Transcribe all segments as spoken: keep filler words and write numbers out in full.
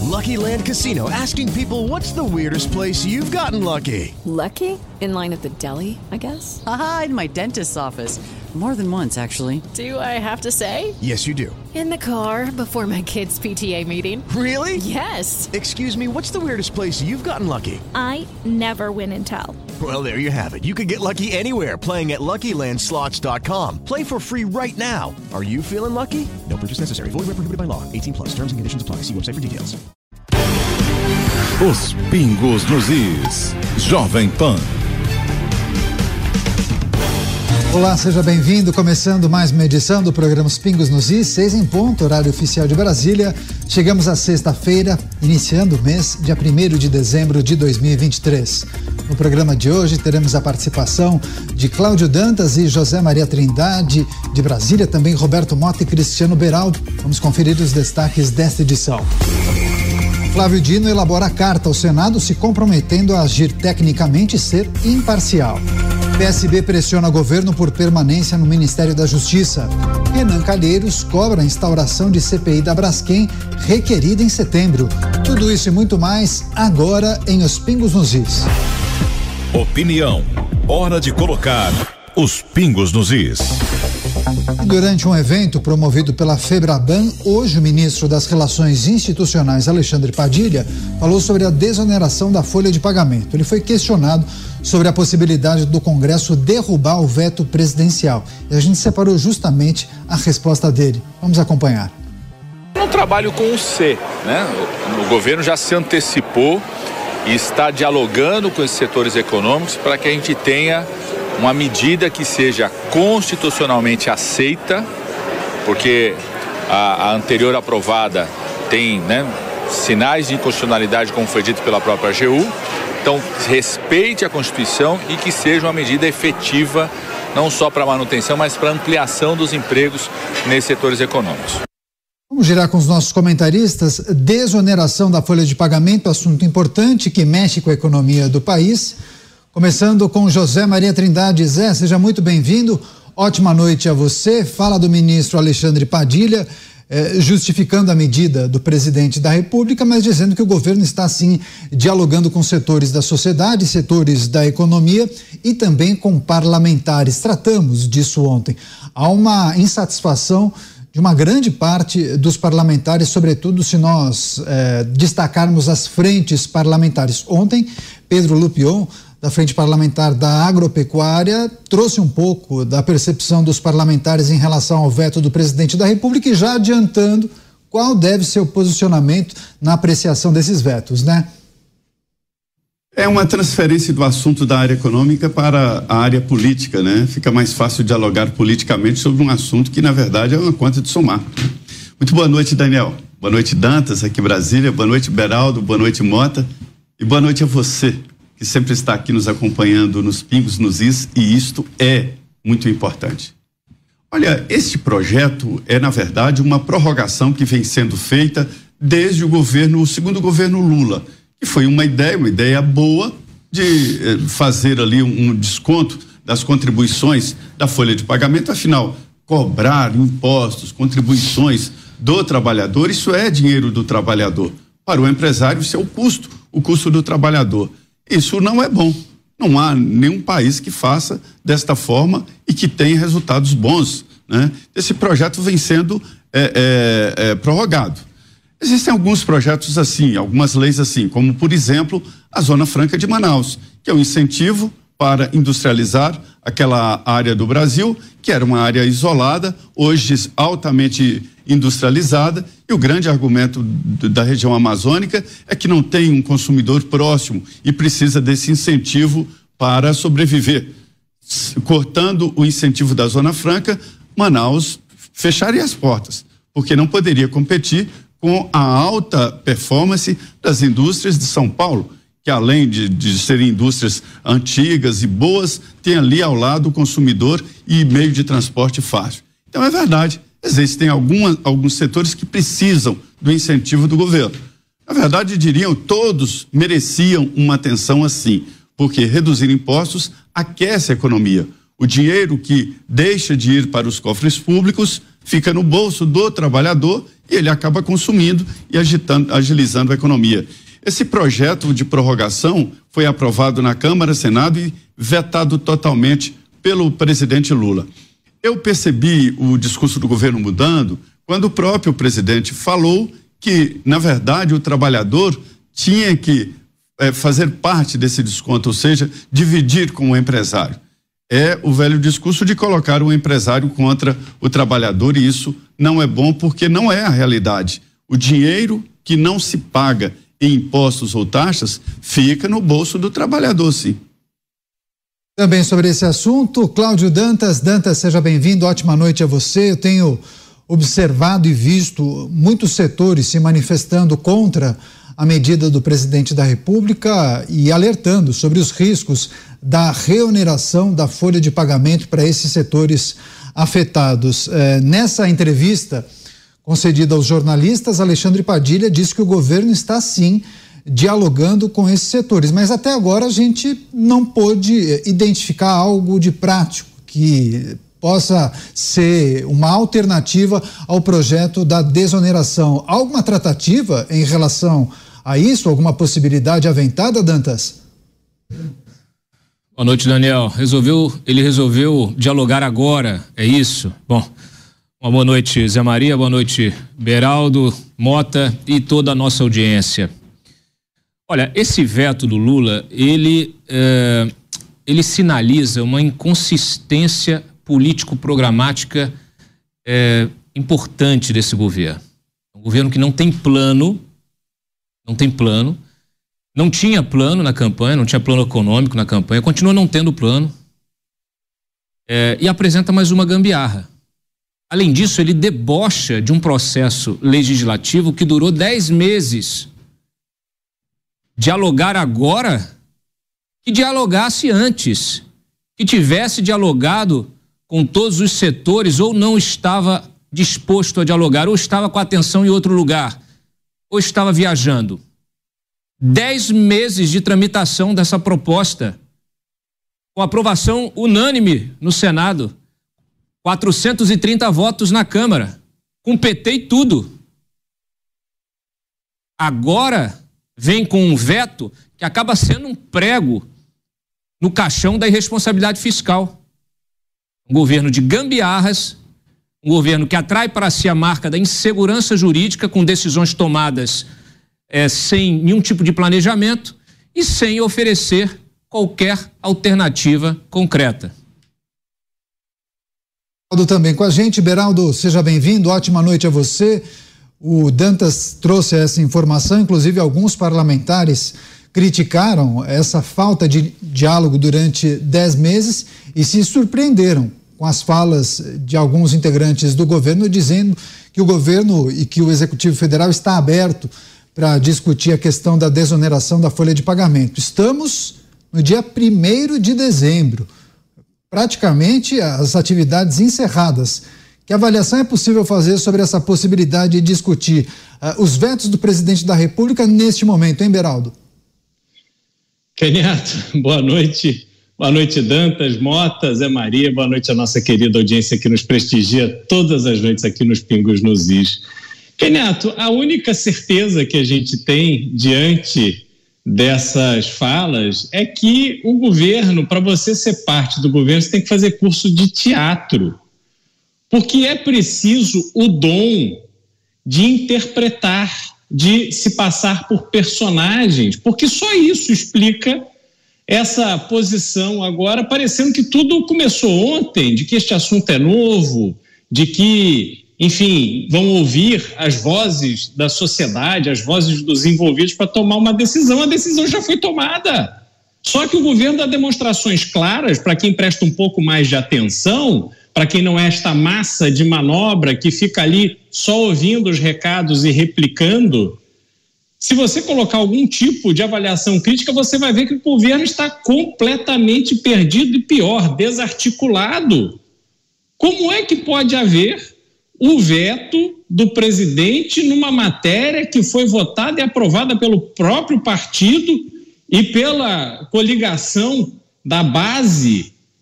Lucky Land Casino, asking people, what's the weirdest place you've gotten lucky? Lucky? In line at the deli, I guess? Aha, in my dentist's office. More than once, actually. Do I have to say? Yes, you do. In the car before my kids' P T A meeting. Really? Yes. Excuse me, what's the weirdest place you've gotten lucky? I never win and tell. Well, there you have it. You can get lucky anywhere, playing at Lucky Land Slots dot com. Play for free right now. Are you feeling lucky? No purchase necessary. Void where prohibited by law. eighteen plus. Terms and conditions apply. See website for details. Os pingos nos is. Jovem Pan. Olá, seja bem-vindo. Começando mais uma edição do programa Os Pingos nos Is, seis em ponto, horário oficial de Brasília. Chegamos à sexta-feira, iniciando o mês, dia primeiro de dezembro de dois mil e vinte e três. No programa de hoje teremos a participação de Cláudio Dantas e José Maria Trindade, de Brasília, também Roberto Mota e Cristiano Beraldo. Vamos conferir os destaques desta edição. Flávio Dino elabora a carta ao Senado se comprometendo a agir tecnicamente e ser imparcial. P S B pressiona o governo por permanência no Ministério da Justiça. Renan Calheiros cobra a instauração de C P I da Braskem, requerida em setembro. Tudo isso e muito mais agora em Os Pingos nos Is. Opinião. Hora de colocar os pingos nos is. Durante um evento promovido pela FEBRABAN, hoje o ministro das Relações Institucionais, Alexandre Padilha, falou sobre a desoneração da folha de pagamento. Ele foi questionado sobre a possibilidade do Congresso derrubar o veto presidencial. E a gente separou justamente a resposta dele. Vamos acompanhar. Eu trabalho com o C, né? O governo já se antecipou e está dialogando com esses setores econômicos para que a gente tenha uma medida que seja constitucionalmente aceita, porque a, a anterior aprovada tem, né, sinais de inconstitucionalidade, como foi dito pela própria A G U. Então, respeite a Constituição e que seja uma medida efetiva, não só para manutenção, mas para ampliação dos empregos nesses setores econômicos. Vamos girar com os nossos comentaristas. Desoneração da folha de pagamento, assunto importante que mexe com a economia do país. Começando com José Maria Trindade. Zé, seja muito bem-vindo. Ótima noite a você. Fala do ministro Alexandre Padilha, eh, justificando a medida do presidente da República, mas dizendo que o governo está, sim, dialogando com setores da sociedade, setores da economia e também com parlamentares. Tratamos disso ontem. Há uma insatisfação de uma grande parte dos parlamentares, sobretudo se nós eh, destacarmos as frentes parlamentares. Ontem, Pedro Lupion, da Frente Parlamentar da Agropecuária, trouxe um pouco da percepção dos parlamentares em relação ao veto do presidente da República e já adiantando qual deve ser o posicionamento na apreciação desses vetos, né? É uma transferência do assunto da área econômica para a área política, né? Fica mais fácil dialogar politicamente sobre um assunto que, na verdade, é uma conta de somar. Muito boa noite, Daniel. Boa noite, Dantas, aqui em Brasília. Boa noite, Beraldo. Boa noite, Mota. E boa noite a você, que sempre está aqui nos acompanhando nos Pingos nos Is, e isto é muito importante. Olha, este projeto é, na verdade, uma prorrogação que vem sendo feita desde o governo, o segundo governo Lula, que foi uma ideia, uma ideia boa de eh, fazer ali um, um desconto das contribuições da folha de pagamento, afinal, cobrar impostos, contribuições do trabalhador, isso é dinheiro do trabalhador. Para o empresário, isso é o custo, o custo do trabalhador. Isso não é bom. Não há nenhum país que faça desta forma e que tenha resultados bons, né? Esse projeto vem sendo é, é, é, prorrogado. Existem alguns projetos assim, algumas leis assim, como, por exemplo, a Zona Franca de Manaus, que é um incentivo para industrializar aquela área do Brasil, que era uma área isolada, hoje altamente industrializada, e o grande argumento da região amazônica é que não tem um consumidor próximo e precisa desse incentivo para sobreviver. Cortando o incentivo da Zona Franca, Manaus fecharia as portas, porque não poderia competir com a alta performance das indústrias de São Paulo, que além de, de serem indústrias antigas e boas, tem ali ao lado o consumidor e meio de transporte fácil. Então é verdade, existem algumas, alguns setores que precisam do incentivo do governo. Na verdade, diriam, todos mereciam uma atenção assim, porque reduzir impostos aquece a economia. O dinheiro que deixa de ir para os cofres públicos fica no bolso do trabalhador e ele acaba consumindo e agitando, agilizando a economia. Esse projeto de prorrogação foi aprovado na Câmara, Senado e vetado totalmente pelo presidente Lula. Eu percebi o discurso do governo mudando quando o próprio presidente falou que, na verdade, o trabalhador tinha que é, fazer parte desse desconto, ou seja, dividir com o empresário. É o velho discurso de colocar o empresário contra o trabalhador, e isso não é bom porque não é a realidade. O dinheiro que não se paga em impostos ou taxas fica no bolso do trabalhador, sim. Também sobre esse assunto, Cláudio Dantas. Dantas, seja bem-vindo, ótima noite a você. Eu tenho observado e visto muitos setores se manifestando contra a medida do presidente da República e alertando sobre os riscos da reoneração da folha de pagamento para esses setores afetados. É, nessa entrevista concedida aos jornalistas, Alexandre Padilha disse que o governo está sim dialogando com esses setores, mas até agora a gente não pôde identificar algo de prático que possa ser uma alternativa ao projeto da desoneração. Alguma tratativa em relação a isso? Alguma possibilidade aventada, Dantas? Boa noite, Daniel. Resolveu, ele resolveu dialogar agora, é isso? Bom, uma boa noite, Zé Maria, boa noite, Beraldo, Mota e toda a nossa audiência. Olha, esse veto do Lula, ele, é, ele sinaliza uma inconsistência político-programática é, importante desse governo. Um governo que não tem plano, não tem plano, não tinha plano na campanha, não tinha plano econômico na campanha, continua não tendo plano é, e apresenta mais uma gambiarra. Além disso, ele debocha de um processo legislativo que durou dez meses. Dialogar agora, que dialogasse antes, que tivesse dialogado com todos os setores, ou não estava disposto a dialogar, ou estava com a atenção em outro lugar, ou estava viajando. Dez meses de tramitação dessa proposta, com aprovação unânime no Senado, quatrocentos e trinta votos na Câmara, com P T e tudo. Agora vem com um veto que acaba sendo um prego no caixão da irresponsabilidade fiscal. Um governo de gambiarras, um governo que atrai para si a marca da insegurança jurídica, com decisões tomadas é, sem nenhum tipo de planejamento e sem oferecer qualquer alternativa concreta. Beraldo também com a gente. Beraldo, seja bem-vindo, ótima noite a você. O Dantas trouxe essa informação, inclusive alguns parlamentares criticaram essa falta de diálogo durante dez meses e se surpreenderam com as falas de alguns integrantes do governo, dizendo que o governo e que o Executivo Federal está aberto para discutir a questão da desoneração da folha de pagamento. Estamos no dia primeiro de dezembro, praticamente as atividades encerradas. Que avaliação é possível fazer sobre essa possibilidade de discutir uh, os vetos do presidente da República neste momento, hein, Beraldo? Caniato, boa noite. Boa noite, Dantas, Mota, Zé Maria. Boa noite à nossa querida audiência que nos prestigia todas as noites aqui nos Pingos nos Is. Caniato, a única certeza que a gente tem diante dessas falas é que o governo, para você ser parte do governo, você tem que fazer curso de teatro. Porque é preciso o dom de interpretar, de se passar por personagens, porque só isso explica essa posição agora, parecendo que tudo começou ontem, de que este assunto é novo, de que, enfim, vão ouvir as vozes da sociedade, as vozes dos envolvidos para tomar uma decisão. A decisão já foi tomada. Só que o governo dá demonstrações claras, para quem presta um pouco mais de atenção, para quem não é esta massa de manobra que fica ali só ouvindo os recados e replicando. Se você colocar algum tipo de avaliação crítica, você vai ver que o governo está completamente perdido e, pior, desarticulado. Como é que pode haver o veto do presidente numa matéria que foi votada e aprovada pelo próprio partido e pela coligação da base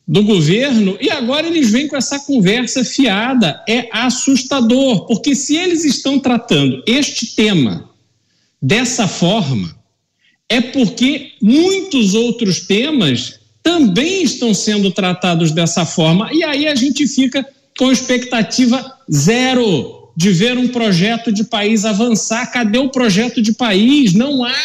do governo, e agora eles vêm com essa conversa fiada. É assustador, porque se eles estão tratando este tema dessa forma, é porque muitos outros temas também estão sendo tratados dessa forma, e aí a gente fica com expectativa zero de ver um projeto de país avançar. Cadê o projeto de país? Não há.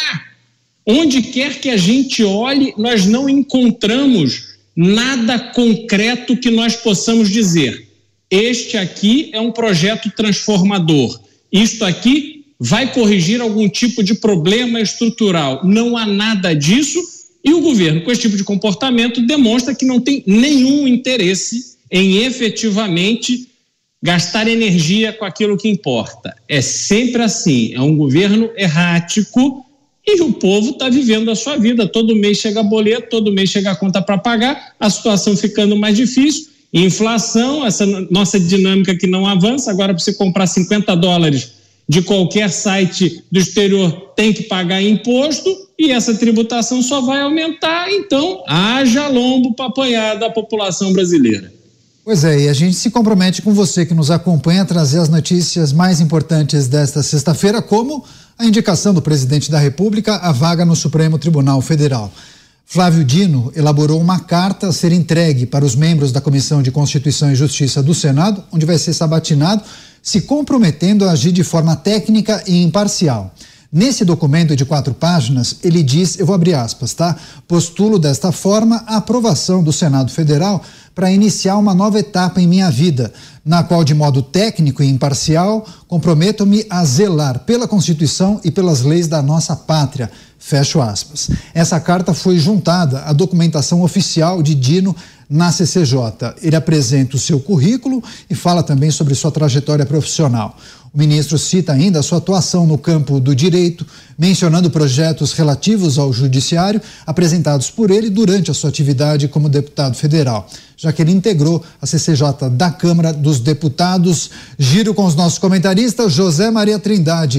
Onde quer que a gente olhe, nós não encontramos nada concreto que nós possamos dizer: este aqui é um projeto transformador, isto aqui vai corrigir algum tipo de problema estrutural. Não há nada disso, e o governo, com esse tipo de comportamento, demonstra que não tem nenhum interesse em efetivamente gastar energia com aquilo que importa. É sempre assim, é um governo errático, e o povo está vivendo a sua vida. Todo mês chega boleto, todo mês chega a conta para pagar, a situação ficando mais difícil, inflação, essa nossa dinâmica que não avança. Agora, para você comprar cinquenta dólares de qualquer site do exterior, tem que pagar imposto, e essa tributação só vai aumentar. Então, haja lombo para apoiar da população brasileira. Pois é, e a gente se compromete com você que nos acompanha a trazer as notícias mais importantes desta sexta-feira, como a indicação do presidente da República à vaga no Supremo Tribunal Federal. Flávio Dino elaborou uma carta a ser entregue para os membros da Comissão de Constituição e Justiça do Senado, onde vai ser sabatinado, se comprometendo a agir de forma técnica e imparcial. Nesse documento de quatro páginas, ele diz, eu vou abrir aspas, tá? Postulo desta forma a aprovação do Senado Federal para iniciar uma nova etapa em minha vida, na qual, de modo técnico e imparcial, comprometo-me a zelar pela Constituição e pelas leis da nossa pátria. Fecho aspas. Essa carta foi juntada à documentação oficial de Dino na C C J. Ele apresenta o seu currículo e fala também sobre sua trajetória profissional. O ministro cita ainda a sua atuação no campo do direito, mencionando projetos relativos ao judiciário apresentados por ele durante a sua atividade como deputado federal, já que ele integrou a C C J da Câmara dos Deputados. Giro com os nossos comentaristas, José Maria Trindade.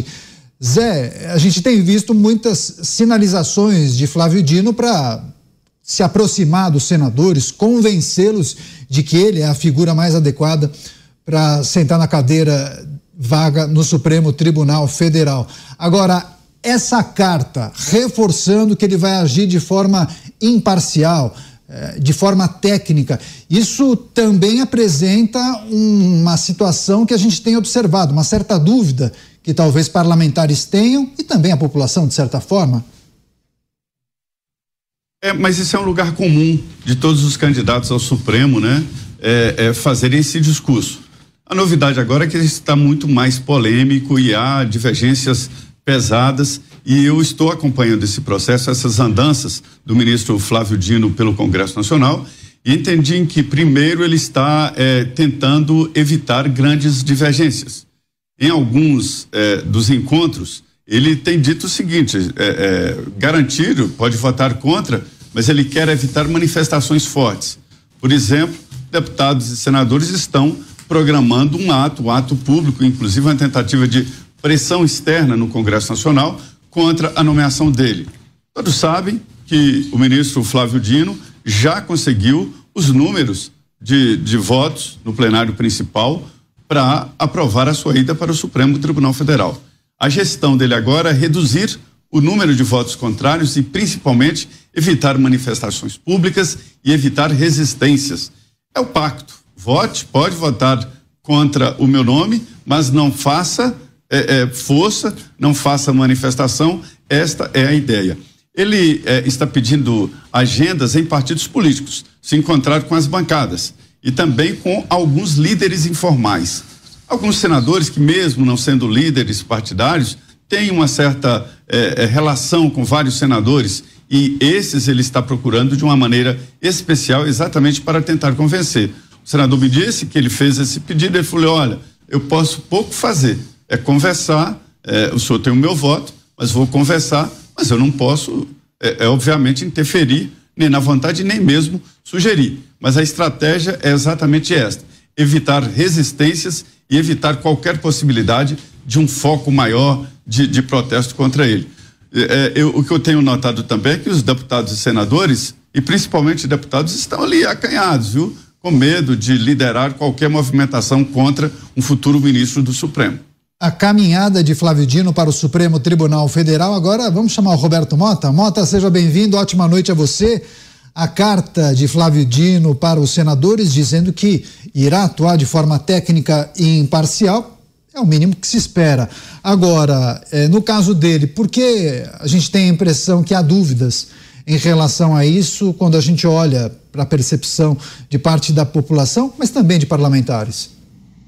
Zé, a gente tem visto muitas sinalizações de Flávio Dino para se aproximar dos senadores, convencê-los de que ele é a figura mais adequada para sentar na cadeira vaga no Supremo Tribunal Federal. Agora, essa carta reforçando que ele vai agir de forma imparcial, de forma técnica, isso também apresenta uma situação que a gente tem observado, uma certa dúvida que talvez parlamentares tenham e também a população, de certa forma. É, mas isso é um lugar comum de todos os candidatos ao Supremo, né? É, é fazerem esse discurso. A novidade agora é que ele está muito mais polêmico e há divergências pesadas, e eu estou acompanhando esse processo, essas andanças do ministro Flávio Dino pelo Congresso Nacional, e entendi que primeiro ele está é, tentando evitar grandes divergências. Em alguns é, dos encontros, ele tem dito o seguinte, é, é, garantir, pode votar contra, mas ele quer evitar manifestações fortes. Por exemplo, deputados e senadores estão programando um ato, um ato público, inclusive uma tentativa de pressão externa no Congresso Nacional contra a nomeação dele. Todos sabem que o ministro Flávio Dino já conseguiu os números de, de votos no plenário principal para aprovar a sua ida para o Supremo Tribunal Federal. A gestão dele agora é reduzir o número de votos contrários e, principalmente, evitar manifestações públicas e evitar resistências. É o pacto. Vote, pode votar contra o meu nome, mas não faça é, é, força, não faça manifestação. Esta é a ideia. Ele é, está pedindo agendas em partidos políticos, se encontrar com as bancadas e também com alguns líderes informais. Alguns senadores que, mesmo não sendo líderes partidários, têm uma certa é, é, relação com vários senadores, e esses ele está procurando de uma maneira especial exatamente para tentar convencer. O senador me disse que ele fez esse pedido, ele falou, olha, eu posso pouco fazer, é conversar, é, o senhor tem o meu voto, mas vou conversar, mas eu não posso, é, é obviamente, interferir nem na vontade, nem mesmo sugerir. Mas a estratégia é exatamente esta, evitar resistências e evitar qualquer possibilidade de um foco maior de, de protesto contra ele. É, eu, o que eu tenho notado também é que os deputados e senadores, e principalmente deputados estão ali acanhados, viu? Com medo de liderar qualquer movimentação contra um futuro ministro do Supremo. A caminhada de Flávio Dino para o Supremo Tribunal Federal. Agora vamos chamar o Roberto Mota. Mota, seja bem-vindo, ótima noite a você. A carta de Flávio Dino para os senadores dizendo que irá atuar de forma técnica e imparcial é o mínimo que se espera. Agora, é, no caso dele, por que a gente tem a impressão que há dúvidas em relação a isso quando a gente olha para a percepção de parte da população, mas também de parlamentares?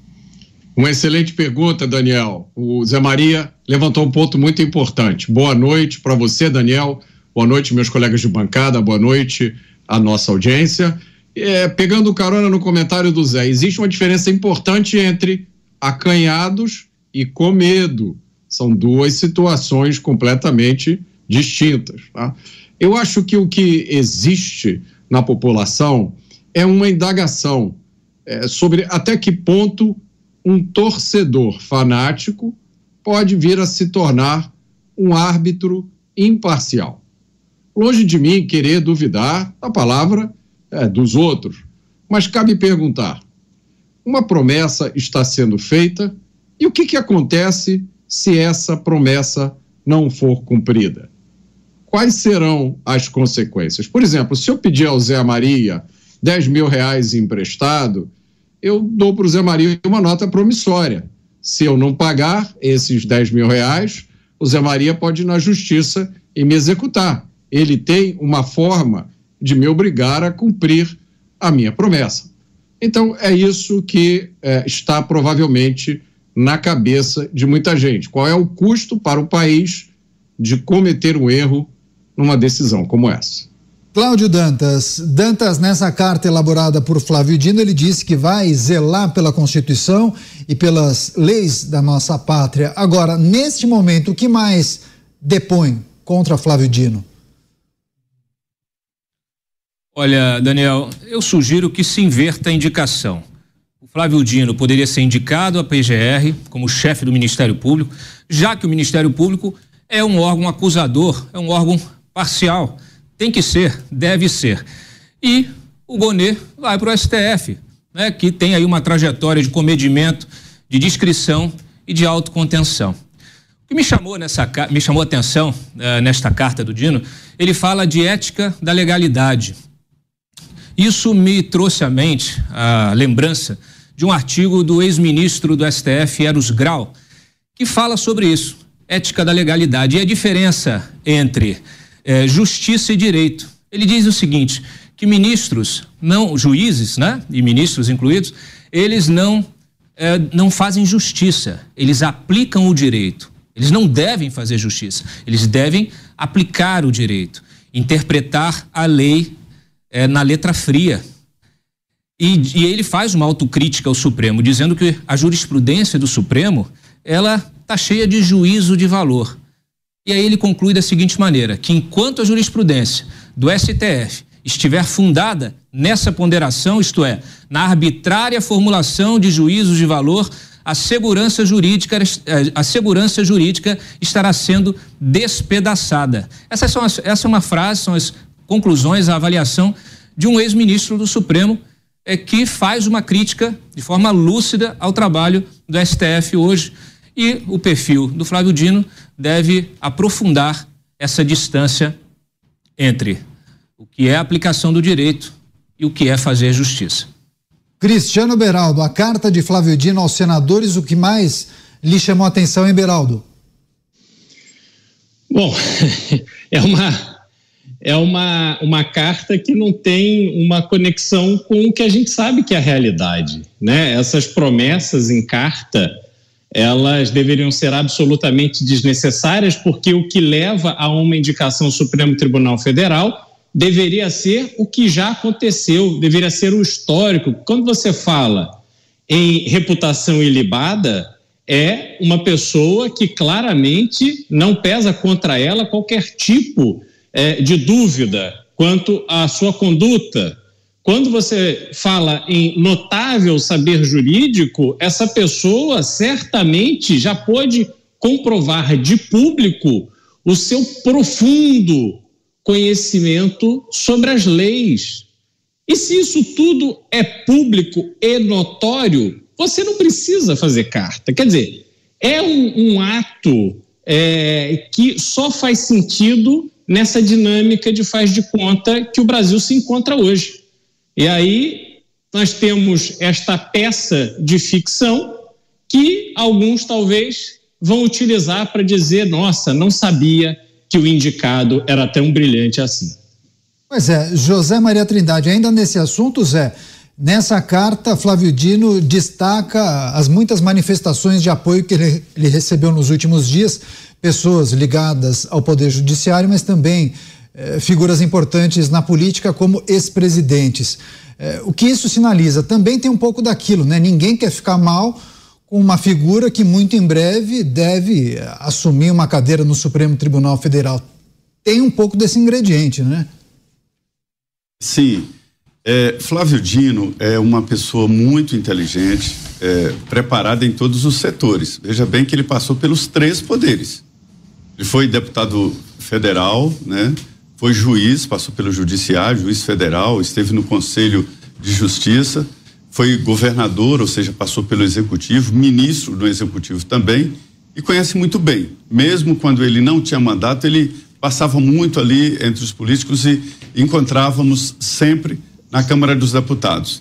Uma excelente pergunta, Daniel. O Zé Maria levantou um ponto muito importante. Boa noite para você, Daniel. Boa noite, meus colegas de bancada. Boa noite à nossa audiência. É, pegando carona no comentário do Zé, existe uma diferença importante entre acanhados e com medo. São duas situações completamente distintas, tá? Eu acho que o que existe na população é uma indagação é, sobre até que ponto um torcedor fanático pode vir a se tornar um árbitro imparcial. Longe de mim querer duvidar da palavra é, dos outros, mas cabe perguntar, uma promessa está sendo feita e o que, que acontece se essa promessa não for cumprida? Quais serão as consequências? Por exemplo, se eu pedir ao Zé Maria dez mil reais emprestado, eu dou para o Zé Maria uma nota promissória. Se eu não pagar esses dez mil reais, o Zé Maria pode ir na justiça e me executar. Ele tem uma forma de me obrigar a cumprir a minha promessa. Então, é isso que é, está provavelmente na cabeça de muita gente. Qual é o custo para o país de cometer um erro numa decisão como essa? Cláudio Dantas, Dantas, nessa carta elaborada por Flávio Dino, ele disse que vai zelar pela Constituição e pelas leis da nossa pátria. Agora, neste momento, o que mais depõe contra Flávio Dino? Olha, Daniel, eu sugiro que se inverta a indicação. O Flávio Dino poderia ser indicado à P G R como chefe do Ministério Público, já que o Ministério Público é um órgão acusador, é um órgão parcial. Tem que ser, deve ser. E o Bonet vai para o S T F, né, que tem aí uma trajetória de comedimento, de discrição e de autocontenção. O que me chamou, nessa, me chamou a atenção uh, nesta carta do Dino, ele fala de ética da legalidade. Isso me trouxe à mente a lembrança de um artigo do ex-ministro do S T F, Eros Grau, que fala sobre isso, ética da legalidade e a diferença entre É, justiça e direito. Ele diz o seguinte, que ministros, não, juízes, né, e ministros incluídos, eles não, é, não fazem justiça, eles aplicam o direito. Eles não devem fazer justiça, eles devem aplicar o direito, interpretar a lei é, na letra fria. E, e ele faz uma autocrítica ao Supremo, dizendo que a jurisprudência do Supremo, ela está cheia de juízo de valor. E aí ele conclui da seguinte maneira, que enquanto a jurisprudência do S T F estiver fundada nessa ponderação, isto é, na arbitrária formulação de juízos de valor, a segurança jurídica, a segurança jurídica estará sendo despedaçada. Essas são as, essa é uma frase, são as conclusões, a avaliação de um ex-ministro do Supremo é, que faz uma crítica de forma lúcida ao trabalho do S T F hoje. E o perfil do Flávio Dino deve aprofundar essa distância entre o que é a aplicação do direito e o que é fazer justiça. Cristiano Beraldo, a carta de Flávio Dino aos senadores, o que mais lhe chamou a atenção, hein, Beraldo? Bom, é uma, é uma, uma carta que não tem uma conexão com o que a gente sabe que é a realidade, né? Essas promessas em carta, elas deveriam ser absolutamente desnecessárias, porque o que leva a uma indicação ao Supremo Tribunal Federal deveria ser o que já aconteceu, deveria ser o histórico. Quando você fala em reputação ilibada, é uma pessoa que claramente não pesa contra ela qualquer tipo é, de dúvida quanto à sua conduta. Quando você fala em notável saber jurídico, essa pessoa certamente já pôde comprovar de público o seu profundo conhecimento sobre as leis. E se isso tudo é público e notório, você não precisa fazer carta. Quer dizer, é um, um ato é, que só faz sentido nessa dinâmica de faz de conta que o Brasil se encontra hoje. E aí nós temos esta peça de ficção que alguns talvez vão utilizar para dizer, nossa, não sabia que o indicado era tão brilhante assim. Pois é, José Maria Trindade, ainda nesse assunto, Zé, nessa carta, Flávio Dino destaca as muitas manifestações de apoio que ele, ele recebeu nos últimos dias, pessoas ligadas ao Poder Judiciário, mas também eh, figuras importantes na política como ex-presidentes. Eh, o que isso sinaliza? Também tem um pouco daquilo, né? Ninguém quer ficar mal com uma figura que muito em breve deve assumir uma cadeira no Supremo Tribunal Federal. Tem um pouco desse ingrediente, né? Sim. É, Flávio Dino é uma pessoa muito inteligente, é, preparada em todos os setores. Veja bem que ele passou pelos três poderes. Ele foi deputado federal, né? Foi juiz, passou pelo judiciário, juiz federal, esteve no Conselho de Justiça, foi governador, ou seja, passou pelo executivo, ministro do executivo também, e conhece muito bem. Mesmo quando ele não tinha mandato, ele passava muito ali entre os políticos e encontrávamos sempre na Câmara dos Deputados.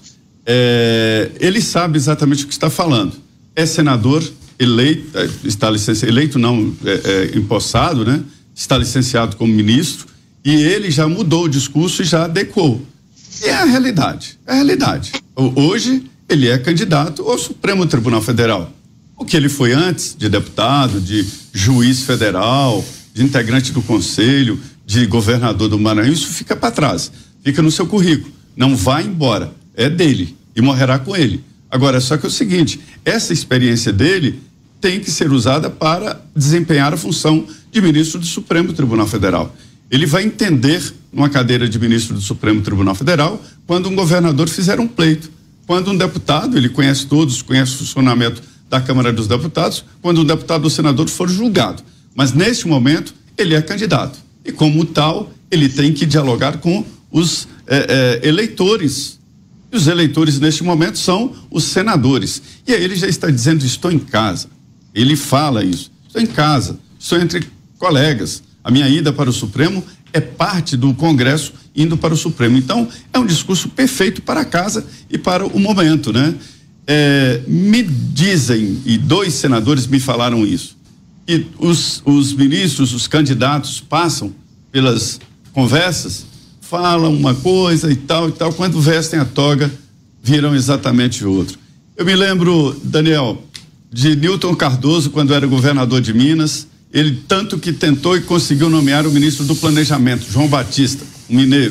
É, ele sabe exatamente o que está falando. É senador eleito, está licenciado, eleito não, é, é, empossado, né? Está licenciado como ministro e ele já mudou o discurso e já adequou. E é a realidade, é a realidade. Hoje ele é candidato ao Supremo Tribunal Federal. O que ele foi antes de deputado, de juiz federal, de integrante do conselho, de governador do Maranhão, isso fica para trás, fica no seu currículo, não vai embora, é dele e morrerá com ele. Agora, só que é o seguinte, essa experiência dele tem que ser usada para desempenhar a função de ministro do Supremo Tribunal Federal. Ele vai entender numa cadeira de ministro do Supremo Tribunal Federal quando um governador fizer um pleito, quando um deputado, ele conhece todos, conhece o funcionamento da Câmara dos Deputados, quando um deputado ou senador for julgado. Mas neste momento ele é candidato e como tal ele tem que dialogar com os eh, eh, eleitores. E os eleitores neste momento são os senadores. E aí ele já está dizendo, estou em casa. Ele fala isso, estou em casa, estou entre colegas. A minha ida para o Supremo é parte do Congresso indo para o Supremo. Então, é um discurso perfeito para casa e para o momento, né? É, me dizem, e dois senadores me falaram isso, que os, os ministros, os candidatos passam pelas conversas, falam uma coisa e tal e tal, quando vestem a toga, viram exatamente outro. Eu me lembro, Daniel, de Newton Cardoso, quando era governador de Minas, ele tanto que tentou e conseguiu nomear o ministro do Planejamento, João Batista, um mineiro.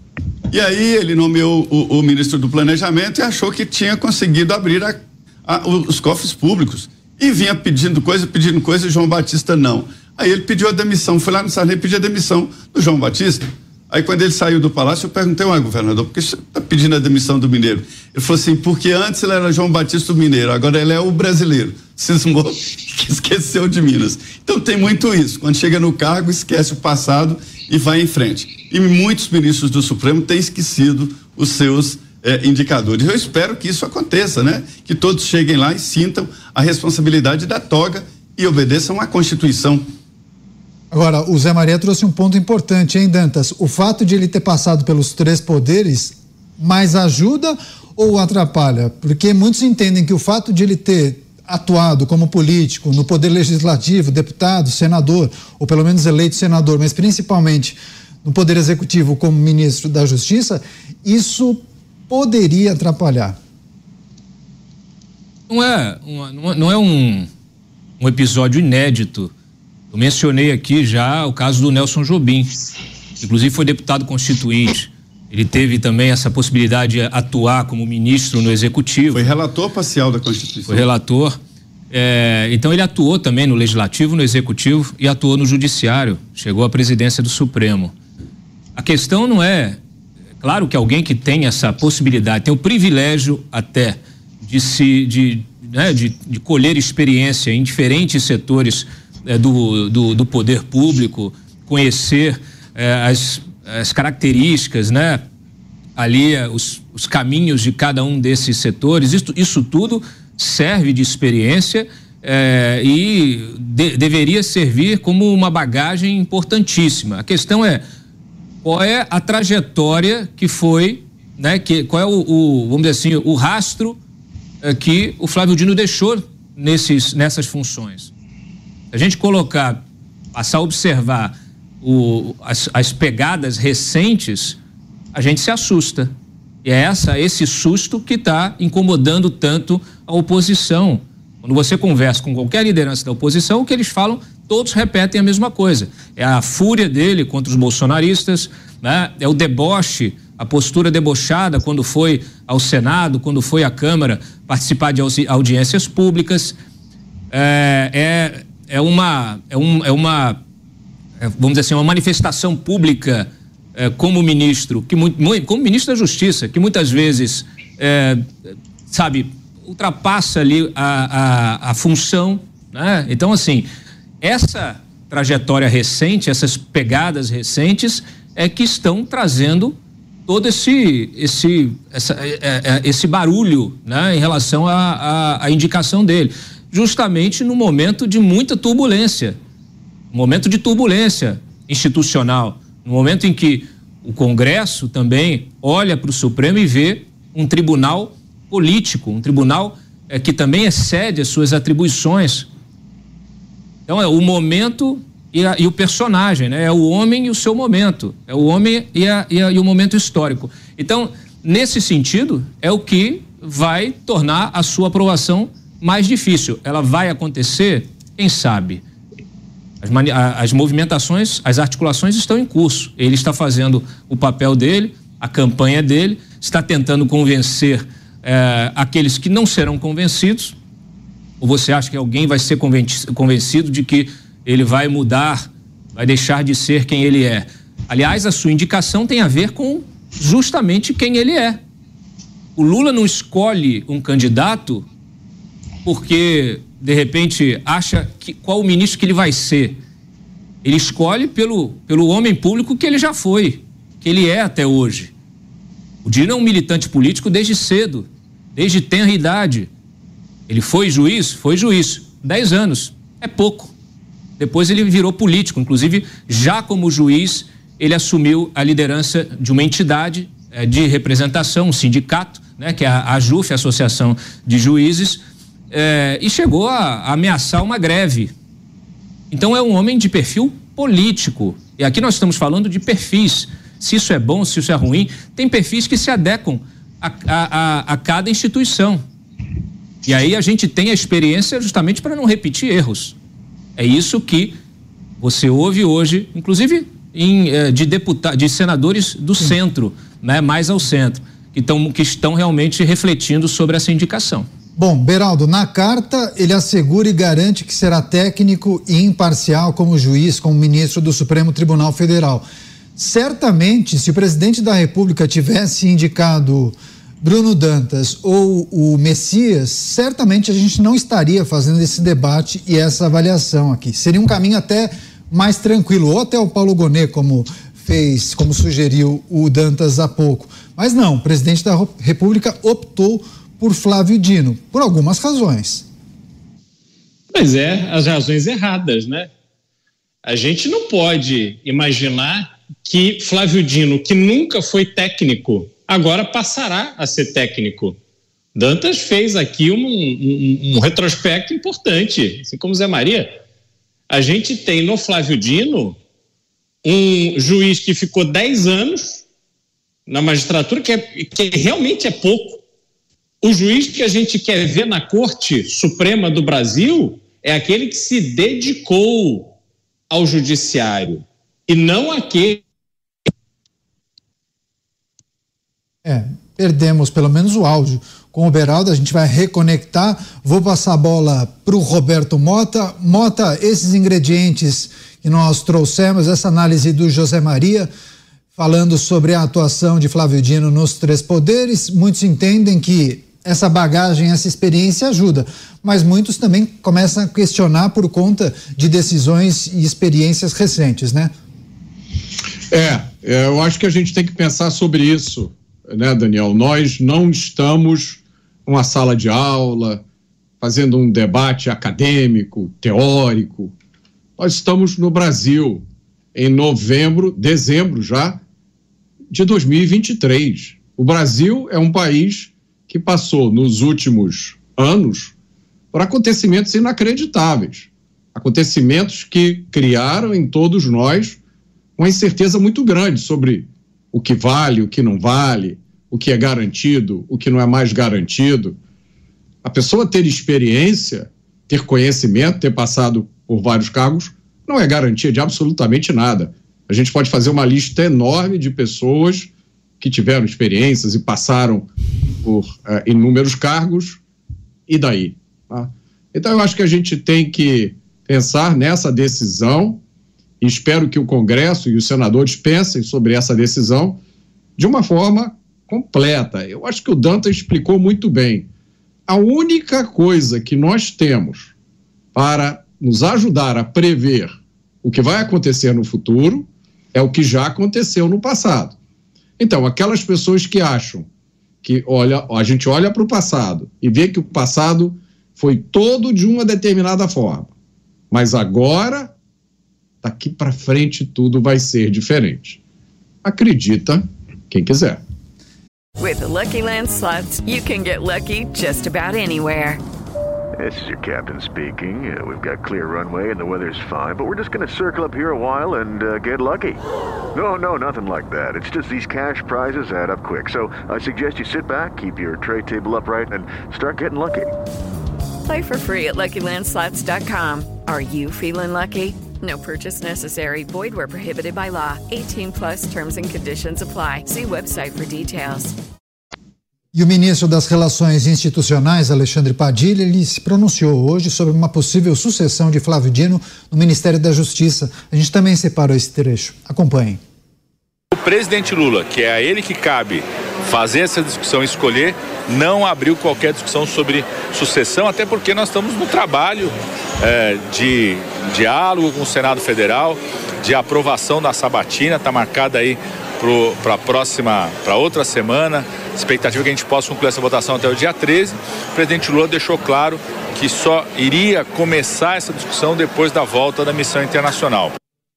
E aí ele nomeou o, o ministro do Planejamento e achou que tinha conseguido abrir a, a, os cofres públicos. E vinha pedindo coisa, pedindo coisa, e João Batista não. Aí ele pediu a demissão, foi lá no Sarney pedir a demissão do João Batista. Aí quando ele saiu do palácio, eu perguntei, ué, governador, por que você está pedindo a demissão do mineiro? Ele falou assim, porque antes ele era João Batista do Mineiro, agora ele é o brasileiro. Cismou que esqueceu de Minas. Então tem muito isso, quando chega no cargo, esquece o passado e vai em frente. E muitos ministros do Supremo têm esquecido os seus eh, indicadores. Eu espero que isso aconteça, né? Que todos cheguem lá e sintam a responsabilidade da toga e obedeçam à Constituição. Agora, o Zé Maria trouxe um ponto importante, hein, Dantas? O fato de ele ter passado pelos três poderes mais ajuda ou atrapalha? Porque muitos entendem que o fato de ele ter atuado como político no poder legislativo, deputado, senador, ou pelo menos eleito senador, mas principalmente no poder executivo como ministro da Justiça, isso poderia atrapalhar. Não é, uma, não é um, um episódio inédito. Eu mencionei aqui já o caso do Nelson Jobim, inclusive foi deputado constituinte. Ele teve também essa possibilidade de atuar como ministro no executivo. Foi relator parcial da Constituição. Foi relator. É, então ele atuou também no legislativo, no executivo e atuou no judiciário. Chegou à presidência do Supremo. A questão não é, claro que alguém que tem essa possibilidade, tem o privilégio até de se, de, né, de, de colher experiência em diferentes setores é, do, do, do poder público, conhecer é, as, as características, né? Ali é, os, os caminhos de cada um desses setores, isso, isso tudo serve de experiência é, e de, deveria servir como uma bagagem importantíssima. A questão é qual é a trajetória que foi, né? Que, qual é o, o vamos dizer assim, o rastro é, que o Flávio Dino deixou nesses, nessas funções. Se a gente colocar, passar a observar o, as, as pegadas recentes, a gente se assusta. E é essa, esse susto que está incomodando tanto a oposição. Quando você conversa com qualquer liderança da oposição, o que eles falam, todos repetem a mesma coisa. É a fúria dele contra os bolsonaristas, né? É o deboche, a postura debochada quando foi ao Senado, quando foi à Câmara participar de audiências públicas. É, é, é uma, é um, é uma é, vamos dizer assim, uma manifestação pública É, como ministro, que muito, como ministro da Justiça, que muitas vezes, é, sabe, ultrapassa ali a, a, a função, né? Então, assim, essa trajetória recente, essas pegadas recentes, é que estão trazendo todo esse, esse, essa, é, é, esse barulho, né, em relação à indicação dele, justamente no momento de muita turbulência, momento de turbulência institucional. No momento em que o Congresso também olha para o Supremo e vê um tribunal político, um tribunal é, que também excede as suas atribuições. Então é o momento e, a, e o personagem, né? É o homem e o seu momento, é o homem e, a, e, a, e o momento histórico. Então, nesse sentido, é o que vai tornar a sua aprovação mais difícil. Ela vai acontecer, quem sabe? As, mani- as movimentações, as articulações estão em curso. Ele está fazendo o papel dele, a campanha dele, está tentando convencer eh, aqueles que não serão convencidos. Ou você acha que alguém vai ser conven- convencido de que ele vai mudar, vai deixar de ser quem ele é? Aliás, a sua indicação tem a ver com justamente quem ele é. O Lula não escolhe um candidato porque de repente acha que, qual o ministro que ele vai ser. Ele escolhe pelo, pelo homem público que ele já foi, que ele é até hoje. O Dino é um militante político desde cedo, desde tenra idade. Ele foi juiz? Foi juiz. Dez anos. É pouco. Depois ele virou político. Inclusive, já como juiz, ele assumiu a liderança de uma entidade eh, de representação, um sindicato, né, que é a AJUF, a Associação de Juízes, É, e chegou a, a ameaçar uma greve. Então é um homem de perfil político. E aqui nós estamos falando de perfis. Se isso é bom, se isso é ruim, tem perfis que se adequam a, a, a, a cada instituição. E aí a gente tem a experiência justamente para não repetir erros. É isso que você ouve hoje, inclusive em, eh, de deputados, de senadores do Sim. centro, né, mais ao centro, que, tão, que estão realmente refletindo sobre essa indicação. Bom, Beraldo, na carta ele assegura e garante que será técnico e imparcial como juiz, como ministro do Supremo Tribunal Federal. Certamente, se o presidente da República tivesse indicado Bruno Dantas ou o Messias, certamente a gente não estaria fazendo esse debate e essa avaliação aqui. Seria um caminho até mais tranquilo, ou até o Paulo Gonet, como fez, como sugeriu o Dantas há pouco. Mas não, o presidente da República optou por Flávio Dino, por algumas razões. Pois é, as razões erradas, né? A gente não pode imaginar que Flávio Dino, que nunca foi técnico, agora passará a ser técnico. Dantas fez aqui um, um, um retrospecto importante, assim como Zé Maria. A gente tem no Flávio Dino um juiz que ficou dez anos na magistratura, que, é, que realmente é pouco. O juiz que a gente quer ver na Corte Suprema do Brasil é aquele que se dedicou ao judiciário e não aquele. É, perdemos pelo menos o áudio com o Beraldo, a gente vai reconectar. Vou passar a bola para o Roberto Mota. Mota, esses ingredientes que nós trouxemos, essa análise do José Maria, falando sobre a atuação de Flávio Dino nos três poderes, muitos entendem que essa bagagem, essa experiência ajuda, mas muitos também começam a questionar por conta de decisões e experiências recentes, né? É, eu acho que a gente tem que pensar sobre isso, né, Daniel? Nós não estamos numa sala de aula, fazendo um debate acadêmico, teórico. Nós estamos no Brasil, em novembro, dezembro já, de dois mil e vinte e três. O Brasil é um país que passou, nos últimos anos, por acontecimentos inacreditáveis. Acontecimentos que criaram em todos nós uma incerteza muito grande sobre o que vale, o que não vale, o que é garantido, o que não é mais garantido. A pessoa ter experiência, ter conhecimento, ter passado por vários cargos, não é garantia de absolutamente nada. A gente pode fazer uma lista enorme de pessoas que tiveram experiências e passaram por uh, inúmeros cargos, e daí? Tá? Então, eu acho que a gente tem que pensar nessa decisão, e espero que o Congresso e os senadores pensem sobre essa decisão de uma forma completa. Eu acho que o Dantas explicou muito bem. A única coisa que nós temos para nos ajudar a prever o que vai acontecer no futuro é o que já aconteceu no passado. Então, aquelas pessoas que acham que olha, a gente olha para o passado e vê que o passado foi todo de uma determinada forma, mas agora, daqui para frente, tudo vai ser diferente. Acredita quem quiser. With the Lucky Land Slots, you can get lucky just about anywhere. This is your captain speaking. Uh, we've got clear runway and the weather's fine, but we're just going to circle up here a while and uh, get lucky. No, no, nothing like that. It's just these cash prizes add up quick. So I suggest you sit back, keep your tray table upright, and start getting lucky. Play for free at Lucky Land Slots dot com. Are you feeling lucky? No purchase necessary. Void where prohibited by law. eighteen plus terms and conditions apply. See website for details. E o ministro das Relações Institucionais, Alexandre Padilha, ele se pronunciou hoje sobre uma possível sucessão de Flávio Dino no Ministério da Justiça. A gente também separou esse trecho. Acompanhem. O presidente Lula, que é a ele que cabe fazer essa discussão e escolher, não abriu qualquer discussão sobre sucessão, até porque nós estamos no trabalho é, de diálogo com o Senado Federal, de aprovação da sabatina, está marcada aí para a próxima, para outra semana, expectativa que a gente possa concluir essa votação até o dia treze. O presidente Lula deixou claro que só iria começar essa discussão depois da volta da missão internacional.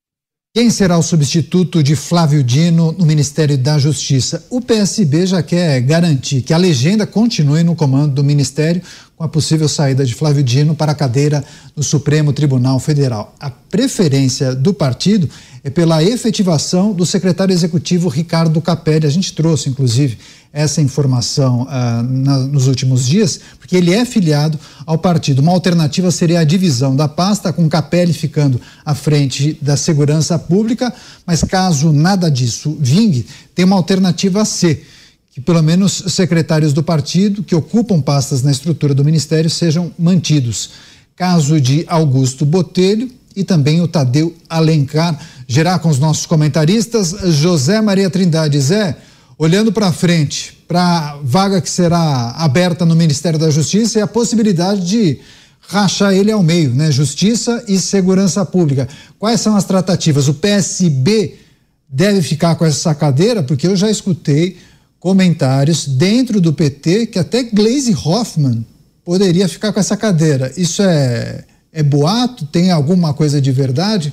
Quem será o substituto de Flávio Dino no Ministério da Justiça? O P S B já quer garantir que a legenda continue no comando do Ministério, com a possível saída de Flávio Dino para a cadeira no Supremo Tribunal Federal. A preferência do partido é pela efetivação do secretário executivo Ricardo Capelli. A gente trouxe, inclusive, essa informação ah, na, nos últimos dias, porque ele é filiado ao partido. Uma alternativa seria a divisão da pasta, com Capelli ficando à frente da segurança pública, mas caso nada disso vingue, tem uma alternativa C, que pelo menos secretários do partido que ocupam pastas na estrutura do ministério sejam mantidos. Caso de Augusto Botelho e também o Tadeu Alencar. Gerar com os nossos comentaristas, José Maria Trindade. Zé, olhando para frente, para a vaga que será aberta no Ministério da Justiça e a possibilidade de rachar ele ao meio, né? Justiça e Segurança Pública. Quais são as tratativas? O P S B deve ficar com essa cadeira? Porque eu já escutei comentários dentro do P T que até Gleisi Hoffmann poderia ficar com essa cadeira. Isso é, é boato? Tem alguma coisa de verdade?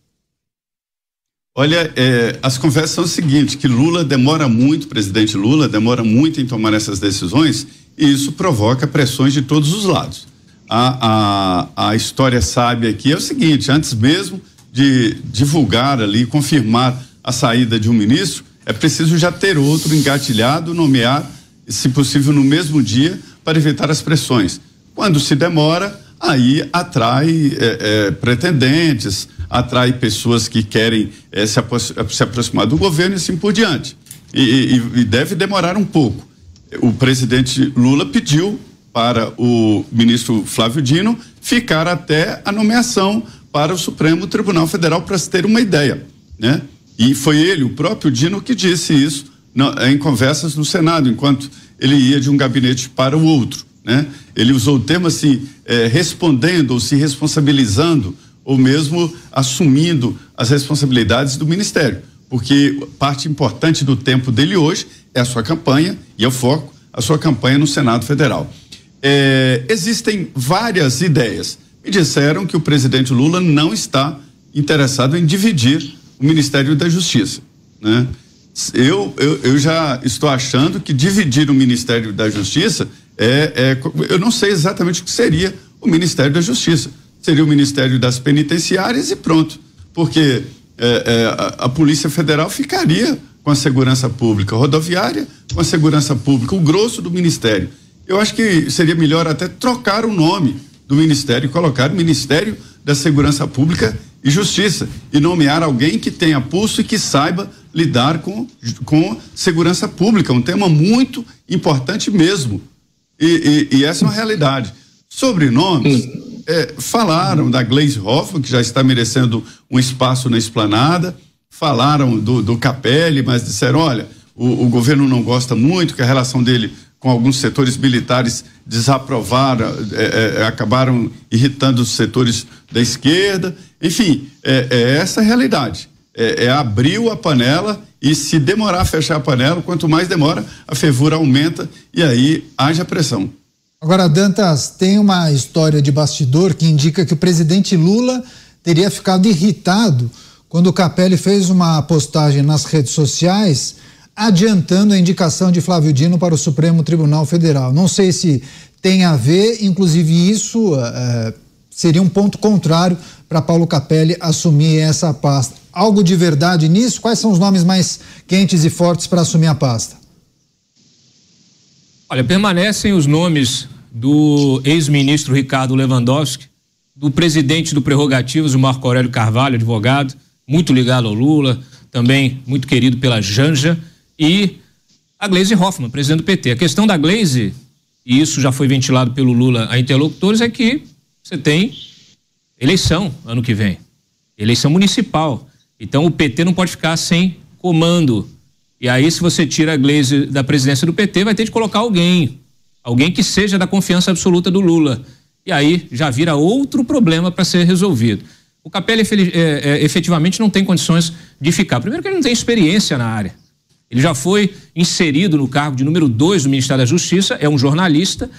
Olha, é, as conversas são o seguinte, que Lula demora muito, o presidente Lula demora muito em tomar essas decisões, e isso provoca pressões de todos os lados. A, a, a história sábia aqui é o seguinte: antes mesmo de divulgar ali, confirmar a saída de um ministro, é preciso já ter outro engatilhado, nomear, se possível no mesmo dia, para evitar as pressões. Quando se demora, aí atrai é, é, pretendentes, atrai pessoas que querem é, se, apro se aproximar do governo e assim por diante. E, e, e deve demorar um pouco. O presidente Lula pediu para o ministro Flávio Dino ficar até a nomeação para o Supremo Tribunal Federal, para se ter uma ideia, né? E foi ele, o próprio Dino, que disse isso no, em conversas no Senado, enquanto ele ia de um gabinete para o outro, né? Ele usou o termo assim, é, respondendo ou se responsabilizando, ou mesmo assumindo as responsabilidades do Ministério. porque parte importante do tempo dele hoje é a sua campanha, e eu foco a sua campanha no Senado Federal. É, existem várias ideias. Me disseram que o presidente Lula não está interessado em dividir o Ministério da Justiça, né? Eu, eu, eu já estou achando que dividir o Ministério da Justiça é, é, eu não sei exatamente o que seria o Ministério da Justiça. Seria o Ministério das Penitenciárias e pronto, porque é, é, a, a Polícia Federal ficaria com a segurança pública, a rodoviária com a segurança pública, o grosso do Ministério. Eu acho que seria melhor até trocar o nome do Ministério e colocar o Ministério da Segurança Pública e Justiça e nomear alguém que tenha pulso e que saiba lidar com, com segurança pública, um tema muito importante mesmo. E, e, e essa é uma realidade. Sobrenomes, é, falaram da Gleisi Hoffmann, que já está merecendo um espaço na esplanada, falaram do, do Capelli, mas disseram, olha, o, o governo não gosta muito, que a relação dele com alguns setores militares desaprovaram, é, é, acabaram irritando os setores da esquerda. Enfim, é, é essa a realidade. É, é abriu a panela e se demorar a fechar a panela, quanto mais demora, a fervura aumenta e aí haja pressão. Agora, Dantas, tem uma história de bastidor que indica que o presidente Lula teria ficado irritado quando o Capelli fez uma postagem nas redes sociais adiantando a indicação de Flávio Dino para o Supremo Tribunal Federal. Não sei se tem a ver, inclusive isso uh, seria um ponto contrário para Paulo Capelli assumir essa pasta. Algo de verdade nisso? Quais são os nomes mais quentes e fortes para assumir a pasta? Olha, permanecem os nomes do ex-ministro Ricardo Lewandowski, do presidente do Prerrogativas, o Marco Aurélio Carvalho, advogado, muito ligado ao Lula, também muito querido pela Janja, e a Gleisi Hoffmann, presidente do P T. A questão da Gleisi, e isso já foi ventilado pelo Lula a interlocutores, é que você tem eleição ano que vem, eleição municipal. Então o P T não pode ficar sem comando. E aí, se você tira a Gleisi da presidência do P T, vai ter de colocar alguém, alguém que seja da confiança absoluta do Lula. E aí já vira outro problema para ser resolvido. O Capelli é, é, efetivamente não tem condições de ficar. Primeiro que ele não tem experiência na área. Ele já foi inserido no cargo de número dois do Ministério da Justiça, é um jornalista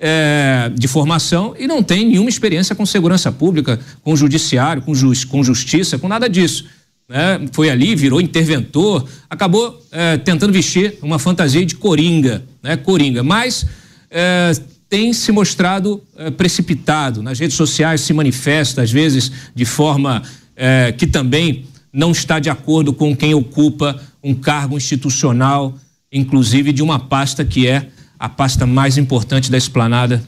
é, de formação e não tem nenhuma experiência com segurança pública, com judiciário, com, ju com justiça, com nada disso. Né? Foi ali, virou interventor, acabou é, tentando vestir uma fantasia de coringa, né? Coringa, mas é, tem se mostrado é, precipitado, nas redes sociais se manifesta às vezes de forma é, que também não está de acordo com quem ocupa um cargo institucional, inclusive de uma pasta que é a pasta mais importante da esplanada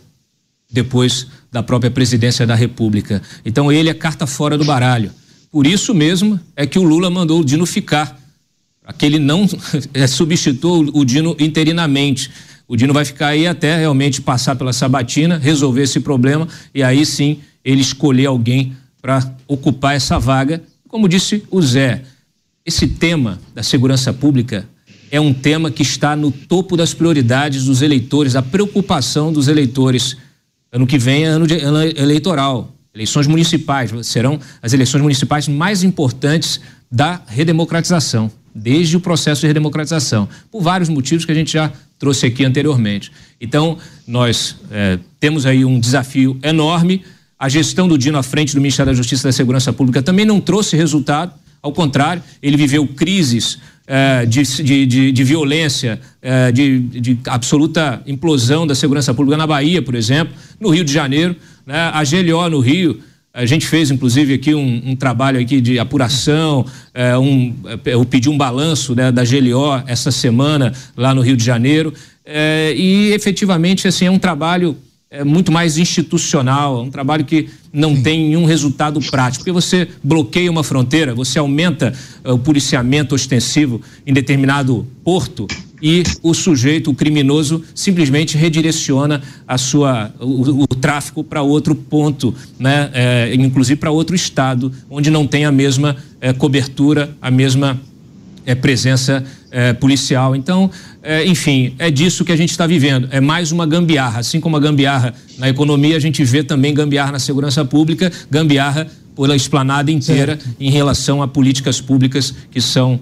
depois da própria presidência da República. Então ele é carta fora do baralho. Por isso mesmo é que o Lula mandou o Dino ficar. Aquele não é, substituiu o Dino interinamente. O Dino vai ficar aí até realmente passar pela sabatina, resolver esse problema e aí sim ele escolher alguém para ocupar essa vaga. Como disse o Zé, esse tema da segurança pública é um tema que está no topo das prioridades dos eleitores, a preocupação dos eleitores. Ano que vem é ano, de, ano eleitoral. Eleições municipais serão as eleições municipais mais importantes da redemocratização, desde o processo de redemocratização, por vários motivos que a gente já trouxe aqui anteriormente. Então, nós é, temos aí um desafio enorme. A gestão do Dino à frente do Ministério da Justiça e da Segurança Pública também não trouxe resultado, ao contrário, ele viveu crises é, de, de, de, de violência, é, de, de absoluta implosão da segurança pública na Bahia, por exemplo, no Rio de Janeiro. Né? A G L O no Rio, a gente fez inclusive aqui um, um trabalho aqui de apuração, é, um, eu pedi um balanço, né, da G L O essa semana lá no Rio de Janeiro, é, e efetivamente assim, é um trabalho é, muito mais institucional, um trabalho que não Sim. tem nenhum resultado prático, porque você bloqueia uma fronteira, você aumenta uh, o policiamento ostensivo em determinado porto e o sujeito, o criminoso, simplesmente redireciona a sua, o, o tráfico para outro ponto, né? É, inclusive para outro estado, onde não tem a mesma é, cobertura, a mesma é, presença é, policial. Então, é, enfim, é disso que a gente está vivendo. É mais uma gambiarra. Assim como a gambiarra na economia, a gente vê também gambiarra na segurança pública, gambiarra pela esplanada inteira certo. Em relação a políticas públicas que são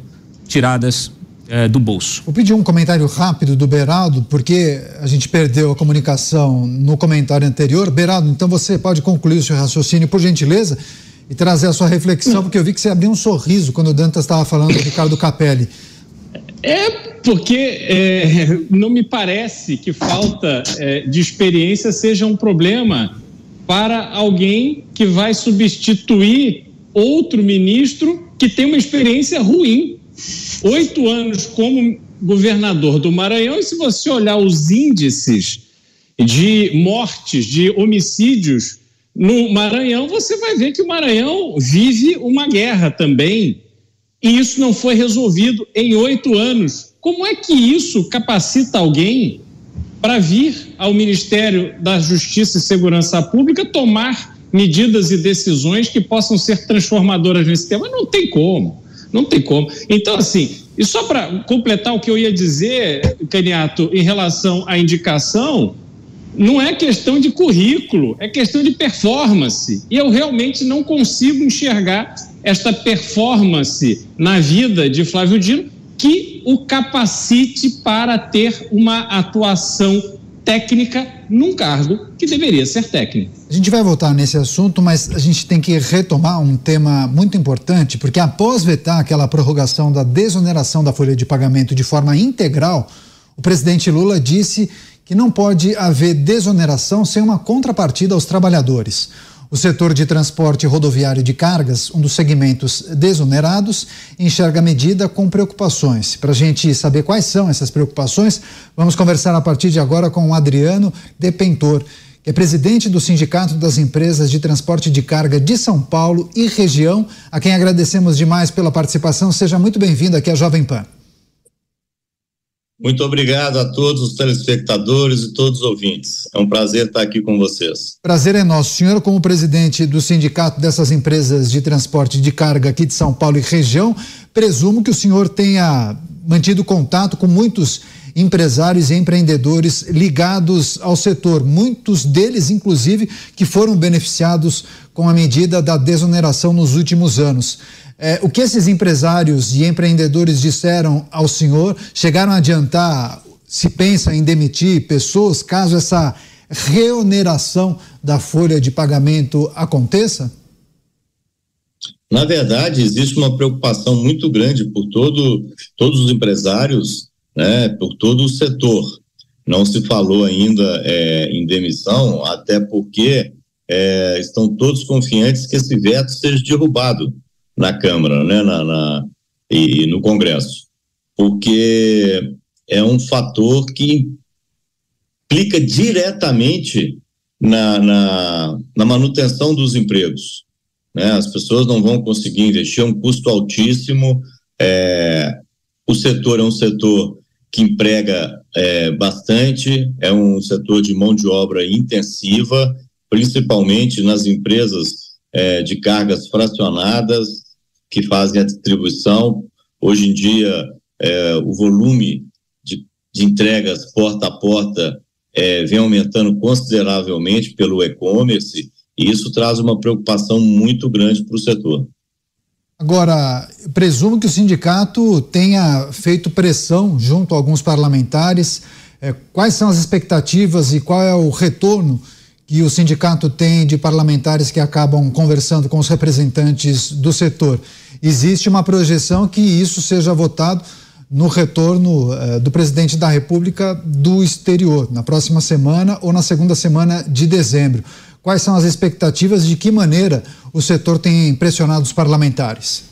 tiradas é, do bolso. Vou pedir um comentário rápido do Beraldo, porque a gente perdeu a comunicação no comentário anterior. Beraldo, então você pode concluir o seu raciocínio, por gentileza, e trazer a sua reflexão, porque eu vi que você abriu um sorriso quando o Dantas estava falando do Ricardo Capelli. É porque é, não me parece que falta é, de experiência seja um problema para alguém que vai substituir outro ministro que tem uma experiência ruim. Oito anos como governador do Maranhão, e se você olhar os índices de mortes, de homicídios no Maranhão, você vai ver que o Maranhão vive uma guerra também. E isso não foi resolvido em oito anos. Como é que isso capacita alguém para vir ao Ministério da Justiça e Segurança Pública tomar medidas e decisões que possam ser transformadoras nesse tema? Não tem como, não tem como. Então, assim, e só para completar o que eu ia dizer, Caniato, em relação à indicação, não é questão de currículo, é questão de performance. E eu realmente não consigo enxergar esta performance na vida de Flávio Dino que o capacite para ter uma atuação técnica num cargo que deveria ser técnico. A gente vai voltar nesse assunto, mas a gente tem que retomar um tema muito importante, porque após vetar aquela prorrogação da desoneração da folha de pagamento de forma integral, o presidente Lula disse que não pode haver desoneração sem uma contrapartida aos trabalhadores. O setor de transporte rodoviário de cargas, um dos segmentos desonerados, enxerga a medida com preocupações. Para a gente saber quais são essas preocupações, vamos conversar a partir de agora com o Adriano Depentor, que é presidente do Sindicato das Empresas de Transporte de Carga de São Paulo e região, a quem agradecemos demais pela participação. Seja muito bem-vindo aqui à Jovem Pan. Muito obrigado a todos os telespectadores e todos os ouvintes. É um prazer estar aqui com vocês. Prazer é nosso. O senhor, como presidente do sindicato dessas empresas de transporte de carga aqui de São Paulo e região, presumo que o senhor tenha mantido contato com muitos empresários e empreendedores ligados ao setor, muitos deles, inclusive, que foram beneficiados com a medida da desoneração nos últimos anos. É, o que esses empresários e empreendedores disseram ao senhor? Chegaram a adiantar, se pensa em demitir pessoas caso essa reoneração da folha de pagamento aconteça? Na verdade, existe uma preocupação muito grande por todo, todos os empresários, né, por todo o setor. Não se falou ainda é, em demissão, até porque é, estão todos confiantes que esse veto seja derrubado na Câmara, né, na, na, e, e no Congresso, porque é um fator que implica diretamente na, na, na manutenção dos empregos, né? As pessoas não vão conseguir investir, é um custo altíssimo, é, o setor é um setor que emprega é, bastante, é um setor de mão de obra intensiva, principalmente nas empresas é, de cargas fracionadas, que fazem a distribuição. Hoje em dia, é, o volume de, de entregas porta a porta é, vem aumentando consideravelmente pelo e-commerce, e isso traz uma preocupação muito grande para o setor. Agora, presumo que o sindicato tenha feito pressão junto a alguns parlamentares. É, quais são as expectativas e qual é o retorno que o sindicato tem de parlamentares que acabam conversando com os representantes do setor? Existe uma projeção que isso seja votado no retorno eh, do presidente da República do exterior, na próxima semana ou na segunda semana de dezembro. Quais são as expectativas, de que maneira o setor tem pressionado os parlamentares?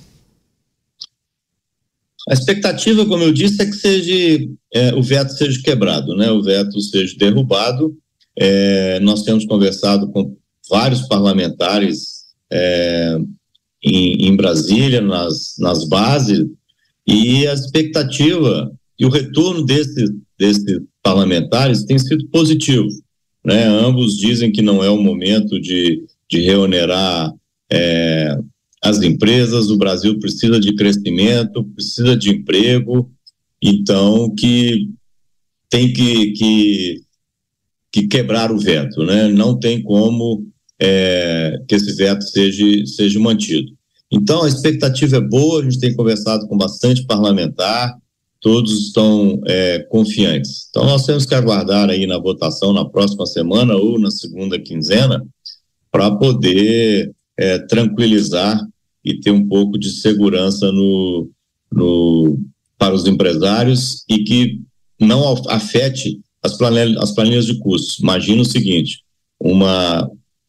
A expectativa, como eu disse, é que seja, é, o veto seja quebrado, né? O veto seja derrubado. É, nós temos conversado com vários parlamentares é, em, em Brasília, nas, nas bases, e a expectativa e o retorno desses, desses parlamentares tem sido positivo, né? Ambos dizem que não é o momento de, de reonerar é, as empresas. O Brasil precisa de crescimento, precisa de emprego, então que tem que, que, que quebrar o veto, né? Não tem como é, que esse veto seja, seja mantido. Então, a expectativa é boa, a gente tem conversado com bastante parlamentar, todos estão é, confiantes. Então, nós temos que aguardar aí na votação na próxima semana ou na segunda quinzena para poder é, tranquilizar e ter um pouco de segurança no, no, para os empresários e que não afete as planilhas, as planilhas de custos. Imagina o seguinte, uma,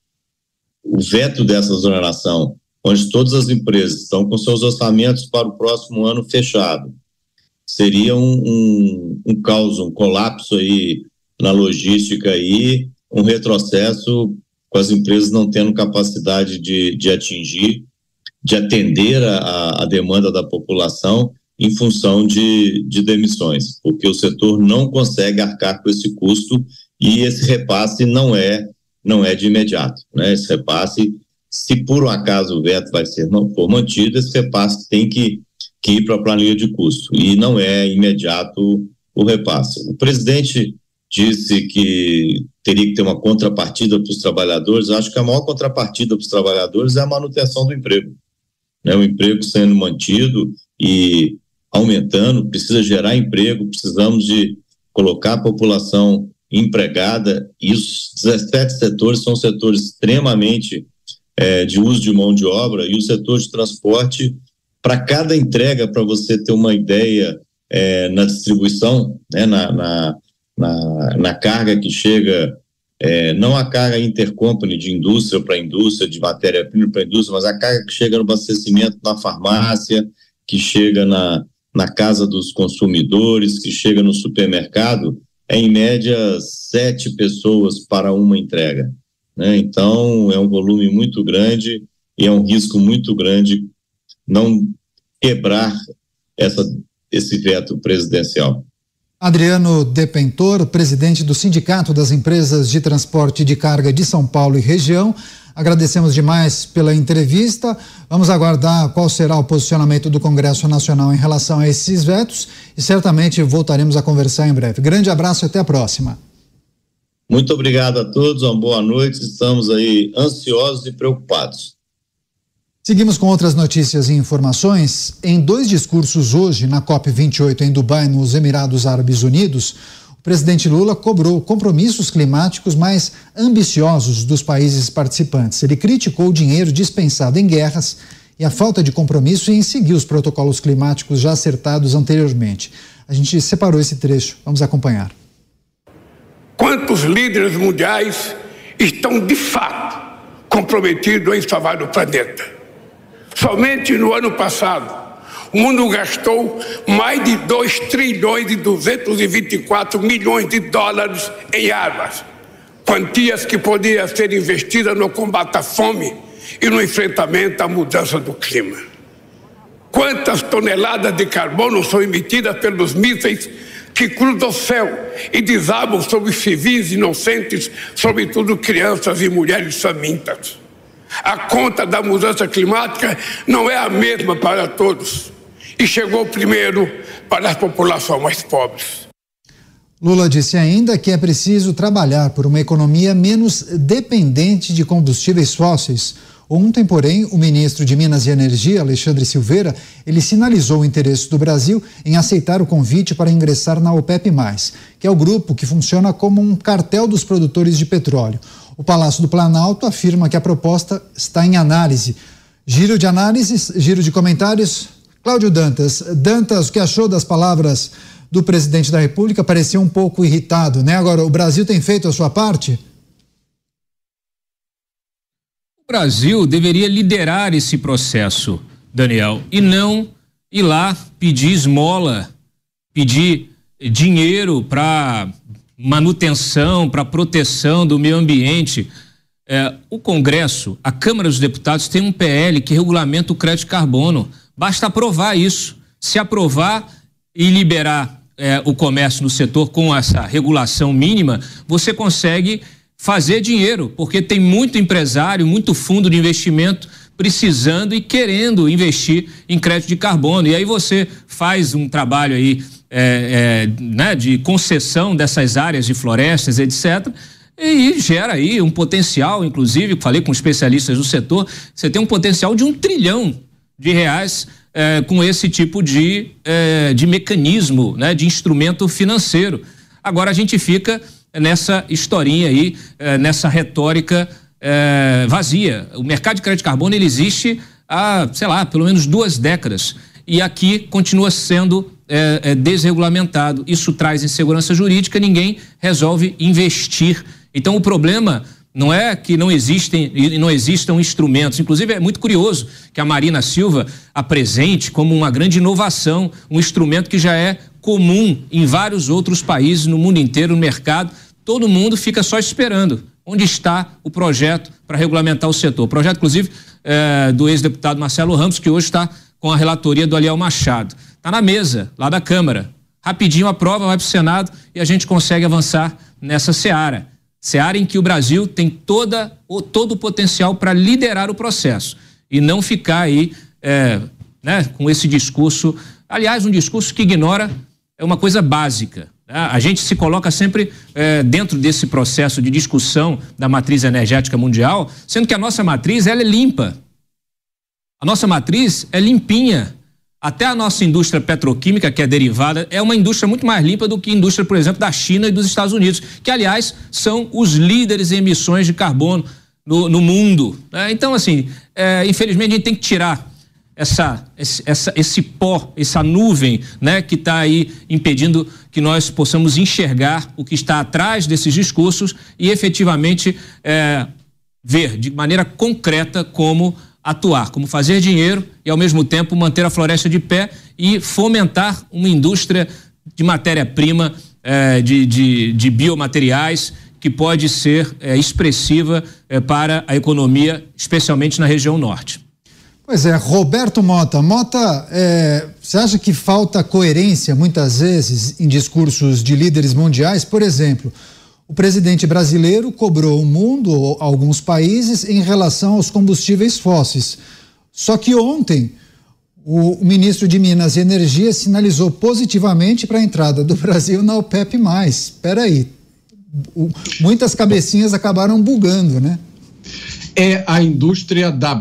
o veto dessa exoneração, onde todas as empresas estão com seus orçamentos para o próximo ano fechado, seria um, um, um caos, um colapso aí na logística aí, um retrocesso com as empresas não tendo capacidade de, de atingir, de atender a, a demanda da população em função de, de demissões, porque o setor não consegue arcar com esse custo e esse repasse não é, não é de imediato, né? Esse repasse, se por um acaso o veto vai ser, não for mantido, esse repasse tem que, que ir para a planilha de custo e não é imediato o repasse. O presidente disse que teria que ter uma contrapartida para os trabalhadores. Eu acho que a maior contrapartida para os trabalhadores é a manutenção do emprego, né? O emprego sendo mantido e aumentando, precisa gerar emprego, precisamos de colocar a população empregada, e os dezessete setores são setores extremamente é, de uso de mão de obra, e o setor de transporte, para cada entrega, para você ter uma ideia é, na distribuição, né, na, na, na, na carga que chega, é, não a carga intercompany de indústria para indústria, de matéria-prima para indústria, mas a carga que chega no abastecimento na farmácia, que chega na, na casa dos consumidores, que chega no supermercado, é em média sete pessoas para uma entrega, né? Então é um volume muito grande e é um risco muito grande não quebrar essa, esse veto presidencial. Adriano Depentor, presidente do Sindicato das Empresas de Transporte de Carga de São Paulo e região, agradecemos demais pela entrevista. Vamos aguardar qual será o posicionamento do Congresso Nacional em relação a esses vetos e certamente voltaremos a conversar em breve. Grande abraço e até a próxima. Muito obrigado a todos, uma boa noite, estamos aí ansiosos e preocupados. Seguimos com outras notícias e informações. Em dois discursos hoje, na COP vinte e oito em Dubai, nos Emirados Árabes Unidos, o presidente Lula cobrou compromissos climáticos mais ambiciosos dos países participantes. Ele criticou o dinheiro dispensado em guerras e a falta de compromisso em seguir os protocolos climáticos já acertados anteriormente. A gente separou esse trecho, vamos acompanhar. Quantos líderes mundiais estão de fato comprometidos em salvar o planeta? Somente no ano passado, o mundo gastou mais de dois trilhões e duzentos e vinte e quatro milhões de dólares em armas, quantias que poderiam ser investidas no combate à fome e no enfrentamento à mudança do clima. Quantas toneladas de carbono são emitidas pelos mísseis que cruzam o céu e desabam sobre civis inocentes, sobretudo crianças e mulheres famintas? A conta da mudança climática não é a mesma para todos e chegou primeiro para as populações mais pobres. Lula disse ainda que é preciso trabalhar por uma economia menos dependente de combustíveis fósseis. Ontem, porém, o ministro de Minas e Energia, Alexandre Silveira, ele sinalizou o interesse do Brasil em aceitar o convite para ingressar na OPEP mais, que é o grupo que funciona como um cartel dos produtores de petróleo. O Palácio do Planalto afirma que a proposta está em análise. Giro de análises, giro de comentários. Cláudio Dantas. Dantas, o que achou das palavras do presidente da República? Parecia um pouco irritado, né? Agora, o Brasil tem feito a sua parte? O Brasil deveria liderar esse processo, Daniel, e não ir lá pedir esmola, pedir dinheiro para manutenção, para proteção do meio ambiente. É, o Congresso, a Câmara dos Deputados tem um P L que regulamenta o crédito de carbono. Basta aprovar isso. Se aprovar e liberar é, o comércio no setor com essa regulação mínima, você consegue fazer dinheiro, porque tem muito empresário, muito fundo de investimento precisando e querendo investir em crédito de carbono. E aí você faz um trabalho aí é, é, né, de concessão dessas áreas de florestas, etcétera, e gera aí um potencial, inclusive, falei com especialistas do setor, você tem um potencial de um trilhão de reais eh, com esse tipo de, eh, de mecanismo, né, de instrumento financeiro. Agora a gente fica nessa historinha aí, eh, nessa retórica eh, vazia. O mercado de crédito de carbono, ele existe há, sei lá, pelo menos duas décadas. E aqui continua sendo é, é, desregulamentado. Isso traz insegurança jurídica, ninguém resolve investir. Então o problema não é que não existem não existam instrumentos. Inclusive é muito curioso que a Marina Silva apresente como uma grande inovação um instrumento que já é comum em vários outros países no mundo inteiro, no mercado. Todo mundo fica só esperando onde está o projeto para regulamentar o setor. O projeto, inclusive, é, do ex-deputado Marcelo Ramos, que hoje está com a relatoria do Aliel Machado. Está na mesa, lá da Câmara. Rapidinho aprova, vai para o Senado e a gente consegue avançar nessa seara. Seara em que o Brasil tem toda, todo o potencial para liderar o processo e não ficar aí é, né, com esse discurso, aliás, um discurso que ignora uma coisa básica. Né? A gente se coloca sempre é, dentro desse processo de discussão da matriz energética mundial, sendo que a nossa matriz ela é limpa. A nossa matriz é limpinha. Até a nossa indústria petroquímica, que é derivada, é uma indústria muito mais limpa do que a indústria, por exemplo, da China e dos Estados Unidos, que, aliás, são os líderes em emissões de carbono no, no mundo. Né? Então, assim, é, infelizmente, a gente tem que tirar essa, esse, essa, esse pó, essa nuvem, né, que está aí impedindo que nós possamos enxergar o que está atrás desses discursos e, efetivamente, é, ver de maneira concreta como atuar, como fazer dinheiro e ao mesmo tempo manter a floresta de pé e fomentar uma indústria de matéria-prima, eh, de, de, de biomateriais que pode ser eh, expressiva eh, para a economia, especialmente na região norte. Pois é, Roberto Mota. Mota, é, você acha que falta coerência muitas vezes em discursos de líderes mundiais? Por exemplo, o presidente brasileiro cobrou o mundo, alguns países, em relação aos combustíveis fósseis. Só que ontem, o ministro de Minas e Energia sinalizou positivamente para a entrada do Brasil na OPEP mais. Espera aí, muitas cabecinhas acabaram bugando, né? É a indústria da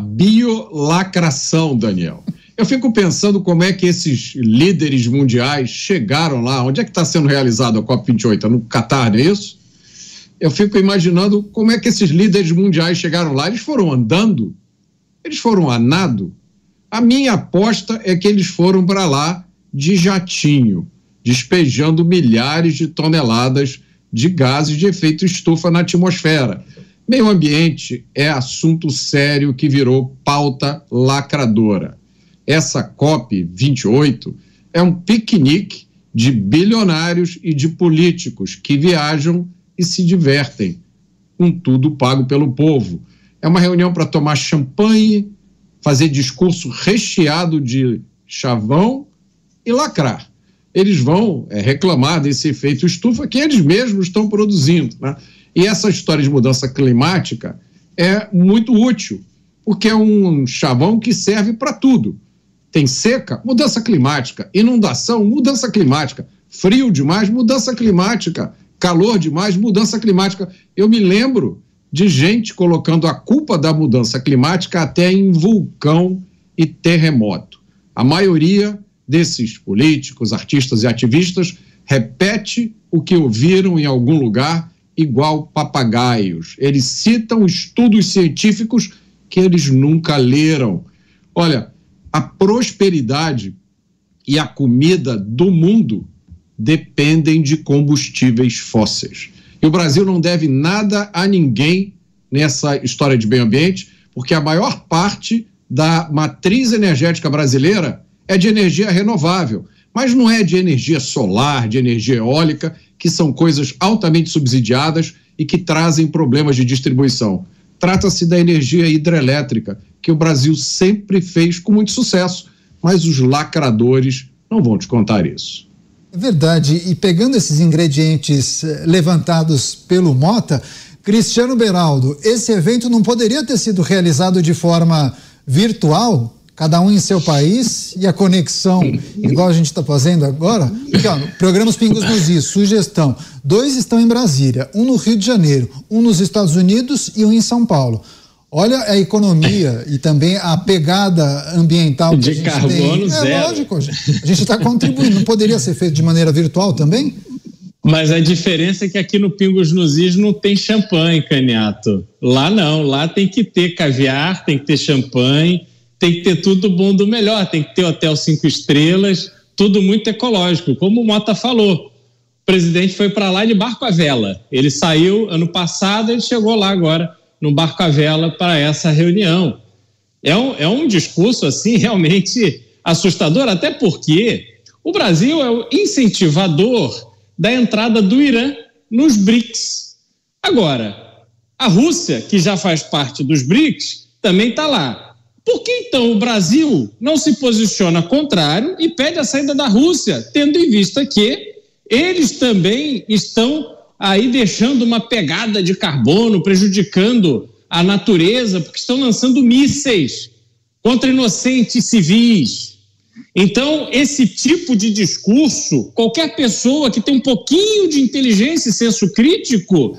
biolacração, Daniel. Eu fico pensando como é que esses líderes mundiais chegaram lá. Onde é que está sendo realizado a COP vinte e oito? No Catar, não é isso? Eu fico imaginando como é que esses líderes mundiais chegaram lá. Eles foram andando? Eles foram a nado? A minha aposta é que eles foram para lá de jatinho, despejando milhares de toneladas de gases de efeito estufa na atmosfera. Meio ambiente é assunto sério que virou pauta lacradora. Essa COP vinte e oito é um piquenique de bilionários e de políticos que viajam e se divertem, com tudo pago pelo povo. É uma reunião para tomar champanhe, fazer discurso recheado de chavão e lacrar. Eles vão é, reclamar desse efeito estufa que eles mesmos estão produzindo, né? E essa história de mudança climática é muito útil, porque é um chavão que serve para tudo. Tem seca, mudança climática. Inundação, mudança climática. Frio demais, mudança climática. Calor demais, mudança climática. Eu me lembro de gente colocando a culpa da mudança climática até em vulcão e terremoto. A maioria desses políticos, artistas e ativistas repete o que ouviram em algum lugar igual papagaios. Eles citam estudos científicos que eles nunca leram. Olha, a prosperidade e a comida do mundo dependem de combustíveis fósseis. E o Brasil não deve nada a ninguém nessa história de meio ambiente, porque a maior parte da matriz energética brasileira é de energia renovável, mas não é de energia solar, de energia eólica, que são coisas altamente subsidiadas e que trazem problemas de distribuição. Trata-se da energia hidrelétrica, que o Brasil sempre fez com muito sucesso, mas os lacradores não vão te contar isso. É verdade, e pegando esses ingredientes levantados pelo Mota, Cristiano Beraldo, esse evento não poderia ter sido realizado de forma virtual, cada um em seu país, e a conexão, igual a gente está fazendo agora? Porque, ó, programas Pingos nos Is, sugestão, dois estão em Brasília, um no Rio de Janeiro, um nos Estados Unidos e um em São Paulo. Olha a economia e também a pegada ambiental que de a gente carbono tem. zero. É lógico, a gente está contribuindo. Não poderia ser feito de maneira virtual também? Mas a diferença é que aqui no Pingos nos Is não tem champanhe, Caniato. Lá não, lá tem que ter caviar, tem que ter champanhe, tem que ter tudo bom do melhor, tem que ter hotel cinco estrelas, tudo muito ecológico, como o Mota falou. O presidente foi para lá de barco à vela. Ele saiu ano passado, ele chegou lá agora no barco à vela para essa reunião. É um, é um discurso assim realmente assustador, até porque o Brasil é o incentivador da entrada do Irã nos BRICS. Agora, a Rússia, que já faz parte dos BRICS, também está lá. Por que então o Brasil não se posiciona contrário e pede a saída da Rússia, tendo em vista que eles também estão aí deixando uma pegada de carbono, prejudicando a natureza, porque estão lançando mísseis contra inocentes civis. Então, esse tipo de discurso, qualquer pessoa que tem um pouquinho de inteligência e senso crítico,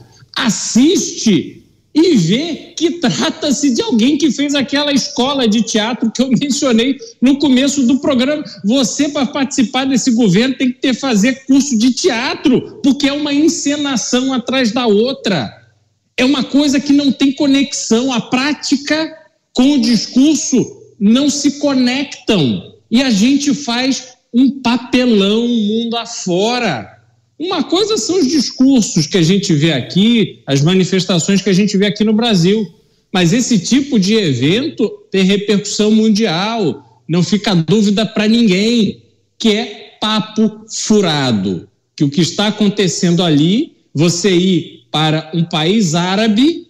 assiste e vê que trata-se de alguém que fez aquela escola de teatro que eu mencionei no começo do programa. Você, para participar desse governo, tem que ter, fazer curso de teatro, porque é uma encenação atrás da outra. É uma coisa que não tem conexão. A prática com o discurso não se conectam. E a gente faz um papelão mundo afora. Uma coisa são os discursos que a gente vê aqui, as manifestações que a gente vê aqui no Brasil. Mas esse tipo de evento tem repercussão mundial. Não fica dúvida para ninguém que é papo furado. Que o que está acontecendo ali, você ir para um país árabe,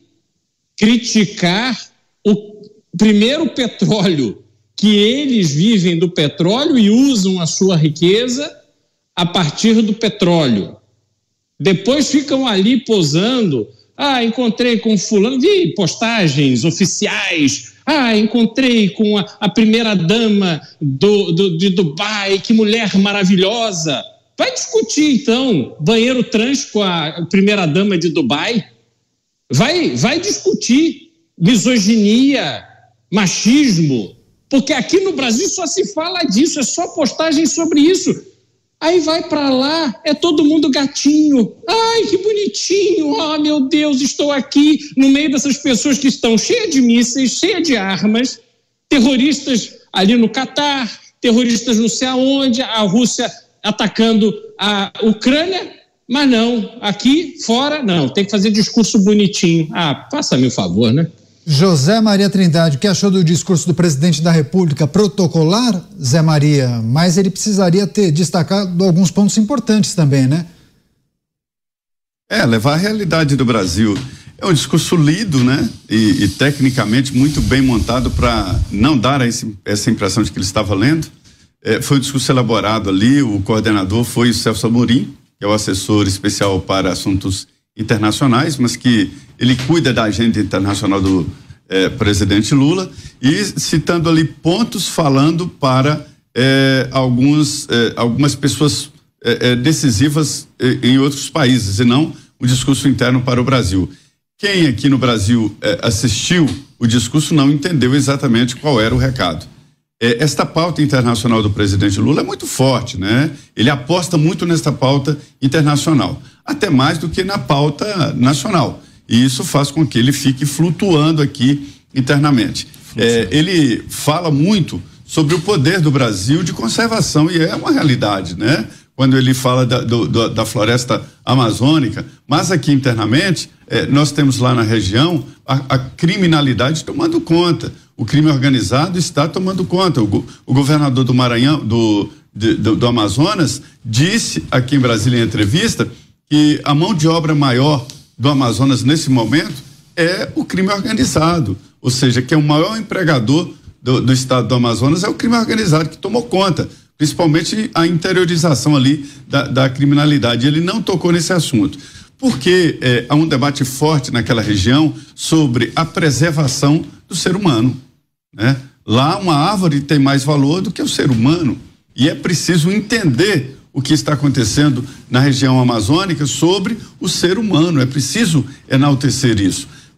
criticar o primeiro petróleo, que eles vivem do petróleo e usam a sua riqueza a partir do petróleo. Depois ficam ali posando, ah, encontrei com fulano, vi postagens oficiais, ah, encontrei com a, a primeira dama do, do, de Dubai, que mulher maravilhosa. Vai discutir então, banheiro trans com a primeira dama de Dubai? Vai, vai discutir misoginia, machismo, porque aqui no Brasil só se fala disso, é só postagem sobre isso. Aí vai para lá, é todo mundo gatinho. Ai, que bonitinho, oh meu Deus, estou aqui no meio dessas pessoas que estão cheias de mísseis, cheias de armas, terroristas ali no Catar, terroristas não sei aonde, a Rússia atacando a Ucrânia, mas não, aqui fora, não, tem que fazer discurso bonitinho. Ah, faça-me o favor, né? José Maria Trindade, o que achou do discurso do presidente da República? Protocolar, Zé Maria, mas ele precisaria ter destacado alguns pontos importantes também, né? É, levar a realidade do Brasil. É um discurso lido, né? E, e tecnicamente muito bem montado para não dar esse, essa impressão de que ele estava lendo. É, foi um discurso elaborado ali, o coordenador foi o Celso Amorim, que é o assessor especial para assuntos internacionais, mas que ele cuida da agenda internacional do eh, presidente Lula, e citando ali pontos falando para eh, alguns, eh, algumas pessoas eh, decisivas eh, em outros países, e não o discurso interno para o Brasil. Quem aqui no Brasil eh, assistiu o discurso não entendeu exatamente qual era o recado. Eh, esta pauta internacional do presidente Lula é muito forte, né? Ele aposta muito nesta pauta internacional, até mais do que na pauta nacional. E isso faz com que ele fique flutuando aqui internamente. É, ele fala muito sobre o poder do Brasil de conservação, e é uma realidade, né? Quando ele fala da, do, da floresta amazônica, mas aqui internamente, é, nós temos lá na região a, a criminalidade tomando conta. O crime organizado está tomando conta. O, o governador do Maranhão, do, de, do, do Amazonas, disse aqui em Brasília em entrevista que a mão de obra maior do Amazonas nesse momento é o crime organizado, ou seja, que é o maior empregador do, do estado do Amazonas é o crime organizado, que tomou conta, principalmente a interiorização ali da, da criminalidade. Ele não tocou nesse assunto, porque é, há um debate forte naquela região sobre a preservação do ser humano, né? Lá uma árvore tem mais valor do que o ser humano, e é preciso entender o que está acontecendo na região amazônica sobre o ser humano. É preciso enaltecer isso.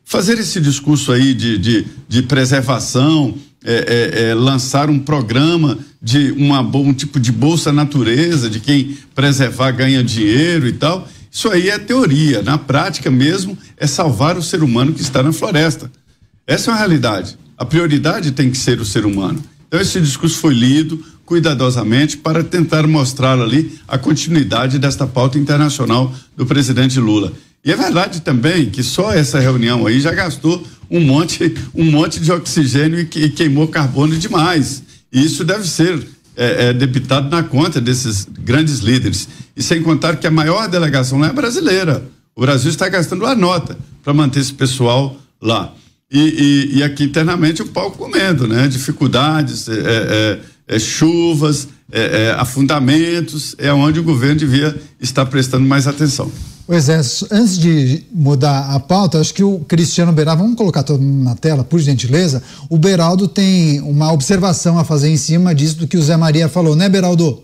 fazer esse discurso aí de, de, de preservação, é, é, é, lançar um programa de uma, um tipo de bolsa natureza, de quem preservar ganha dinheiro e tal, isso aí é teoria. Na prática mesmo é salvar o ser humano que está na floresta. Essa é uma realidade. A prioridade tem que ser o ser humano. Então esse discurso foi lido cuidadosamente para tentar mostrar ali a continuidade desta pauta internacional do presidente Lula. E é verdade também que só essa reunião aí já gastou um monte, um monte de oxigênio e, que, e queimou carbono demais. E isso deve ser é, é, debitado na conta desses grandes líderes. E sem contar que a maior delegação lá é brasileira. O Brasil está gastando a nota para manter esse pessoal lá. E, e, e aqui internamente o pau comendo, né? Dificuldades, é, é, é, chuvas, é, é, afundamentos, é onde o governo devia estar prestando mais atenção. Pois é, antes de mudar a pauta, acho que o Cristiano Beraldo, vamos colocar todo mundo na tela, por gentileza. O Beraldo tem uma observação a fazer em cima disso do que o Zé Maria falou, né, Beraldo?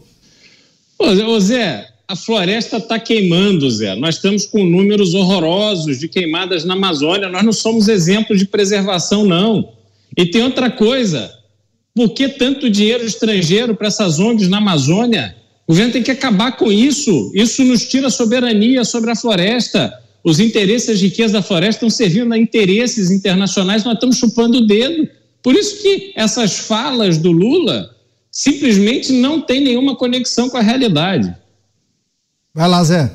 Ô Zé, a floresta está queimando, Zé. Nós estamos com números horrorosos de queimadas na Amazônia. Nós não somos exemplos de preservação, não. E tem outra coisa. Por que tanto dinheiro estrangeiro para essas O N Gs na Amazônia? O governo tem que acabar com isso. Isso nos tira a soberania sobre a floresta. Os interesses de riqueza da floresta estão servindo a interesses internacionais. Nós estamos chupando o dedo. Por isso que essas falas do Lula simplesmente não têm nenhuma conexão com a realidade. Vai lá, Zé.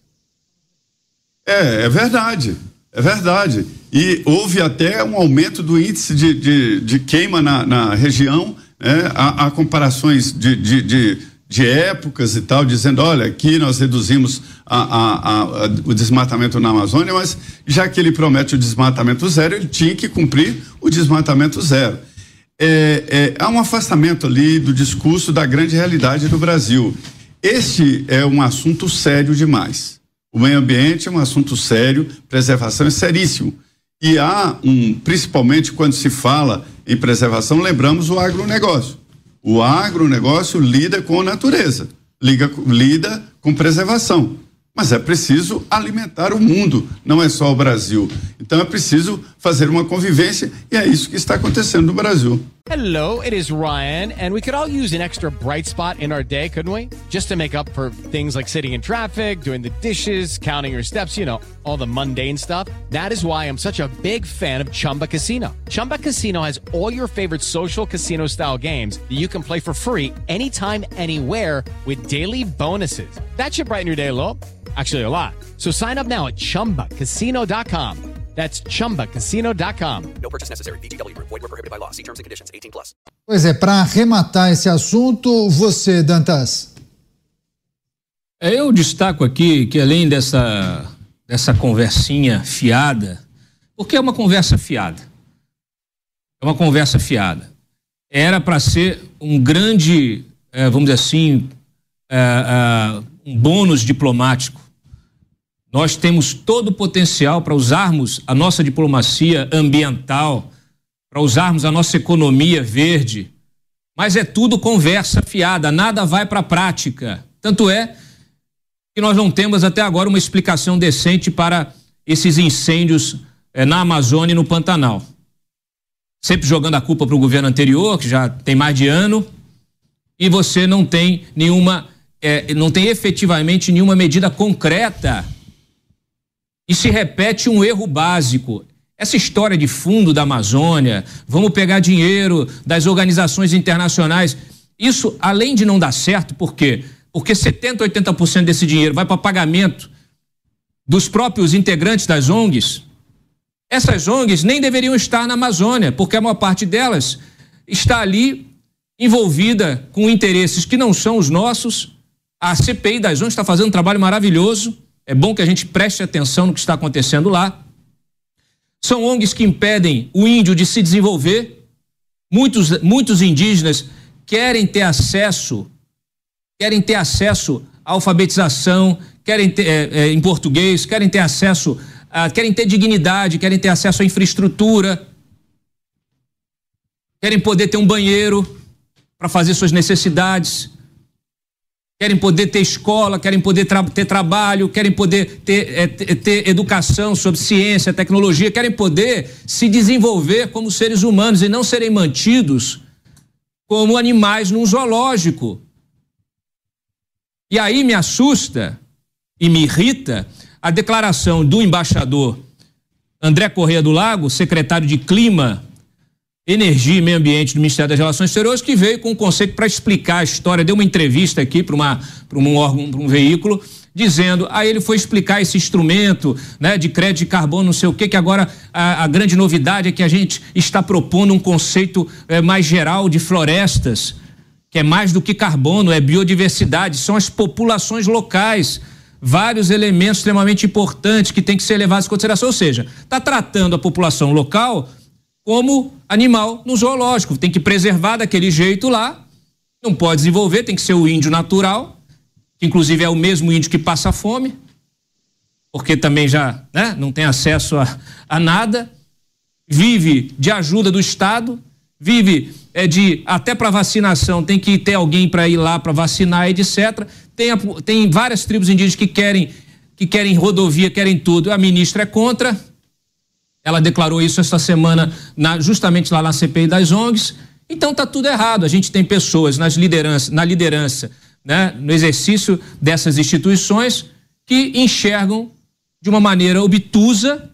É, é verdade, é verdade. E houve até um aumento do índice de, de, de queima na, na região, né? Há, há comparações de, de, de, de épocas e tal, dizendo, olha, aqui nós reduzimos a, a, a, o desmatamento na Amazônia, mas já que ele promete o desmatamento zero, ele tinha que cumprir o desmatamento zero. É, é, há um afastamento ali do discurso da grande realidade do Brasil. Este é um assunto sério demais. O meio ambiente é um assunto sério, preservação é seríssimo. E há um, principalmente quando se fala em preservação, lembramos o agronegócio. O agronegócio lida com a natureza, liga, lida com preservação. Mas é preciso alimentar o mundo, não é só o Brasil. Então é preciso fazer uma convivência e é isso que está acontecendo no Brasil. Hello, it is Ryan, and we could all use an extra bright spot in our day, couldn't we? Just to make up for things like sitting in traffic, doing the dishes, counting your steps, you know, all the mundane stuff. That is why I'm such a big fan of Chumba Casino. Chumba Casino has all your favorite social casino-style games that you can play for free anytime, anywhere with daily bonuses. That should brighten your day a little. Actually, a lot. So sign up now at chumba casino dot com. That's chumba casino dot com. No purchase necessary. V G W Group. Void where prohibited by law. See terms and conditions. eighteen plus. Pois é, para arrematar esse assunto, você, Dantas. Eu destaco aqui que além dessa, dessa conversinha fiada, porque é uma conversa fiada, é uma conversa fiada, era para ser um grande, eh, vamos dizer assim, eh, eh, um bônus diplomático. Nós temos todo o potencial para usarmos a nossa diplomacia ambiental, para usarmos a nossa economia verde, mas é tudo conversa fiada, nada vai para a prática. Tanto é que nós não temos até agora uma explicação decente para esses incêndios eh, na Amazônia e no Pantanal. Sempre jogando a culpa para o governo anterior, que já tem mais de ano, e você não tem nenhuma, eh, não tem efetivamente nenhuma medida concreta. E se repete um erro básico. Essa história de fundo da Amazônia, vamos pegar dinheiro das organizações internacionais, isso além de não dar certo, por quê? Porque setenta, oitenta por cento desse dinheiro vai para pagamento dos próprios integrantes das O N Gs. Essas O N Gs nem deveriam estar na Amazônia, porque a maior parte delas está ali envolvida com interesses que não são os nossos. A C P I das O N Gs está fazendo um trabalho maravilhoso. É bom que a gente preste atenção no que está acontecendo lá. São O N Gs que impedem o índio de se desenvolver. Muitos, muitos indígenas querem ter acesso, querem ter acesso à alfabetização, querem ter, é, é, em português, querem ter acesso, a, querem ter dignidade, querem ter acesso à infraestrutura, querem poder ter um banheiro para fazer suas necessidades, querem poder ter escola, querem poder tra- ter trabalho, querem poder ter, é, ter, ter educação sobre ciência, tecnologia, querem poder se desenvolver como seres humanos e não serem mantidos como animais num zoológico. E aí me assusta e me irrita a declaração do embaixador André Corrêa do Lago, secretário de Clima, Energia e Meio Ambiente do Ministério das Relações Exteriores, que veio com um conceito para explicar a história, deu uma entrevista aqui para uma para um órgão, para um veículo, dizendo, aí ele foi explicar esse instrumento, né, de crédito de carbono, não sei o quê, que agora a, a grande novidade é que a gente está propondo um conceito é, mais geral de florestas, que é mais do que carbono, é biodiversidade, são as populações locais, vários elementos extremamente importantes que têm que ser levados em consideração, ou seja, está tratando a população local como animal no zoológico, tem que preservar daquele jeito lá, não pode desenvolver, tem que ser o índio natural, que inclusive é o mesmo índio que passa fome, porque também já, né, não tem acesso a, a nada, vive de ajuda do Estado, vive é, de, até para vacinação, tem que ter alguém para ir lá para vacinar, etcétera. Tem, a, tem várias tribos indígenas que querem, que querem rodovia, querem tudo, a ministra é contra. Ela declarou isso esta semana, na, justamente lá na C P I das O N Gs. Então tá tudo errado. A gente tem pessoas nas liderança, na liderança, né, no exercício dessas instituições que enxergam de uma maneira obtusa,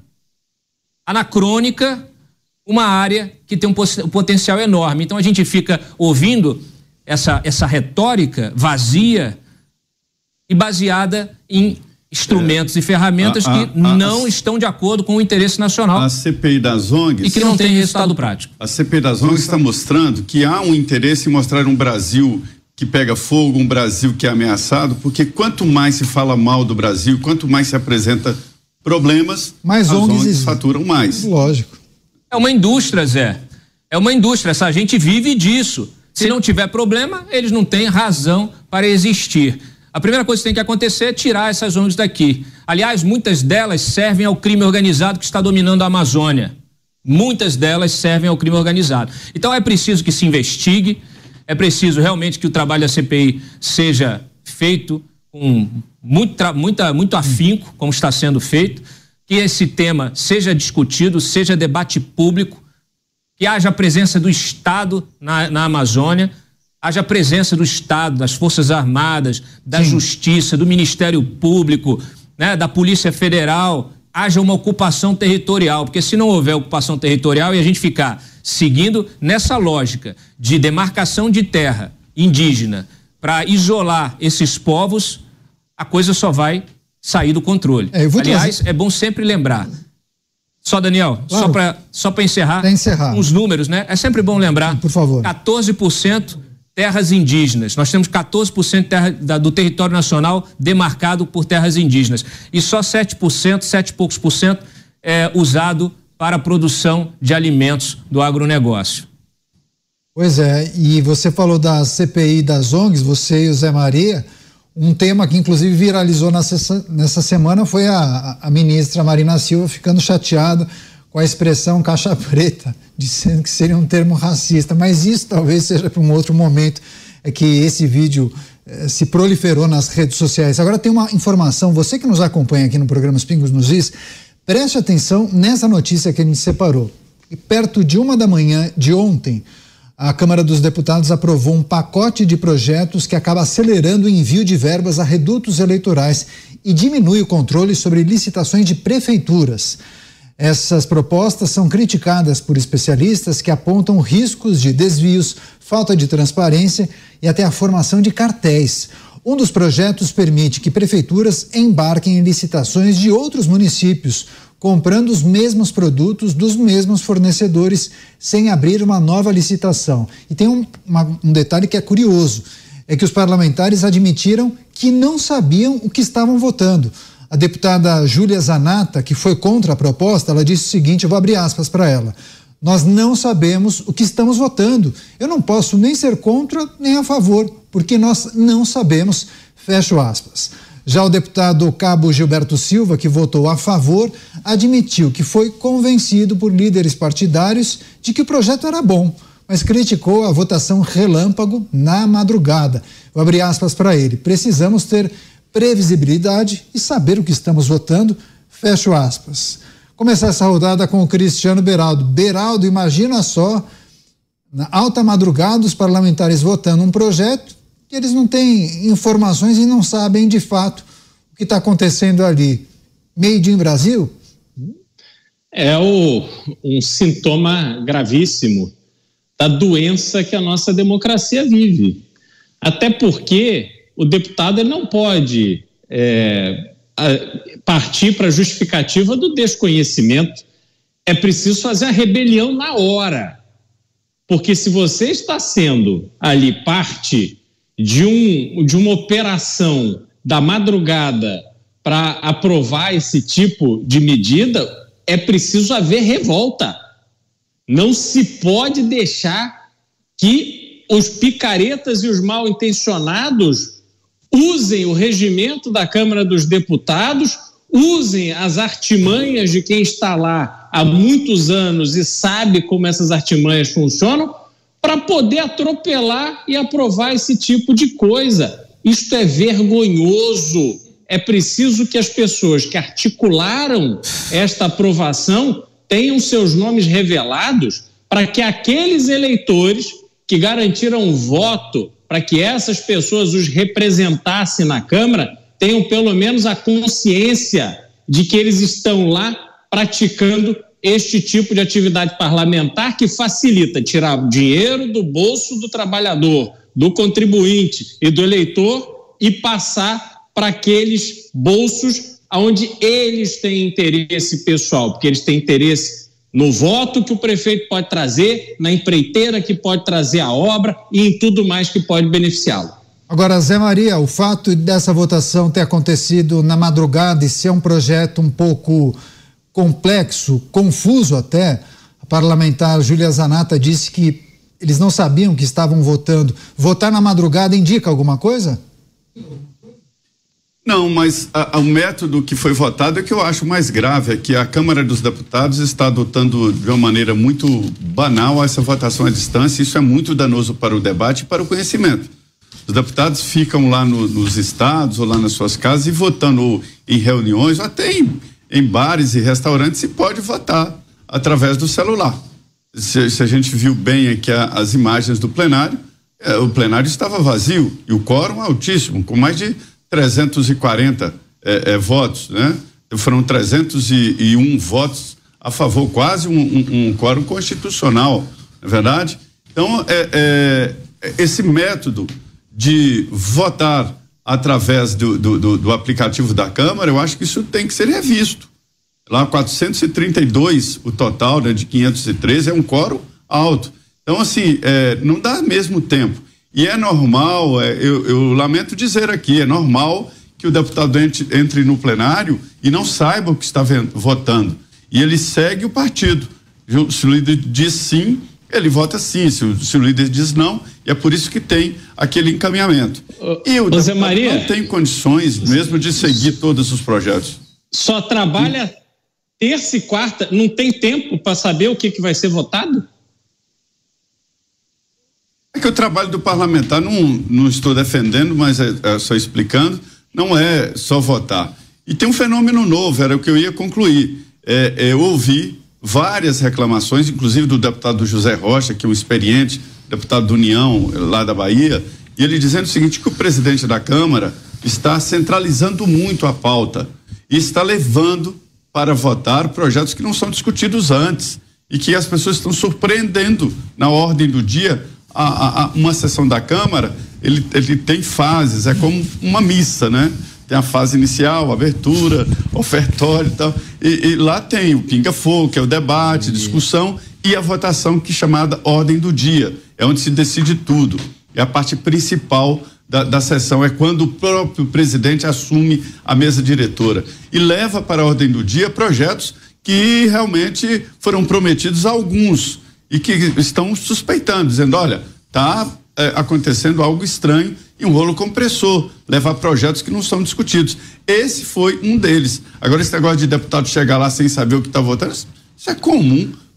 anacrônica, uma área que tem um potencial enorme. Então a gente fica ouvindo essa, essa retórica vazia e baseada em instrumentos é, e ferramentas a, a, que a, não a, estão de acordo com o interesse nacional. A C P I das O N Gs... E que não tem resultado prático. A C P I das O N Gs está mostrando que há um interesse em mostrar um Brasil que pega fogo, um Brasil que é ameaçado, porque quanto mais se fala mal do Brasil, quanto mais se apresenta problemas, mais as O N Gs, O N Gs faturam mais. Lógico. É uma indústria, Zé. É uma indústria. Essa gente vive disso. Se não tiver problema, eles não têm razão para existir. A primeira coisa que tem que acontecer é tirar essas O N Gs daqui. Aliás, muitas delas servem ao crime organizado que está dominando a Amazônia. Muitas delas servem ao crime organizado. Então é preciso que se investigue, é preciso realmente que o trabalho da C P I seja feito com muito, muita, muito afinco, como está sendo feito, que esse tema seja discutido, seja debate público, que haja a presença do Estado na, na Amazônia, haja a presença do Estado, das Forças Armadas, da Sim. Justiça, do Ministério Público, né, da Polícia Federal, haja uma ocupação territorial, porque se não houver ocupação territorial e a gente ficar seguindo nessa lógica de demarcação de terra indígena para isolar esses povos, a coisa só vai sair do controle. É, Aliás, trazer... é bom sempre lembrar. Só, Daniel, claro. só para só para encerrar, encerrar os números, né? É sempre bom lembrar. Por favor. quatorze por cento terras indígenas. Nós temos quatorze por cento terra, da, do território nacional demarcado por terras indígenas. E só sete por cento, sete e poucos por cento é usado para a produção de alimentos do agronegócio. Pois é, e você falou da C P I das O N Gs, você e o Zé Maria. Um tema que inclusive viralizou nessa, nessa semana foi a, a ministra Marina Silva ficando chateada com a expressão caixa preta, dizendo que seria um termo racista, mas isso talvez seja para um outro momento, é que esse vídeo eh, se proliferou nas redes sociais. Agora tem uma informação, você que nos acompanha aqui no programa Os Pingos nos Is, preste atenção nessa notícia que a gente separou. E perto de uma da manhã de ontem, a Câmara dos Deputados aprovou um pacote de projetos que acaba acelerando o envio de verbas a redutos eleitorais e diminui o controle sobre licitações de prefeituras. Essas propostas são criticadas por especialistas que apontam riscos de desvios, falta de transparência e até a formação de cartéis. Um dos projetos permite que prefeituras embarquem em licitações de outros municípios, comprando os mesmos produtos dos mesmos fornecedores, sem abrir uma nova licitação. E tem um, uma, um detalhe que é curioso, é que os parlamentares admitiram que não sabiam o que estavam votando. A deputada Júlia Zanata, que foi contra a proposta, ela disse o seguinte, eu vou abrir aspas para ela: nós não sabemos o que estamos votando. Eu não posso nem ser contra nem a favor, porque nós não sabemos, fecho aspas. Já o deputado Cabo Gilberto Silva, que votou a favor, admitiu que foi convencido por líderes partidários de que o projeto era bom, mas criticou a votação relâmpago na madrugada. Vou abrir aspas para ele. Precisamos ter previsibilidade e saber o que estamos votando. Fecho aspas. Começar essa rodada com o Cristiano Beraldo. Beraldo, imagina só, na alta madrugada, os parlamentares votando um projeto que eles não têm informações e não sabem de fato o que está acontecendo ali. Made in Brasil? É o, um sintoma gravíssimo da doença que a nossa democracia vive. Até porque o deputado ele não pode é, partir para a justificativa do desconhecimento. É preciso fazer a rebelião na hora. Porque se você está sendo ali parte de, um, de uma operação da madrugada para aprovar esse tipo de medida, é preciso haver revolta. Não se pode deixar que os picaretas e os mal-intencionados usem o regimento da Câmara dos Deputados, usem as artimanhas de quem está lá há muitos anos e sabe como essas artimanhas funcionam, para poder atropelar e aprovar esse tipo de coisa. Isto é vergonhoso. É preciso que as pessoas que articularam esta aprovação tenham seus nomes revelados para que aqueles eleitores que garantiram o voto para que essas pessoas os representassem na Câmara tenham pelo menos a consciência de que eles estão lá praticando este tipo de atividade parlamentar que facilita tirar o dinheiro do bolso do trabalhador, do contribuinte e do eleitor e passar para aqueles bolsos onde eles têm interesse pessoal, porque eles têm interesse no voto que o prefeito pode trazer, na empreiteira que pode trazer a obra e em tudo mais que pode beneficiá-lo. Agora, Zé Maria, o fato dessa votação ter acontecido na madrugada e ser um projeto um pouco complexo, confuso até, a parlamentar Júlia Zanata disse que eles não sabiam que estavam votando. Votar na madrugada indica alguma coisa? Não, mas a, a, o método que foi votado é que eu acho mais grave, é que a Câmara dos Deputados está adotando de uma maneira muito banal essa votação à distância. Isso é muito danoso para o debate e para o conhecimento. Os deputados ficam lá no, nos estados ou lá nas suas casas e votando em reuniões, até em, em bares e restaurantes, se pode votar através do celular. Se, se a gente viu bem aqui a, as imagens do plenário, é, o plenário estava vazio e o quórum altíssimo, com mais de trezentos e quarenta é, é, votos, né? Foram trezentos e um votos a favor, quase um, um, um quórum constitucional, não é verdade? Então, é, é, esse método de votar através do, do, do, do aplicativo da Câmara, eu acho que isso tem que ser revisto. Lá quatrocentos e trinta e dois, o total, né, de quinhentos e treze, é um quórum alto. Então, assim, é, não dá mesmo tempo. E é normal, é, eu, eu lamento dizer aqui, é normal que o deputado entre, entre no plenário e não saiba o que está vendo, votando. E ele segue o partido. Se o líder diz sim, ele vota sim. Se o, se o líder diz não, e é por isso que tem aquele encaminhamento. E o Zé Maria, não tem condições mesmo de seguir todos os projetos. Só trabalha terça e quarta, não tem tempo para saber o que, que vai ser votado? É que o trabalho do parlamentar, não, não estou defendendo, mas é, é só explicando, não é só votar. E tem um fenômeno novo, era o que eu ia concluir. É, é, eu ouvi várias reclamações, inclusive do deputado José Rocha, que é um experiente, deputado do União, lá da Bahia, e ele dizendo o seguinte, que o presidente da Câmara está centralizando muito a pauta e está levando para votar projetos que não são discutidos antes e que as pessoas estão surpreendendo na ordem do dia. A, a, a, uma sessão da Câmara, ele, ele tem fases, é como uma missa, né? Tem a fase inicial, abertura, ofertório e tal, e, e lá tem o pinga-fogo, que é o debate, discussão, e a votação, que é chamada ordem do dia, é onde se decide tudo, é a parte principal da, da sessão, é quando o próprio presidente assume a mesa diretora e leva para a ordem do dia projetos que realmente foram prometidos a alguns e que estão suspeitando, dizendo, olha, está é, acontecendo algo estranho e um rolo compressor, levar projetos que não são discutidos. Esse foi um deles. Agora, esse negócio de deputado chegar lá sem saber o que está votando, isso é comum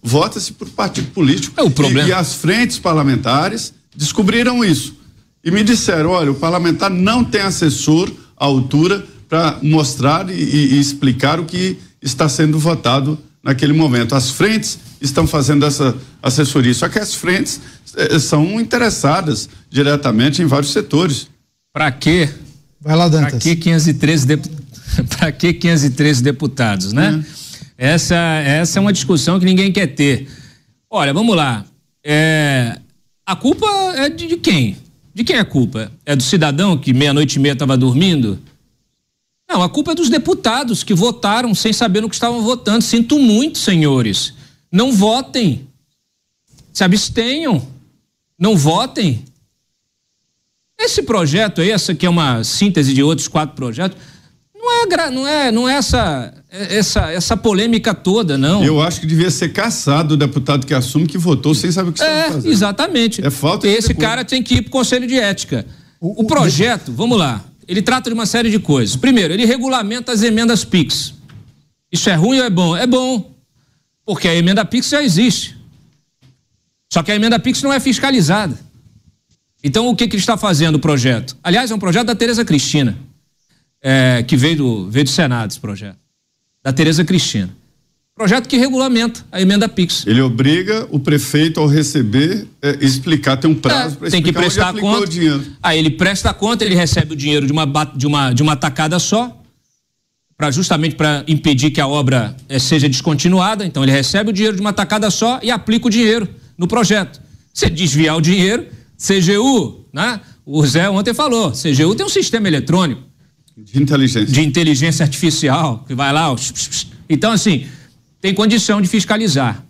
vota-se por partido político. É o problema. E, e as frentes parlamentares descobriram isso. E me disseram, olha, o parlamentar não tem assessor à altura para mostrar e, e explicar o que está sendo votado naquele momento. As frentes estão fazendo essa assessoria, só que as frentes eh, são interessadas diretamente em vários setores. Para quê? Vai lá, Dantas. Para que quinhentos e treze dep... para que quinhentos e treze deputados, né? É. Essa, essa é uma discussão que ninguém quer ter. Olha, vamos lá. É, a culpa é de, de quem? De quem é a culpa? É do cidadão que meia-noite e meia estava dormindo? Não, a culpa é dos deputados que votaram sem saber no que estavam votando. Sinto muito, senhores. Não votem. Se abstenham. Não votem. Esse projeto aí, essa que é uma síntese de outros quatro projetos, não é, não é, não é essa, essa, essa polêmica toda, não. Eu acho que devia ser cassado o deputado que assume que votou sem saber o que é, estava fazendo. Exatamente. É falta de Esse depois. cara tem que ir pro Conselho de Ética. O, o projeto, vamos lá, ele trata de uma série de coisas. Primeiro, ele regulamenta as emendas Pix. Isso é ruim ou é bom? É bom, porque a emenda Pix já existe. Só que a emenda Pix não é fiscalizada. Então, o que que ele está fazendo o projeto? Aliás, é um projeto da Tereza Cristina, é, que veio do, veio do Senado, esse projeto. Da Tereza Cristina. Projeto que regulamenta a emenda Pix. Ele obriga o prefeito ao receber, é, explicar, tem um prazo é, para explicar tem que prestar onde aplicou conta. o dinheiro. Aí ele presta conta, ele recebe o dinheiro de uma, de uma, de uma tacada só, pra, justamente para impedir que a obra é, seja descontinuada. Então ele recebe o dinheiro de uma tacada só e aplica o dinheiro no projeto. Se desviar o dinheiro, C G U, né? O Zé ontem falou, C G U tem um sistema eletrônico. De inteligência. De inteligência artificial, que vai lá, os, pss, pss. Então assim, tem condição de fiscalizar.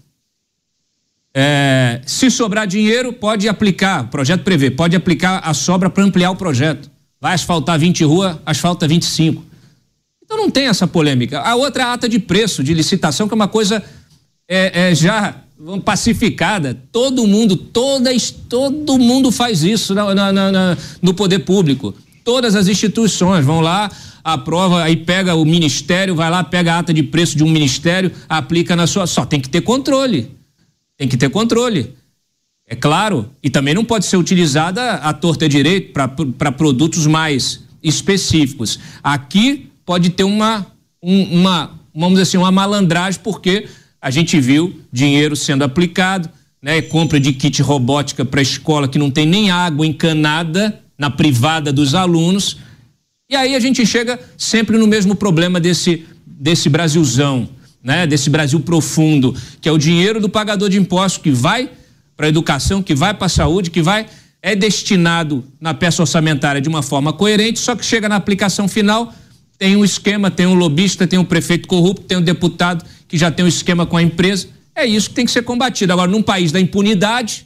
É, se sobrar dinheiro, pode aplicar, o projeto prevê, pode aplicar a sobra para ampliar o projeto. Vai asfaltar vinte ruas, asfalta vinte e cinco. Então não tem essa polêmica. A outra é a ata de preço, de licitação, que é uma coisa é, é, já pacificada. Todo mundo, todas, todo mundo faz isso na, na, na, no poder público. Todas as instituições vão lá, aprova, aí pega o ministério, vai lá, pega a ata de preço de um ministério, aplica na sua... Só tem que ter controle. Tem que ter controle. É claro, e também não pode ser utilizada à torta direito para produtos mais específicos. Aqui pode ter uma, um, uma, vamos dizer assim, uma malandragem, porque a gente viu dinheiro sendo aplicado, né? Compra de kit robótica para escola que não tem nem água encanada na privada dos alunos. E aí a gente chega sempre no mesmo problema desse, desse Brasilzão, né? Desse Brasil profundo, que é o dinheiro do pagador de impostos que vai para a educação, que vai para a saúde, que vai é destinado na peça orçamentária de uma forma coerente, só que chega na aplicação final, tem um esquema, tem um lobista, tem um prefeito corrupto, tem um deputado que já tem um esquema com a empresa. É isso que tem que ser combatido. Agora, num país da impunidade,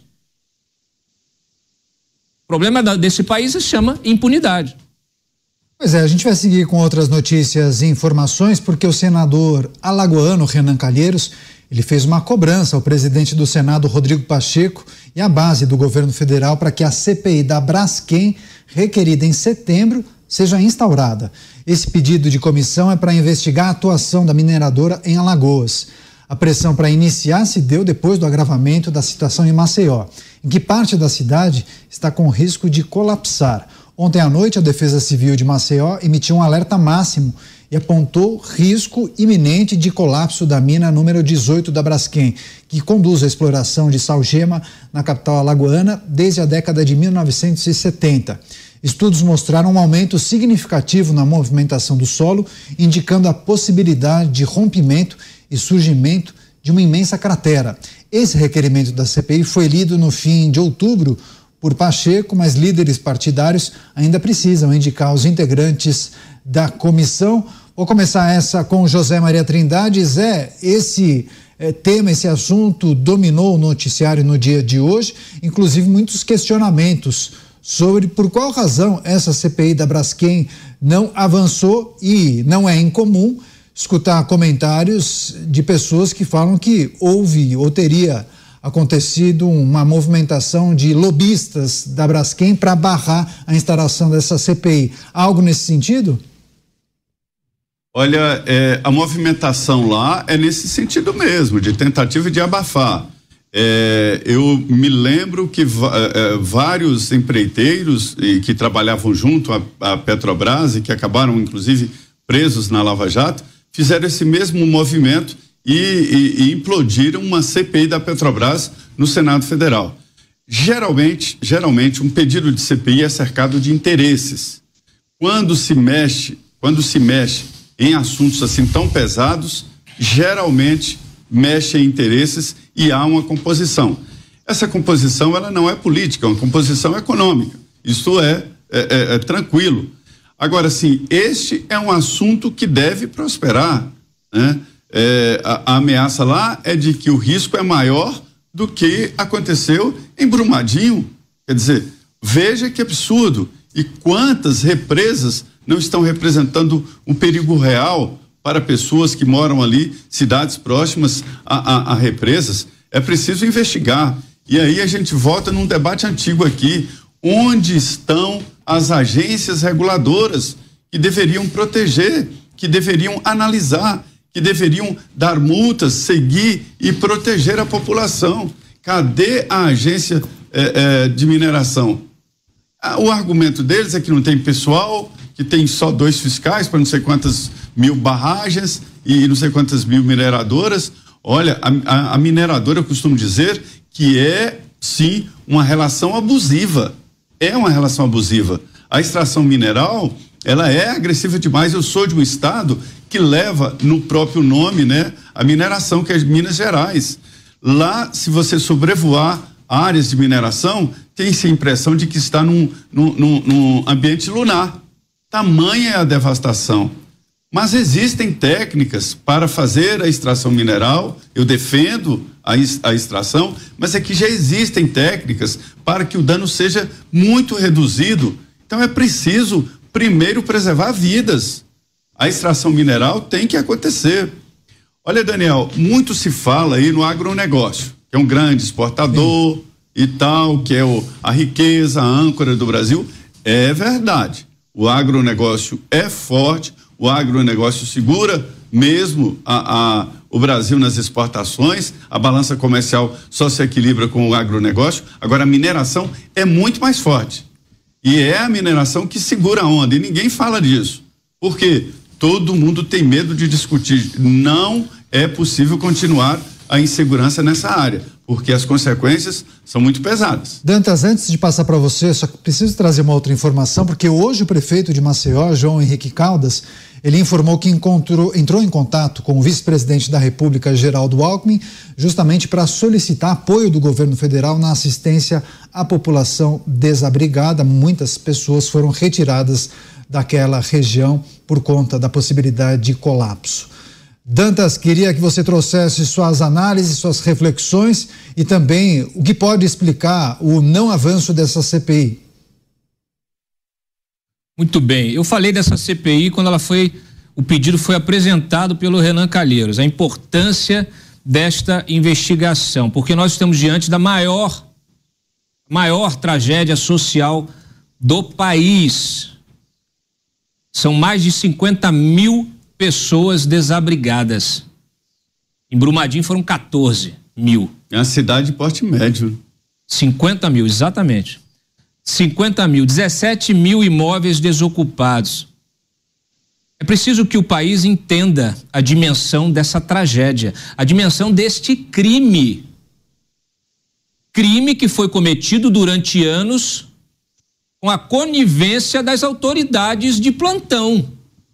o problema desse país se chama impunidade. Pois é, a gente vai seguir com outras notícias e informações, porque o senador alagoano Renan Calheiros, ele fez uma cobrança ao presidente do Senado, Rodrigo Pacheco, e à base do governo federal para que a C P I da Braskem, requerida em setembro, seja instaurada. Esse pedido de comissão é para investigar a atuação da mineradora em Alagoas. A pressão para iniciar se deu depois do agravamento da situação em Maceió, em que parte da cidade está com risco de colapsar. Ontem à noite, a Defesa Civil de Maceió emitiu um alerta máximo e apontou risco iminente de colapso da mina número dezoito da Braskem, que conduz a exploração de salgema na capital alagoana desde a década de mil novecentos e setenta. Estudos mostraram um aumento significativo na movimentação do solo, indicando a possibilidade de rompimento e surgimento de uma imensa cratera. Esse requerimento da C P I foi lido no fim de outubro por Pacheco, mas líderes partidários ainda precisam indicar os integrantes da comissão. Vou começar essa com José Maria Trindade. Zé, esse eh, tema, esse assunto dominou o noticiário no dia de hoje, inclusive muitos questionamentos sobre por qual razão essa C P I da Braskem não avançou, e não é incomum escutar comentários de pessoas que falam que houve ou teria acontecido uma movimentação de lobistas da Braskem para barrar a instalação dessa C P I. Algo nesse sentido? Olha, é, a movimentação lá é nesse sentido mesmo, de tentativa de abafar. É, eu me lembro que é, vários empreiteiros e, que trabalhavam junto à, à Petrobras e que acabaram, inclusive, presos na Lava Jato, fizeram esse mesmo movimento e, e, e implodiram uma C P I da Petrobras no Senado Federal. Geralmente, geralmente, um pedido de C P I é cercado de interesses. Quando se mexe, quando se mexe em assuntos assim tão pesados, geralmente mexe em interesses e há uma composição. Essa composição, ela não é política, é uma composição econômica. Isso é, é, é, é tranquilo. Agora, sim, este é um assunto que deve prosperar, né? É, a, a ameaça lá é de que o risco é maior do que aconteceu em Brumadinho. Quer dizer, veja que absurdo. E quantas represas não estão representando um perigo real para pessoas que moram ali, cidades próximas a, a, a represas. É preciso investigar. E aí a gente volta num debate antigo aqui. Onde estão as agências reguladoras que deveriam proteger, que deveriam analisar, que deveriam dar multas, seguir e proteger a população? Cadê a agência eh, eh, de mineração? Ah, o argumento deles é que não tem pessoal, que tem só dois fiscais para não sei quantas mil barragens e não sei quantas mil mineradoras. Olha, a, a, a mineradora, eu costumo dizer que é, sim, uma relação abusiva. É uma relação abusiva. A extração mineral, ela é agressiva demais. Eu sou de um estado que leva no próprio nome, né, a mineração, que é Minas Gerais. Lá, se você sobrevoar áreas de mineração, tem-se a impressão de que está num, num, num, num ambiente lunar. Tamanha é a devastação. Mas existem técnicas para fazer a extração mineral. Eu defendo a, a extração, mas é que já existem técnicas para que o dano seja muito reduzido. Então é preciso primeiro preservar vidas. A extração mineral tem que acontecer. Olha, Daniel, muito se fala aí no agronegócio, que é um grande exportador. Sim. E tal, que é o, a riqueza, a âncora do Brasil. É verdade. O agronegócio é forte, o agronegócio segura mesmo a, a, o Brasil nas exportações, a balança comercial só se equilibra com o agronegócio. Agora, a mineração é muito mais forte. E é a mineração que segura a onda, e ninguém fala disso. Por quê? Todo mundo tem medo de discutir. Não é possível continuar a insegurança nessa área, porque as consequências são muito pesadas. Dantas, antes de passar para você, só preciso trazer uma outra informação, porque hoje o prefeito de Maceió, João Henrique Caldas, ele informou que encontrou, entrou em contato com o vice-presidente da República, Geraldo Alckmin, justamente para solicitar apoio do governo federal na assistência à população desabrigada. Muitas pessoas foram retiradas daquela região por conta da possibilidade de colapso. Dantas, queria que você trouxesse suas análises, suas reflexões e também o que pode explicar o não avanço dessa C P I. Muito bem, eu falei dessa C P I quando ela foi, o pedido foi apresentado pelo Renan Calheiros, a importância desta investigação, porque nós estamos diante da maior, maior tragédia social do país. São mais de cinquenta mil pessoas desabrigadas. Em Brumadinho foram quatorze mil. É uma cidade de porte médio. cinquenta mil, exatamente. cinquenta mil, dezessete mil imóveis desocupados. É preciso que o país entenda a dimensão dessa tragédia, a dimensão deste crime. Crime que foi cometido durante anos com a conivência das autoridades de plantão.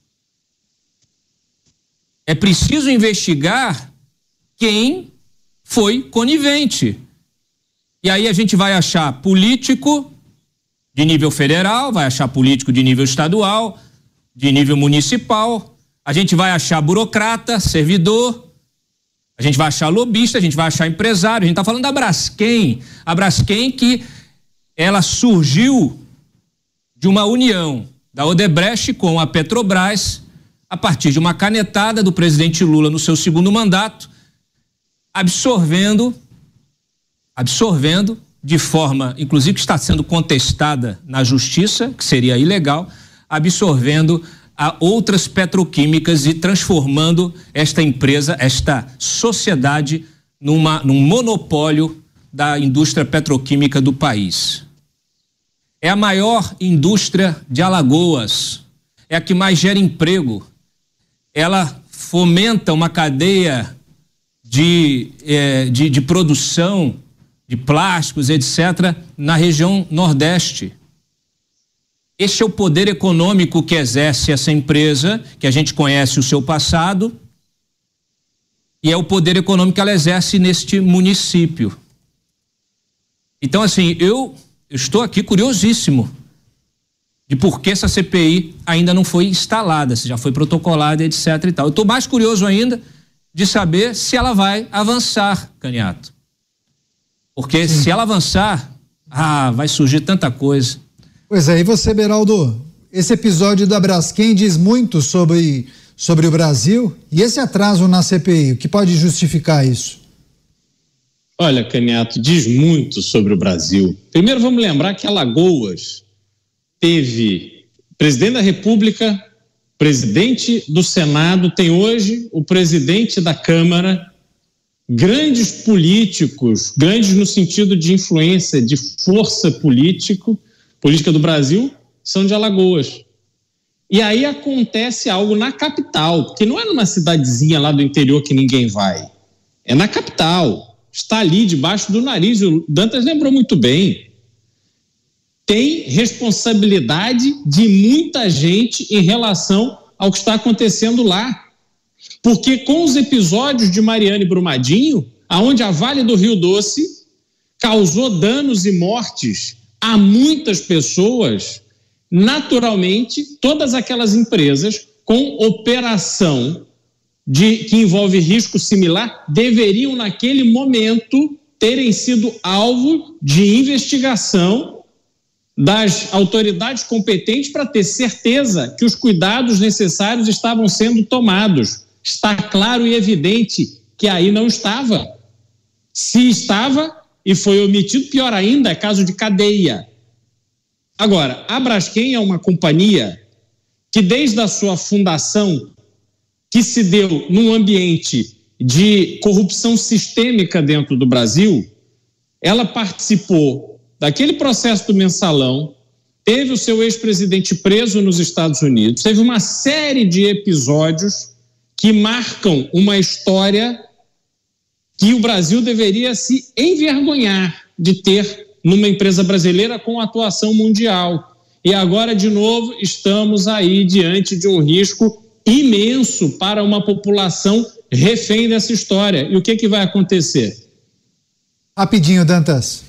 É preciso investigar quem foi conivente. E aí a gente vai achar político de nível federal, vai achar político de nível estadual, de nível municipal, a gente vai achar burocrata, servidor, a gente vai achar lobista, a gente vai achar empresário. A gente está falando da Braskem, a Braskem que ela surgiu de uma união da Odebrecht com a Petrobras, a partir de uma canetada do presidente Lula no seu segundo mandato, absorvendo, absorvendo de forma, inclusive que está sendo contestada na justiça, que seria ilegal, absorvendo a outras petroquímicas e transformando esta empresa, esta sociedade, numa, num monopólio da indústria petroquímica do país. É a maior indústria de Alagoas, é a que mais gera emprego. Ela fomenta uma cadeia de, eh, de, de produção de plásticos, etcétera, na região Nordeste. Este é o poder econômico que exerce essa empresa, que a gente conhece o seu passado, e é o poder econômico que ela exerce neste município. Então, assim, eu, eu estou aqui curiosíssimo de por que essa C P I ainda não foi instalada, se já foi protocolada, etcétera e tal. Eu estou mais curioso ainda de saber se ela vai avançar, Caniato. Porque Sim. se ela avançar, ah, vai surgir tanta coisa. Pois é, e você, Beraldo, esse episódio da Braskem diz muito sobre, sobre o Brasil, e esse atraso na C P I, o que pode justificar isso? Olha, Caniato, diz muito sobre o Brasil. Primeiro vamos lembrar que Alagoas teve presidente da República, presidente do Senado, tem hoje o presidente da Câmara, grandes políticos, grandes no sentido de influência, de força político, política do Brasil, são de Alagoas. E aí acontece algo na capital, porque não é numa cidadezinha lá do interior que ninguém vai, é na capital, está ali debaixo do nariz, o Dantas lembrou muito bem. Tem responsabilidade de muita gente em relação ao que está acontecendo lá. Porque com os episódios de Mariana e Brumadinho, aonde a Vale do Rio Doce causou danos e mortes a muitas pessoas, naturalmente, todas aquelas empresas com operação de, que envolve risco similar deveriam, naquele momento, terem sido alvo de investigação das autoridades competentes para ter certeza que os cuidados necessários estavam sendo tomados. Está claro e evidente que aí não estava. Se estava e foi omitido, pior ainda, é caso de cadeia. Agora, a Braskem é uma companhia que desde a sua fundação, que se deu num ambiente de corrupção sistêmica dentro do Brasil, ela participou daquele processo do mensalão, teve o seu ex-presidente preso nos Estados Unidos, teve uma série de episódios que marcam uma história que o Brasil deveria se envergonhar de ter numa empresa brasileira com atuação mundial. E agora, de novo, estamos aí diante de um risco imenso para uma população refém dessa história. E o que que vai acontecer? Rapidinho, Dantas.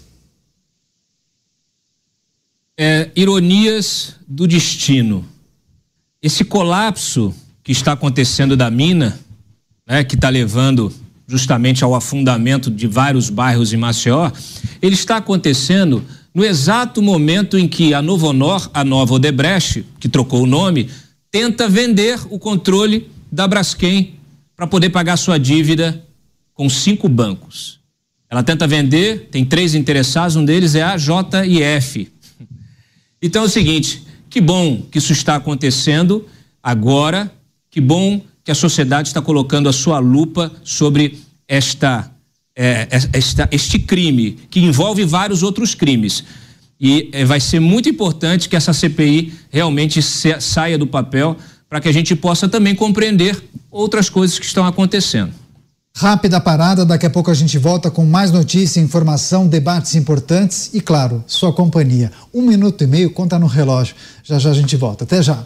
É, ironias do destino. Esse colapso que está acontecendo da mina, né, que está levando justamente ao afundamento de vários bairros em Maceió, ele está acontecendo no exato momento em que a Novonor, a nova Odebrecht, que trocou o nome, tenta vender o controle da Braskem para poder pagar sua dívida com cinco bancos. Ela tenta vender, tem três interessados, um deles é a J I F. Então é o seguinte, que bom que isso está acontecendo agora, que bom que a sociedade está colocando a sua lupa sobre esta, é, esta, este crime, que envolve vários outros crimes. E é, vai ser muito importante que essa C P I realmente se, saia do papel para que a gente possa também compreender outras coisas que estão acontecendo. Rápida parada, daqui a pouco a gente volta com mais notícia, informação, debates importantes e, claro, sua companhia. Um minuto e meio, conta no relógio. Já já a gente volta. Até já.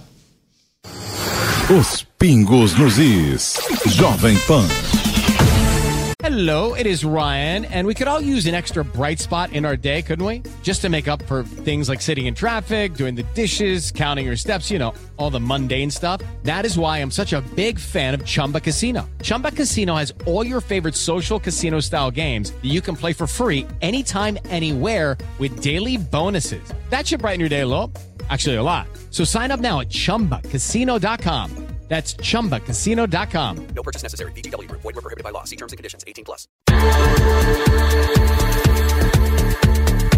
Os pingos nos is. Jovem Pan. Hello, it is Ryan, and we could all use an extra bright spot in our day, couldn't we? Just to make up for things like sitting in traffic, doing the dishes, counting your steps, you know, all the mundane stuff. That is why I'm such a big fan of Chumba Casino. Chumba Casino has all your favorite social casino-style games that you can play for free anytime, anywhere with daily bonuses. That should brighten your day a little. Actually, a lot. So sign up now at chumba casino dot com. That's chumba casino dot com. No purchase necessary. V G W Group. Void where prohibited by law. See terms and conditions. eighteen plus.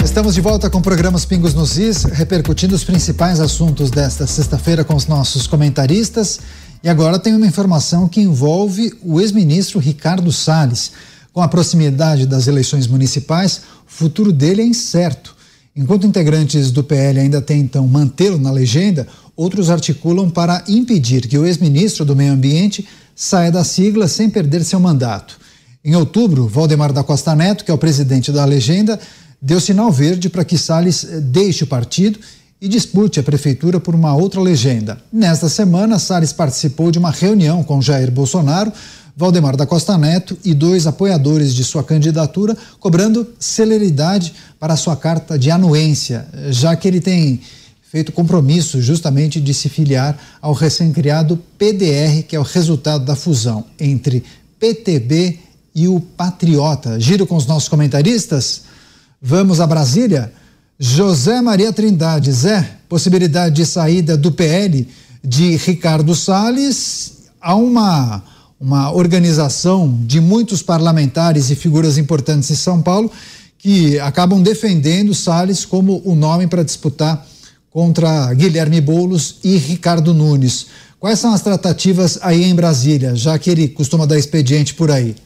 Estamos de volta com o programa Os Pingos nos Is, repercutindo os principais assuntos desta sexta-feira com os nossos comentaristas. E agora tem uma informação que envolve o ex-ministro Ricardo Salles. Com a proximidade das eleições municipais, o futuro dele é incerto. Enquanto integrantes do P L ainda tentam mantê-lo na legenda, outros articulam para impedir que o ex-ministro do Meio Ambiente saia da sigla sem perder seu mandato. Em outubro, Valdemar da Costa Neto, que é o presidente da legenda, deu sinal verde para que Salles deixe o partido e dispute a prefeitura por uma outra legenda. Nesta semana, Salles participou de uma reunião com Jair Bolsonaro, Valdemar da Costa Neto e dois apoiadores de sua candidatura, cobrando celeridade para a sua carta de anuência, já que ele tem feito compromisso justamente de se filiar ao recém-criado P D R, que é o resultado da fusão entre P T B e o Patriota. Giro com os nossos comentaristas. Vamos a Brasília. José Maria Trindade. Zé, possibilidade de saída do P L de Ricardo Salles. Há uma, uma organização de muitos parlamentares e figuras importantes em São Paulo que acabam defendendo Salles como o nome para disputar contra Guilherme Boulos e Ricardo Nunes. Quais são as tratativas aí em Brasília, já que ele costuma dar expediente por aí?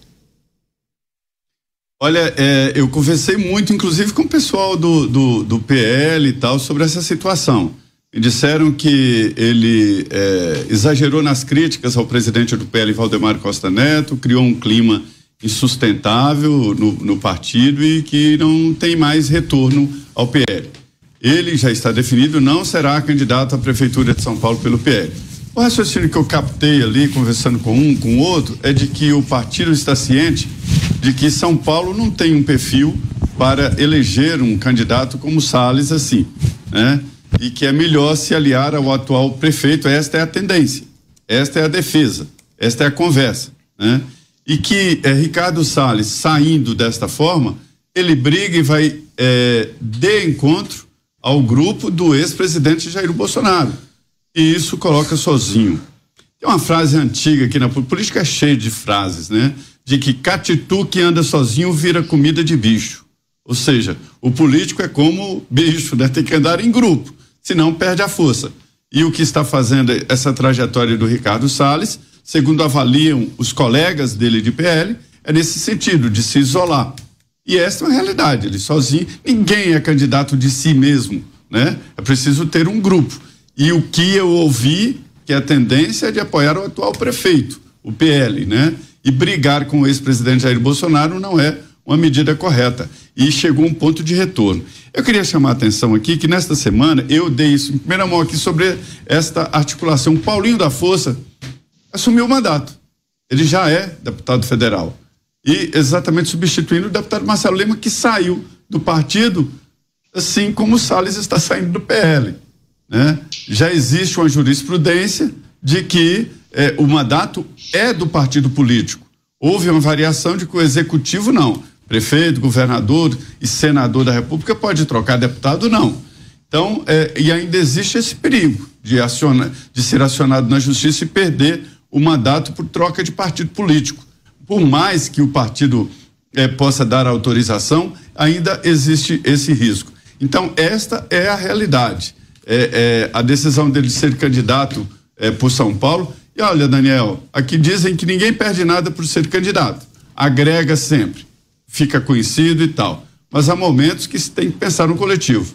Olha, é, eu conversei muito, inclusive com o pessoal do, do, do P L e tal, sobre essa situação. Me disseram que ele é, exagerou nas críticas ao presidente do P L, Valdemar Costa Neto, criou um clima insustentável no, no partido e que não tem mais retorno ao P L. Ele já está definido, não será candidato à prefeitura de São Paulo pelo P L. O raciocínio que eu captei ali, conversando com um, com o outro, é de que o partido está ciente de que São Paulo não tem um perfil para eleger um candidato como Salles assim, né? E que é melhor se aliar ao atual prefeito. Esta é a tendência, esta é a defesa, esta é a conversa, né? E que é, Ricardo Salles saindo desta forma, ele briga e vai é, de encontro ao grupo do ex-presidente Jair Bolsonaro. E isso coloca sozinho. Tem uma frase antiga aqui na política, é cheia de frases, né? De que catitu que anda sozinho vira comida de bicho. Ou seja, o político é como bicho, né? Tem que andar em grupo, senão perde a força. E o que está fazendo essa trajetória do Ricardo Salles, segundo avaliam os colegas dele de P L, é nesse sentido, de se isolar. E essa é uma realidade, ele sozinho, ninguém é candidato de si mesmo, né? É preciso ter um grupo. E o que eu ouvi, que a tendência é de apoiar o atual prefeito, o P L, né? E brigar com o ex-presidente Jair Bolsonaro não é uma medida correta. E chegou um ponto de retorno. Eu queria chamar a atenção aqui que nesta semana eu dei isso em primeira mão aqui sobre esta articulação. Paulinho da Força assumiu o mandato. Ele já é deputado federal. E exatamente substituindo o deputado Marcelo Lima, que saiu do partido, assim como o Salles está saindo do P L, né? Já existe uma jurisprudência de que eh, o mandato é do partido político. Houve uma variação de que o executivo não. Prefeito, governador e senador da República pode trocar deputado, não. Então, eh, e ainda existe esse perigo de, acionar, de ser acionado na justiça e perder o mandato por troca de partido político. Por mais que o partido eh, possa dar autorização, ainda existe esse risco. Então, esta é a realidade. É, é, a decisão dele de ser candidato é, por São Paulo. E olha, Daniel, aqui dizem que ninguém perde nada por ser candidato. Agrega sempre, fica conhecido e tal. Mas há momentos que se tem que pensar no coletivo.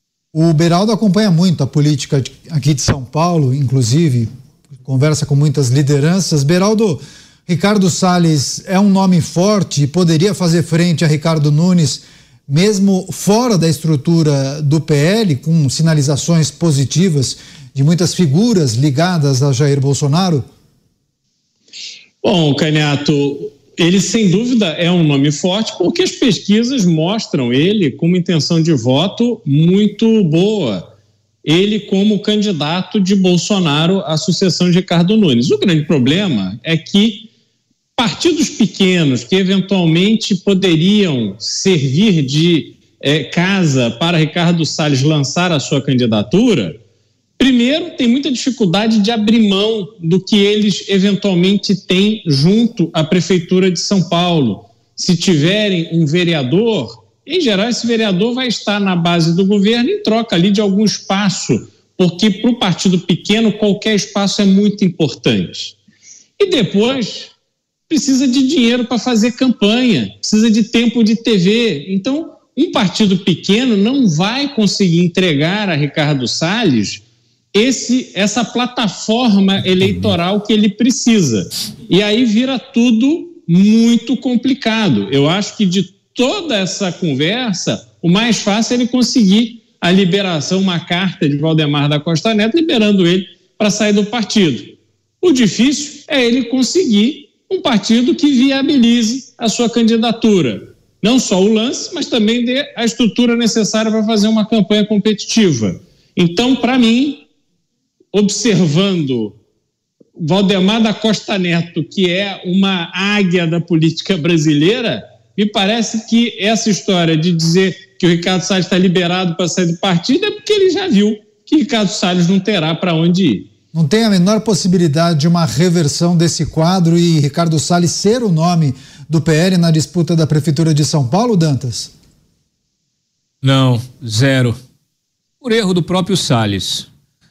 O Beraldo acompanha muito a política de, aqui de São Paulo, inclusive, conversa com muitas lideranças. Beraldo, Ricardo Salles é um nome forte e poderia fazer frente a Ricardo Nunes, mesmo fora da estrutura do P L, com sinalizações positivas de muitas figuras ligadas a Jair Bolsonaro? Bom, Caniato, ele sem dúvida é um nome forte porque as pesquisas mostram ele com uma intenção de voto muito boa. Ele como candidato de Bolsonaro à sucessão de Ricardo Nunes. O grande problema é que partidos pequenos que eventualmente poderiam servir de eh, casa para Ricardo Salles lançar a sua candidatura, primeiro tem muita dificuldade de abrir mão do que eles eventualmente têm junto à Prefeitura de São Paulo. Se tiverem um vereador em geral esse vereador vai estar na base do governo em troca ali de algum espaço, porque para o partido pequeno qualquer espaço é muito importante. E depois precisa de dinheiro para fazer campanha, precisa de tempo de T V. Então, um partido pequeno não vai conseguir entregar a Ricardo Salles esse, essa plataforma eleitoral que ele precisa. E aí vira tudo muito complicado. Eu acho que de toda essa conversa, o mais fácil é ele conseguir a liberação, uma carta de Valdemar da Costa Neto, liberando ele para sair do partido. O difícil é ele conseguir um partido que viabilize a sua candidatura. Não só o lance, mas também dê a estrutura necessária para fazer uma campanha competitiva. Então, para mim, observando Valdemar da Costa Neto, que é uma águia da política brasileira, me parece que essa história de dizer que o Ricardo Salles está liberado para sair do partido é porque ele já viu que Ricardo Salles não terá para onde ir. Não tem a menor possibilidade de uma reversão desse quadro e Ricardo Salles ser o nome do P L na disputa da Prefeitura de São Paulo, Dantas? Não, zero. Por erro do próprio Salles.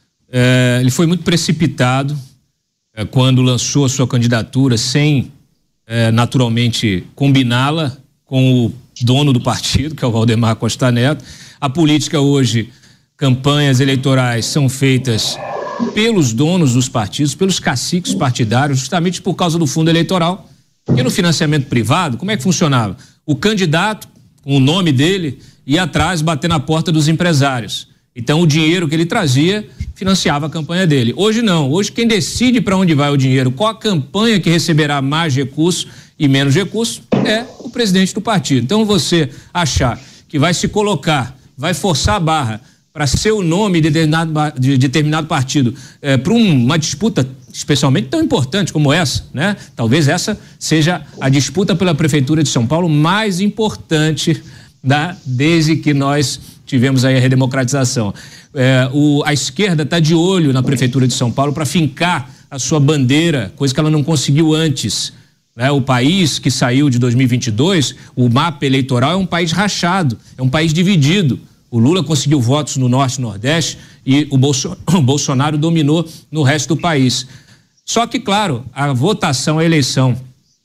É, ele foi muito precipitado é, quando lançou a sua candidatura sem, é, naturalmente, combiná-la com o dono do partido, que é o Valdemar Costa Neto. A política hoje, campanhas eleitorais são feitas pelos donos dos partidos, pelos caciques partidários, justamente por causa do fundo eleitoral. E no financiamento privado, como é que funcionava? O candidato, com o nome dele, ia atrás bater na porta dos empresários. Então o dinheiro que ele trazia financiava a campanha dele. Hoje não, hoje quem decide para onde vai o dinheiro, qual a campanha que receberá mais recursos e menos recursos é o presidente do partido. Então você achar que vai se colocar, vai forçar a barra para ser o nome de determinado, de determinado partido é, para um, uma disputa especialmente tão importante como essa, né? Talvez essa seja a disputa pela Prefeitura de São Paulo mais importante da, desde que nós tivemos aí a redemocratização. É, o, a esquerda está de olho na Prefeitura de São Paulo para fincar a sua bandeira, coisa que ela não conseguiu antes. Né? O país que saiu de dois mil e vinte e dois, o mapa eleitoral é um país rachado, é um país dividido. O Lula conseguiu votos no Norte e Nordeste e o, Bolso, o Bolsonaro dominou no resto do país. Só que, claro, a votação, a eleição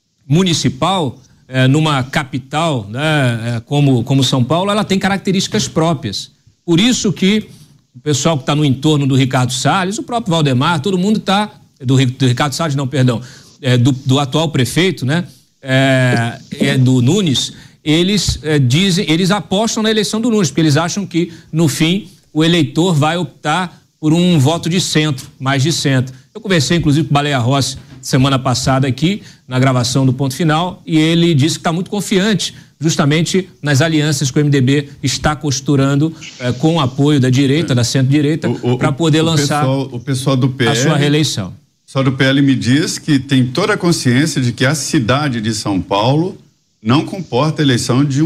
municipal, eh, numa capital, né, eh, como, como São Paulo, ela tem características próprias. Por isso que o pessoal que está no entorno do Ricardo Salles, o próprio Valdemar, todo mundo está, do, do Ricardo Salles não, perdão, eh, do, do atual prefeito, né, eh, é, do Nunes, eles eh, dizem, eles apostam na eleição do Nunes, porque eles acham que, no fim, o eleitor vai optar por um voto de centro, mais de centro. Eu conversei, inclusive, com o Baleia Rossi semana passada aqui, na gravação do Ponto Final, e ele disse que está muito confiante, justamente nas alianças que o M D B está costurando eh, com o apoio da direita, da centro-direita, para poder o lançar pessoal, o pessoal do P L, a sua reeleição. O pessoal do P L me diz que tem toda a consciência de que a cidade de São Paulo não comporta a eleição de um,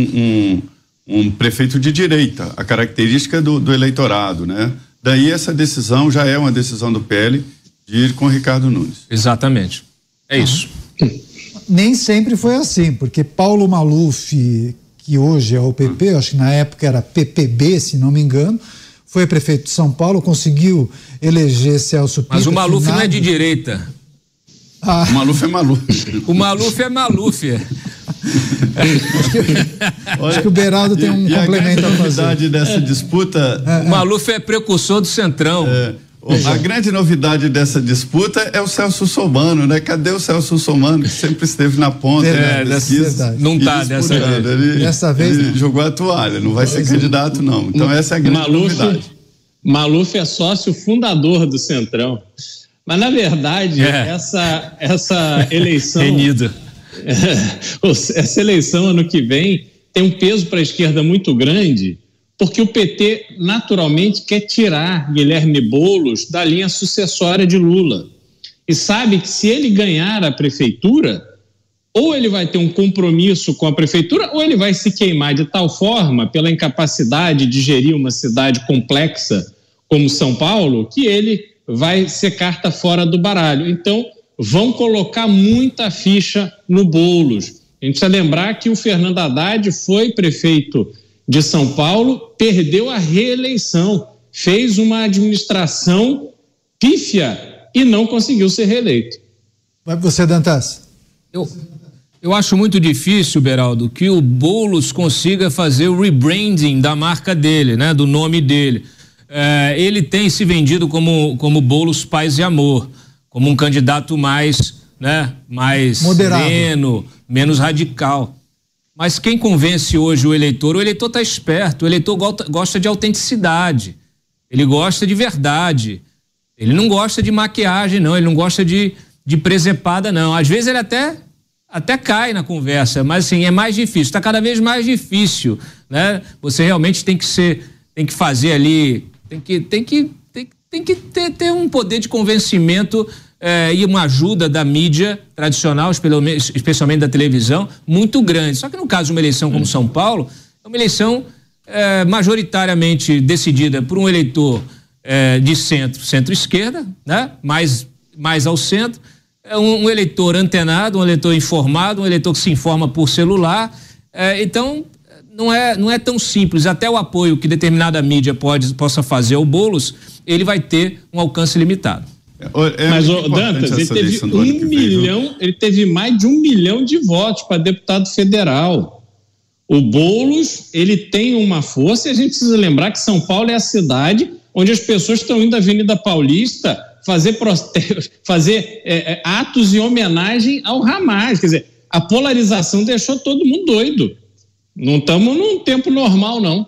um, um, um prefeito de direita, a característica do, do eleitorado, né? Daí essa decisão já é uma decisão do P L de ir com o Ricardo Nunes. Exatamente, é isso. Nem sempre foi assim, porque Paulo Maluf, que hoje é o P P, acho que na época era P P B, se não me engano, foi prefeito de São Paulo, conseguiu eleger Celso Pitta. Mas o Maluf finado... não é de direita. Ah. O Maluf é Maluf. O Maluf é Maluf. acho, que, acho que o Beraldo tem um e, complemento e a grande novidade dessa disputa... É, é. O Maluf é precursor do Centrão. É, a grande novidade dessa disputa é o Celso Russomano, né? Cadê o Celso Russomano, que sempre esteve na ponta, é, né? Dessa, não tá dessa vez. Ele, dessa vez ele jogou a toalha, não vai ser candidato não. Então essa é a grande Maluf, novidade. Maluf é sócio fundador do Centrão. Mas, na verdade, é. essa, essa eleição... Renido. Essa eleição, ano que vem, tem um peso para a esquerda muito grande, porque o P T, naturalmente, quer tirar Guilherme Boulos da linha sucessória de Lula. E sabe que, se ele ganhar a prefeitura, ou ele vai ter um compromisso com a prefeitura, ou ele vai se queimar de tal forma, pela incapacidade de gerir uma cidade complexa como São Paulo, que ele vai ser carta fora do baralho. Então, vão colocar muita ficha no Boulos. A gente precisa lembrar que o Fernando Haddad foi prefeito de São Paulo, perdeu a reeleição, fez uma administração pífia e não conseguiu ser reeleito. Vai você, Dantas. Eu, eu acho muito difícil, Beraldo, que o Boulos consiga fazer o rebranding da marca dele, né, do nome dele. É, ele tem se vendido como, como Boulos Paz e Amor, como um candidato mais, né, mais moderado, sereno, menos radical. Mas quem convence hoje o eleitor, o eleitor está esperto, o eleitor gosta de autenticidade, ele gosta de verdade, ele não gosta de maquiagem, não, ele não gosta de, de presepada, não. Às vezes ele até, até cai na conversa, mas assim, é mais difícil, está cada vez mais difícil, né? Você realmente tem que ser, tem que fazer ali, tem que, tem que, tem, tem que ter, ter um poder de convencimento É, e uma ajuda da mídia tradicional, especialmente da televisão, muito grande. Só que no caso de uma eleição como São Paulo, é uma eleição é, majoritariamente decidida por um eleitor é, de centro, centro-esquerda, né? mais, mais ao centro, é um, um eleitor antenado, um eleitor informado, um eleitor que se informa por celular. É, então, não é, não é tão simples. Até o apoio que determinada mídia pode, possa fazer ao Boulos, ele vai ter um alcance limitado. É Mas, o Dantas, ele teve um milhão, ele teve mais de um milhão de votos para deputado federal. O Boulos, ele tem uma força, e a gente precisa lembrar que São Paulo é a cidade onde as pessoas estão indo à Avenida Paulista fazer, fazer é, é, atos em homenagem ao Hamas. Quer dizer, a polarização deixou todo mundo doido. Não estamos num tempo normal, não.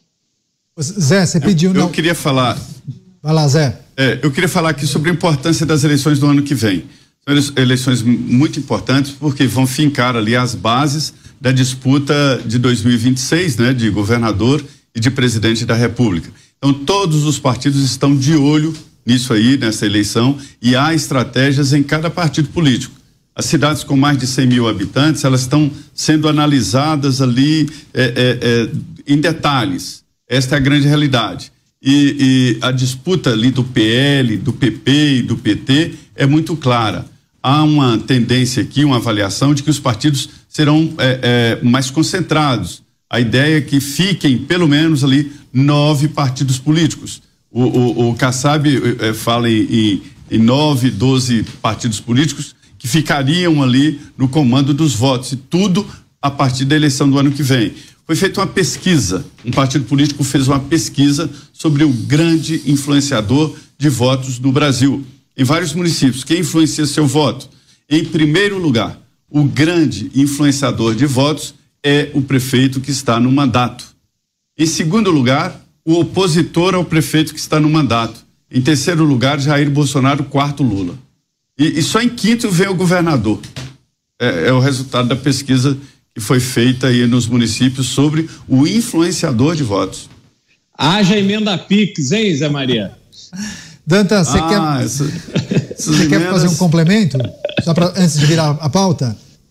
Zé, você pediu... Eu, eu não... queria falar... Vai lá, Zé. É, eu queria falar aqui sobre a importância das eleições do ano que vem. São eleições muito importantes porque vão fincar ali as bases da disputa de dois mil e vinte e seis, né, de governador e de presidente da República. Então todos os partidos estão de olho nisso aí, nessa eleição, e há estratégias em cada partido político. As cidades com mais de cem mil habitantes, elas estão sendo analisadas ali é, é, é, em detalhes. Esta é a grande realidade. E, e a disputa ali do P L, do P P e do P T é muito clara. Há uma tendência aqui, uma avaliação de que os partidos serão é, é, mais concentrados. A ideia é que fiquem pelo menos ali nove partidos políticos. O, o, o Kassab é, fala em, em nove, doze partidos políticos que ficariam ali no comando dos votos, e tudo a partir da eleição do ano que vem. Foi feita uma pesquisa, um partido político fez uma pesquisa sobre o grande influenciador de votos no Brasil, em vários municípios. Quem influencia seu voto? Em primeiro lugar, o grande influenciador de votos é o prefeito que está no mandato. Em segundo lugar, o opositor ao prefeito que está no mandato. Em terceiro lugar, Jair Bolsonaro, quarto, Lula. E, e só em quinto vem o governador. É, é o resultado da pesquisa que foi feita aí nos municípios sobre o influenciador de votos. Haja emenda Pix, hein, Zé Maria? Dantas, você ah, quer, essa, você emendas... quer fazer um complemento? Só para antes de virar a pauta?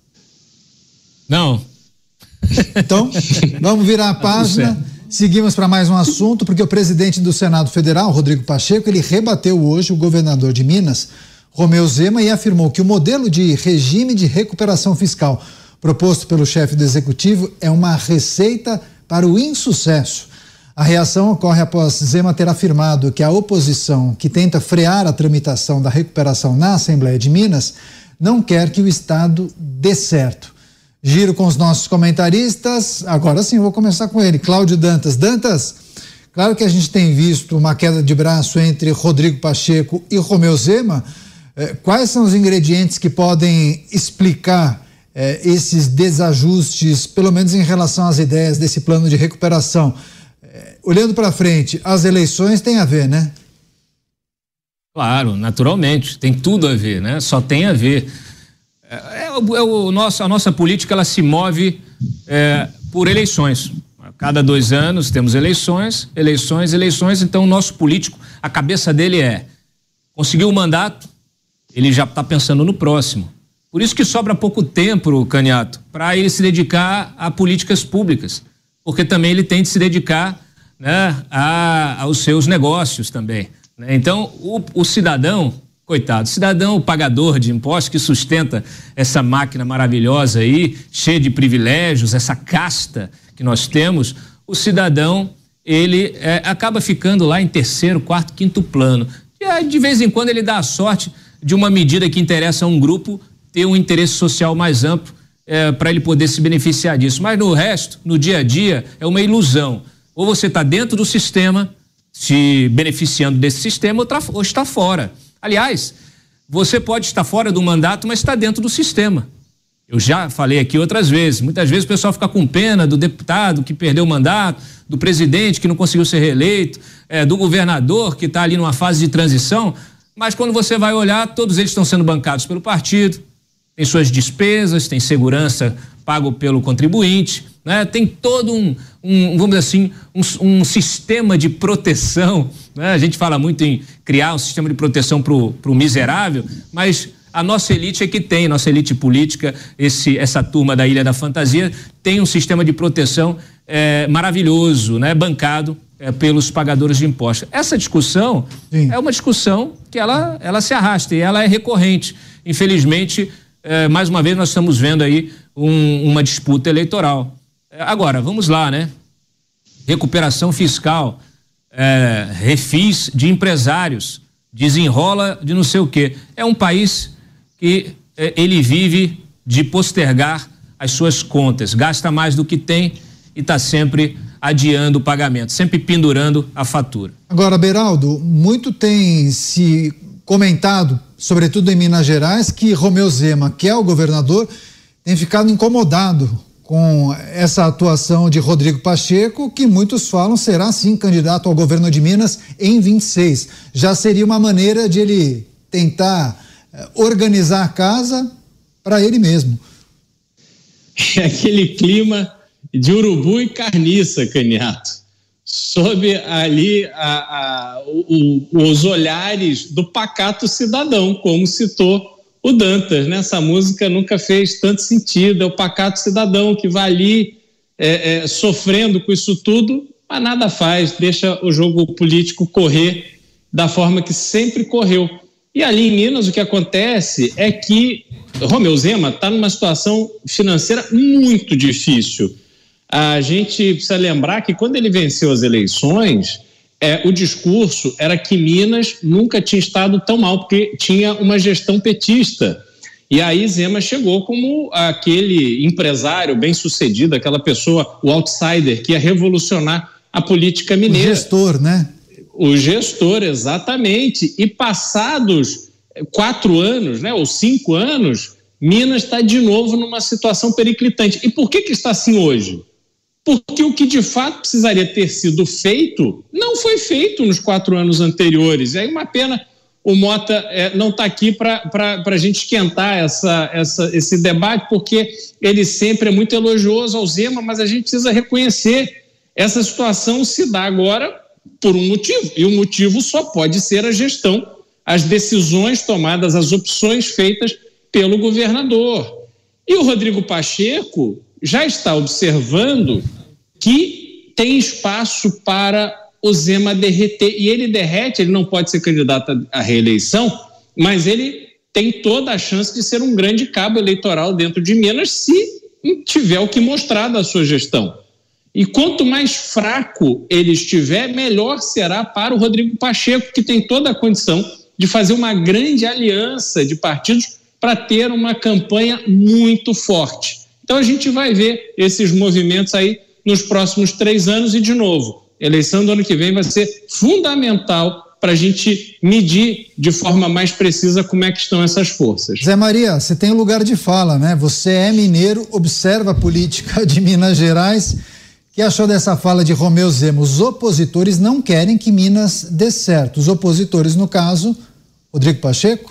Não. Então, vamos virar a página. Seguimos para mais um assunto, porque o presidente do Senado Federal, Rodrigo Pacheco, ele rebateu hoje o governador de Minas, Romeu Zema, e afirmou que o modelo de regime de recuperação fiscal proposto pelo chefe do executivo é uma receita para o insucesso. A reação ocorre após Zema ter afirmado que a oposição, que tenta frear a tramitação da recuperação na Assembleia de Minas, não quer que o Estado dê certo. Giro com os nossos comentaristas. Agora sim, eu vou começar com ele, Cláudio Dantas. Dantas, claro que a gente tem visto uma queda de braço entre Rodrigo Pacheco e Romeu Zema. Eh, quais são os ingredientes que podem explicar eh, esses desajustes, pelo menos em relação às ideias desse plano de recuperação? Eh, olhando para frente, as eleições têm a ver, né? Claro, naturalmente, tem tudo a ver, né? Só tem a ver. É, é o, é o nosso, a nossa política, ela se move é, por eleições. A cada dois anos temos eleições, eleições, eleições. Então o nosso político, a cabeça dele é: conseguiu o mandato, ele já está pensando no próximo. Por isso que sobra pouco tempo, Caniato, para ele se dedicar a políticas públicas, porque também ele tem de se dedicar, né, a, aos seus negócios também, né? Então o, o cidadão, coitado, cidadão pagador de impostos que sustenta essa máquina maravilhosa aí, cheia de privilégios, essa casta que nós temos, o cidadão, ele é, acaba ficando lá em terceiro, quarto, quinto plano. E aí, de vez em quando ele dá a sorte de uma medida que interessa a um grupo ter um interesse social mais amplo é, para ele poder se beneficiar disso. Mas no resto, no dia a dia, é uma ilusão. Ou você está dentro do sistema, se beneficiando desse sistema, ou, tá, ou está fora. Aliás, você pode estar fora do mandato, mas está dentro do sistema. Eu já falei aqui outras vezes, muitas vezes o pessoal fica com pena do deputado que perdeu o mandato, do presidente que não conseguiu ser reeleito, é, do governador que está ali numa fase de transição, mas quando você vai olhar, todos eles estão sendo bancados pelo partido, tem suas despesas, tem segurança pago pelo contribuinte, né? Tem todo um, um vamos dizer assim, um, um sistema de proteção, né? A gente fala muito em criar um sistema de proteção para o miserável, mas a nossa elite é que tem, nossa elite política, esse, essa turma da Ilha da Fantasia, tem um sistema de proteção é, maravilhoso, né? Bancado é, pelos pagadores de impostos. Essa discussão Sim. é uma discussão que ela, ela se arrasta e ela é recorrente. Infelizmente, é, mais uma vez nós estamos vendo aí um, uma disputa eleitoral. É, agora, vamos lá, né? Recuperação fiscal, é, refis de empresários, desenrola de não sei o quê. É um país que é, ele vive de postergar as suas contas, gasta mais do que tem e está sempre adiando o pagamento, sempre pendurando a fatura. Agora, Beraldo, muito tem se comentado, sobretudo em Minas Gerais, que Romeu Zema, que é o governador, tem ficado incomodado com essa atuação de Rodrigo Pacheco, que muitos falam será sim candidato ao governo de Minas em vinte e seis. Já seria uma maneira de ele tentar eh, organizar a casa para ele mesmo. É aquele clima de urubu e carniça, Caniato, sob ali a, a, o, os olhares do pacato cidadão, como citou o Dantas, né? Essa música nunca fez tanto sentido, é o pacato cidadão que vai ali é, é, sofrendo com isso tudo, mas nada faz, deixa o jogo político correr da forma que sempre correu. E ali em Minas o que acontece é que Romeu Zema está numa situação financeira muito difícil. A gente precisa lembrar que quando ele venceu as eleições, é, o discurso era que Minas nunca tinha estado tão mal, porque tinha uma gestão petista. E aí Zema chegou como aquele empresário bem-sucedido, aquela pessoa, o outsider, que ia revolucionar a política mineira. O gestor, né? O gestor, exatamente. E passados quatro anos, né, ou cinco anos, Minas está de novo numa situação periclitante. E por que que está assim hoje? Porque o que de fato precisaria ter sido feito não foi feito nos quatro anos anteriores. É uma pena o Mota é, não está aqui para a gente esquentar essa, essa, esse debate, porque ele sempre é muito elogioso ao Zema, mas a gente precisa reconhecer essa situação se dá agora por um motivo, e o motivo só pode ser a gestão, as decisões tomadas, as opções feitas pelo governador. E o Rodrigo Pacheco já está observando que tem espaço para o Zema derreter, e ele derrete, ele não pode ser candidato à reeleição, mas ele tem toda a chance de ser um grande cabo eleitoral dentro de Minas se tiver o que mostrar da sua gestão. E quanto mais fraco ele estiver, melhor será para o Rodrigo Pacheco, que tem toda a condição de fazer uma grande aliança de partidos para ter uma campanha muito forte. Então a gente vai ver esses movimentos aí nos próximos três anos e, de novo, a eleição do ano que vem vai ser fundamental para a gente medir de forma mais precisa como é que estão essas forças. Zé Maria, você tem lugar de fala, né? Você é mineiro, observa a política de Minas Gerais. O que achou dessa fala de Romeu Zema? Os opositores não querem que Minas dê certo. Os opositores, no caso, Rodrigo Pacheco?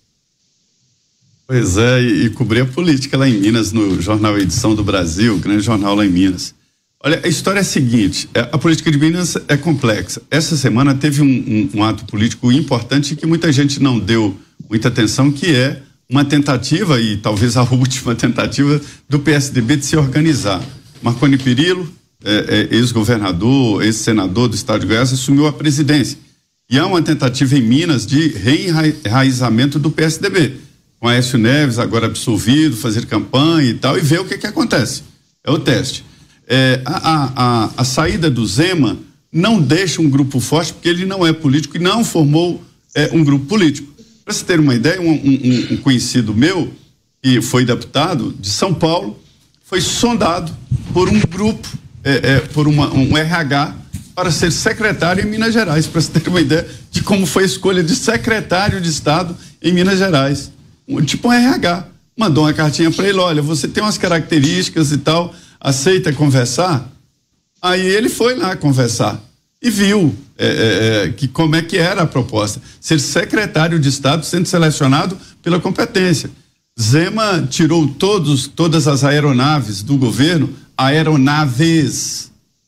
Pois é, e, e cobrir a política lá em Minas, no jornal Edição do Brasil, grande jornal lá em Minas. Olha, a história é a seguinte, a política de Minas é complexa. Essa semana teve um, um, um ato político importante que muita gente não deu muita atenção, que é uma tentativa, e talvez a última tentativa, do P S D B de se organizar. Marconi Perillo, é, é, ex-governador, ex-senador do estado de Goiás, assumiu a presidência. E há uma tentativa em Minas de reenraizamento do P S D B. Com Aécio Neves agora absolvido, fazer campanha e tal, e ver o que que acontece. É o teste. É, a, a, a, a saída do Zema não deixa um grupo forte, porque ele não é político e não formou é, um grupo político. Para você ter uma ideia, um, um, um conhecido meu, que foi deputado de São Paulo, foi sondado por um grupo, é, é, por uma, um R H, para ser secretário em Minas Gerais, para você ter uma ideia de como foi a escolha de secretário de Estado em Minas Gerais. Um, tipo um R H. Mandou uma cartinha para ele, olha, você tem umas características e tal, aceita conversar? Aí ele foi lá conversar e viu é, é, que como é que era a proposta. Ser secretário de Estado sendo selecionado pela competência. Zema tirou todos, todas as aeronaves do governo, aeronaves,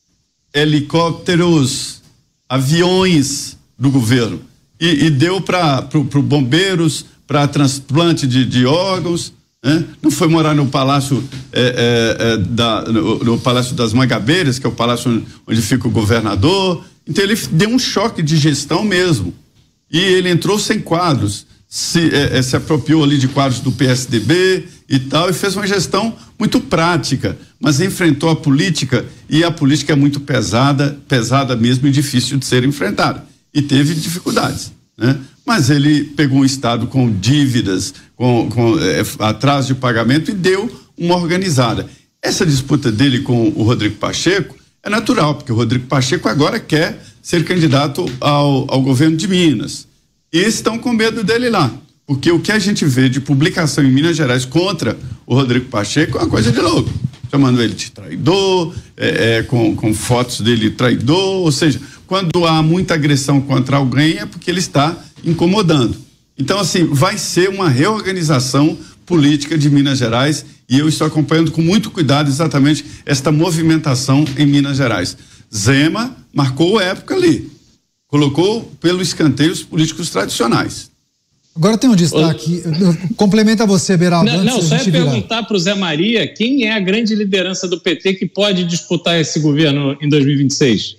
helicópteros, aviões do governo e, e deu para pro, pro bombeiros, para transplante de, de órgãos, né? Não foi morar no palácio é, é, é, da, no, no Palácio das Mangabeiras, que é o palácio onde, onde fica o governador. Então ele deu um choque de gestão mesmo e ele entrou sem quadros, se, é, é, se apropriou ali de quadros do P S D B e tal, e fez uma gestão muito prática, mas enfrentou a política, e a política é muito pesada, pesada mesmo e difícil de ser enfrentada, e teve dificuldades, né? Mas ele pegou um estado com dívidas, com, com é, atraso de pagamento, e deu uma organizada. Essa disputa dele com o Rodrigo Pacheco é natural, porque o Rodrigo Pacheco agora quer ser candidato ao, ao governo de Minas, e estão com medo dele lá. Porque o que a gente vê de publicação em Minas Gerais contra o Rodrigo Pacheco é uma coisa de louco. Chamando ele de traidor, é, é, com, com fotos dele traidor, ou seja, quando há muita agressão contra alguém é porque ele está incomodando. Então, assim, vai ser uma reorganização política de Minas Gerais, e eu estou acompanhando com muito cuidado exatamente esta movimentação em Minas Gerais. Zema marcou época ali, colocou pelo escanteio os políticos tradicionais. Agora tem um destaque, Ô... complementa você, Beraldo. Não, não só é perguntar para o Zé Maria quem é a grande liderança do P T que pode disputar esse governo em dois mil e vinte e seis.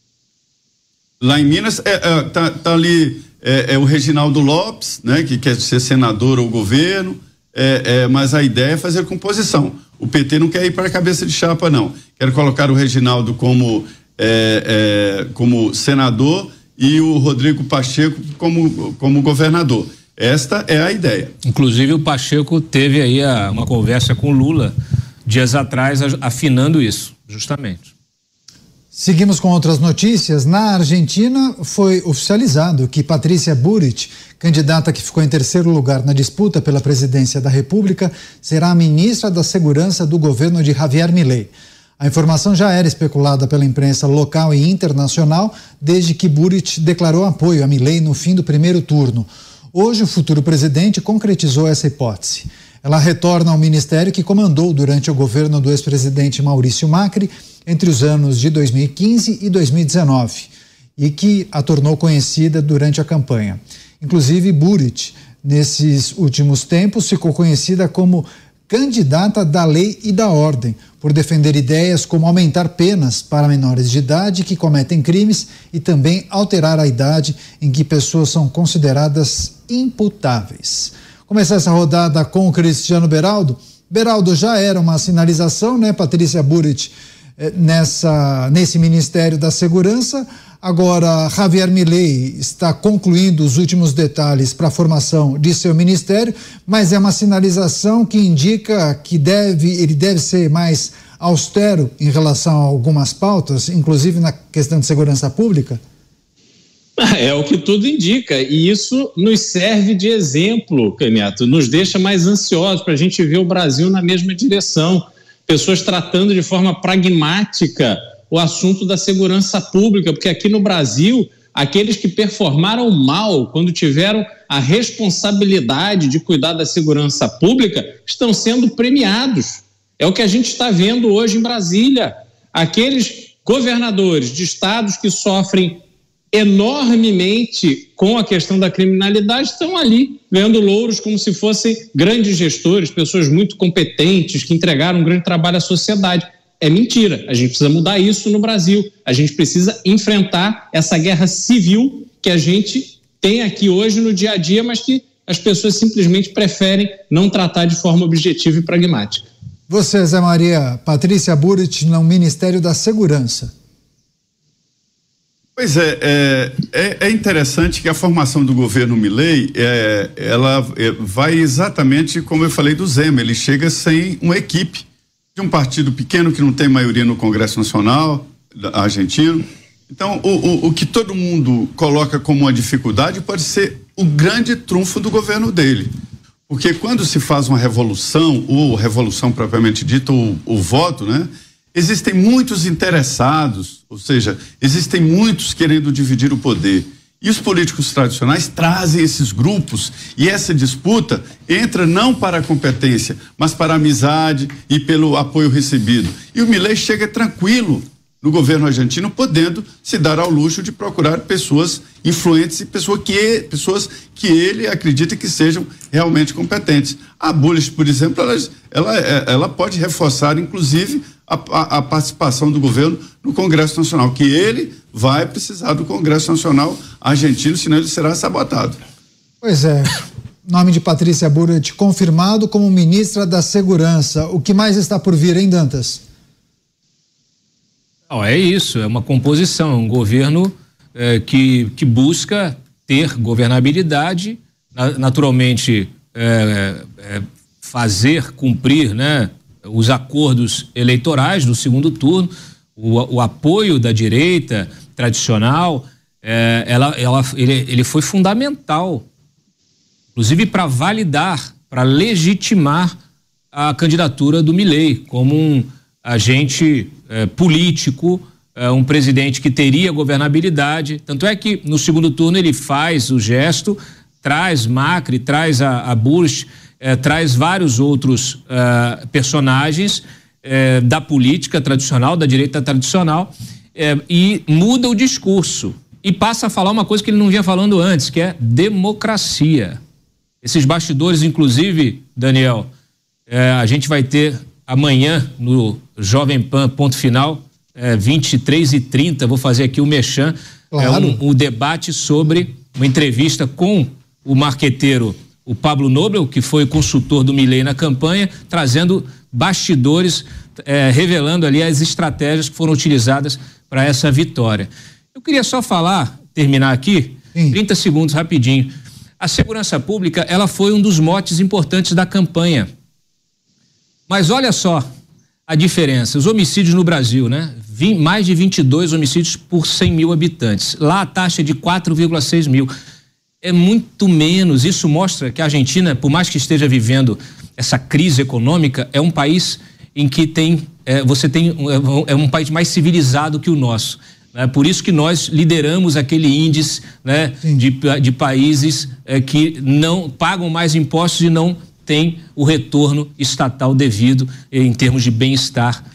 Lá em Minas, é, é, tá, tá ali é, é o Reginaldo Lopes, né, que quer ser senador ou governo, é, é, mas a ideia é fazer composição. O P T não quer ir para a cabeça de chapa, não. Quer colocar o Reginaldo como, é, é, como senador e o Rodrigo Pacheco como, como governador. Esta é a ideia. Inclusive o Pacheco teve aí a, uma conversa com o Lula dias atrás, afinando isso, justamente. Seguimos com outras notícias. Na Argentina foi oficializado que Patrícia Bullrich, candidata que ficou em terceiro lugar na disputa pela presidência da República, será a ministra da Segurança do governo de Javier Milei. A informação já era especulada pela imprensa local e internacional desde que Bullrich declarou apoio a Milei no fim do primeiro turno. Hoje, o futuro presidente concretizou essa hipótese. Ela retorna ao ministério que comandou durante o governo do ex-presidente Maurício Macri entre os anos de dois mil e quinze e dois mil e dezenove e que a tornou conhecida durante a campanha. Inclusive, Bullrich, nesses últimos tempos, ficou conhecida como candidata da lei e da ordem, por defender ideias como aumentar penas para menores de idade que cometem crimes e também alterar a idade em que pessoas são consideradas imputáveis. Começar essa rodada com o Cristiano Beraldo. Beraldo, já era uma sinalização, né, Patrícia Bullrich, nessa, nesse Ministério da Segurança. Agora, Javier Milei está concluindo os últimos detalhes para a formação de seu ministério, mas é uma sinalização que indica que deve, ele deve ser mais austero em relação a algumas pautas, inclusive na questão de segurança pública? É o que tudo indica, e isso nos serve de exemplo, Canhoto, nos deixa mais ansiosos para a gente ver o Brasil na mesma direção. Pessoas tratando de forma pragmática o assunto da segurança pública, porque aqui no Brasil, aqueles que performaram mal quando tiveram a responsabilidade de cuidar da segurança pública estão sendo premiados. É o que a gente está vendo hoje em Brasília. Aqueles governadores de estados que sofrem enormemente com a questão da criminalidade estão ali ganhando louros como se fossem grandes gestores, pessoas muito competentes que entregaram um grande trabalho à sociedade. é mentira. A gente precisa mudar isso no Brasil. A gente precisa enfrentar essa guerra civil que a gente tem aqui hoje no dia a dia, mas que as pessoas simplesmente preferem não tratar de forma objetiva e pragmática. Você, Zé Maria, Patrícia Burrit, no Ministério da Segurança. Pois é, é, é, é interessante que a formação do governo Milei, é, ela é, vai exatamente como eu falei do Zema, ele chega sem uma equipe de um partido pequeno que não tem maioria no Congresso Nacional argentino. Então, o, o, o que todo mundo coloca como uma dificuldade pode ser o grande trunfo do governo dele. Porque quando se faz uma revolução, ou revolução propriamente dita, ou o voto, né? Existem muitos interessados, ou seja, existem muitos querendo dividir o poder. E os políticos tradicionais trazem esses grupos e essa disputa entra não para a competência, mas para a amizade e pelo apoio recebido. E o Milei chega tranquilo no governo argentino, podendo se dar ao luxo de procurar pessoas influentes e pessoa que, pessoas que ele acredita que sejam realmente competentes. A Bullish, por exemplo, ela, ela, ela pode reforçar, inclusive, a, a, a participação do governo no Congresso Nacional, que ele vai precisar do Congresso Nacional argentino, senão ele será sabotado. Pois é. Nome de Patrícia Burrit confirmado como ministra da Segurança. O que mais está por vir, hein, Dantas? Não, é isso, é uma composição, um governo é, que, que busca ter governabilidade, naturalmente é, é, fazer cumprir, né, os acordos eleitorais do segundo turno, o, o apoio da direita tradicional, é, ela, ela, ele, ele foi fundamental, inclusive para validar, para legitimar a candidatura do Milei como um agente eh, político, eh, um presidente que teria governabilidade. Tanto é que no segundo turno ele faz o gesto, traz Macri, traz a, a Bush, eh, traz vários outros eh, personagens eh, da política tradicional, da direita tradicional, eh, e muda o discurso e passa a falar uma coisa que ele não vinha falando antes, que é democracia. Esses bastidores, inclusive, Daniel, eh, a gente vai ter amanhã no Jovem Pan, ponto final, é, vinte e três e trinta, vou fazer aqui o Mechan, claro. é um, um debate sobre uma entrevista com o marqueteiro, o Pablo Nobel, que foi consultor do Milei na campanha, trazendo bastidores, é, revelando ali as estratégias que foram utilizadas para essa vitória. Eu queria só falar, terminar aqui, Sim. trinta segundos rapidinho. A segurança pública, ela foi um dos motes importantes da campanha. Mas olha só a diferença, os homicídios no Brasil, né? Vim, mais de vinte e dois homicídios por cem mil habitantes. Lá a taxa é de quatro vírgula seis mil. É muito menos. Isso mostra que a Argentina, por mais que esteja vivendo essa crise econômica, é um país em que tem, é, você tem, é um país mais civilizado que o nosso. Né? Por isso que nós lideramos aquele índice, né, de, de países é, que não pagam mais impostos e não tem o retorno estatal devido em termos de bem-estar.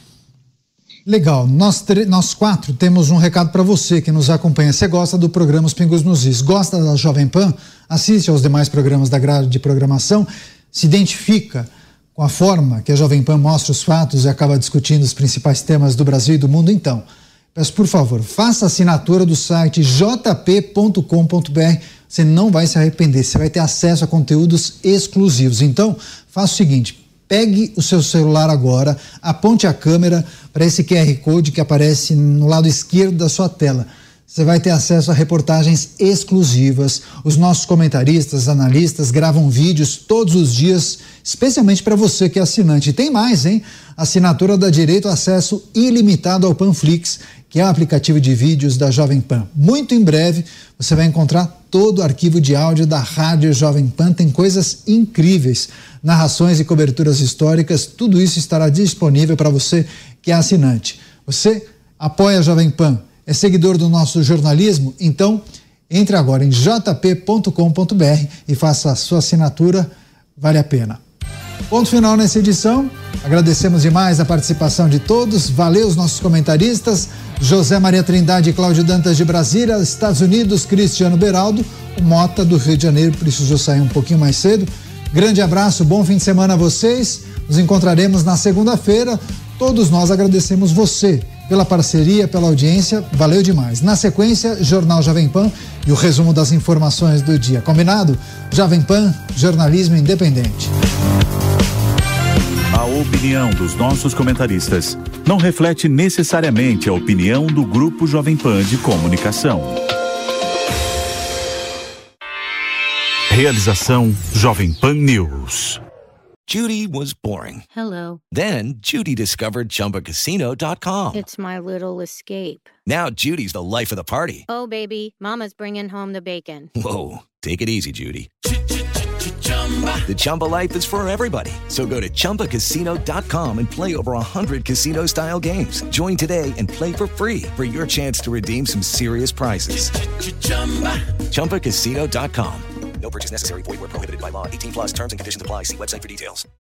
Legal, nós, nós quatro temos um recado para você que nos acompanha. Você gosta do programa Os Pingos nos Is, gosta da Jovem Pan, assiste aos demais programas da grade de programação, se identifica com a forma que a Jovem Pan mostra os fatos e acaba discutindo os principais temas do Brasil e do mundo. Então, peço por favor, faça a assinatura do site j p ponto com ponto b r. Você não vai se arrepender, você vai ter acesso a conteúdos exclusivos. Então, faça o seguinte, pegue o seu celular agora, aponte a câmera para esse Q R Code que aparece no lado esquerdo da sua tela. Você vai ter acesso a reportagens exclusivas. Os nossos comentaristas, analistas gravam vídeos todos os dias, especialmente para você que é assinante. E tem mais, hein? A assinatura dá direito a acesso ilimitado ao Panflix, que é o aplicativo de vídeos da Jovem Pan. Muito em breve você vai encontrar todo o arquivo de áudio da Rádio Jovem Pan, tem coisas incríveis, narrações e coberturas históricas, tudo isso estará disponível para você que é assinante. Você apoia a Jovem Pan, é seguidor do nosso jornalismo? Então, entre agora em j p ponto com ponto b r e faça a sua assinatura, vale a pena. Ponto final nessa edição, agradecemos demais a participação de todos, valeu os nossos comentaristas, José Maria Trindade e Cláudio Dantas de Brasília, Estados Unidos, Cristiano Beraldo, o Mota do Rio de Janeiro precisou sair um pouquinho mais cedo. Grande abraço, bom fim de semana a vocês, nos encontraremos na segunda-feira Todos nós agradecemos você pela parceria, pela audiência, valeu demais. Na sequência, Jornal Jovem Pan e o resumo das informações do dia. Combinado? Jovem Pan, jornalismo independente. A opinião dos nossos comentaristas não reflete necessariamente a opinião do Grupo Jovem Pan de Comunicação. Realização Jovem Pan News. Judy was boring. Hello. Then Judy discovered Chumba Casino dot com. It's my little escape. Now Judy's the life of the party. Oh, baby, mama's bringing home the bacon. Whoa, take it easy, Judy. The Chumba life is for everybody. So go to Chumba Casino dot com and play over one hundred casino-style games. Join today and play for free for your chance to redeem some serious prizes. Chumba Casino dot com. No purchase necessary. Void where prohibited by law. eighteen plus terms and conditions apply. See website for details.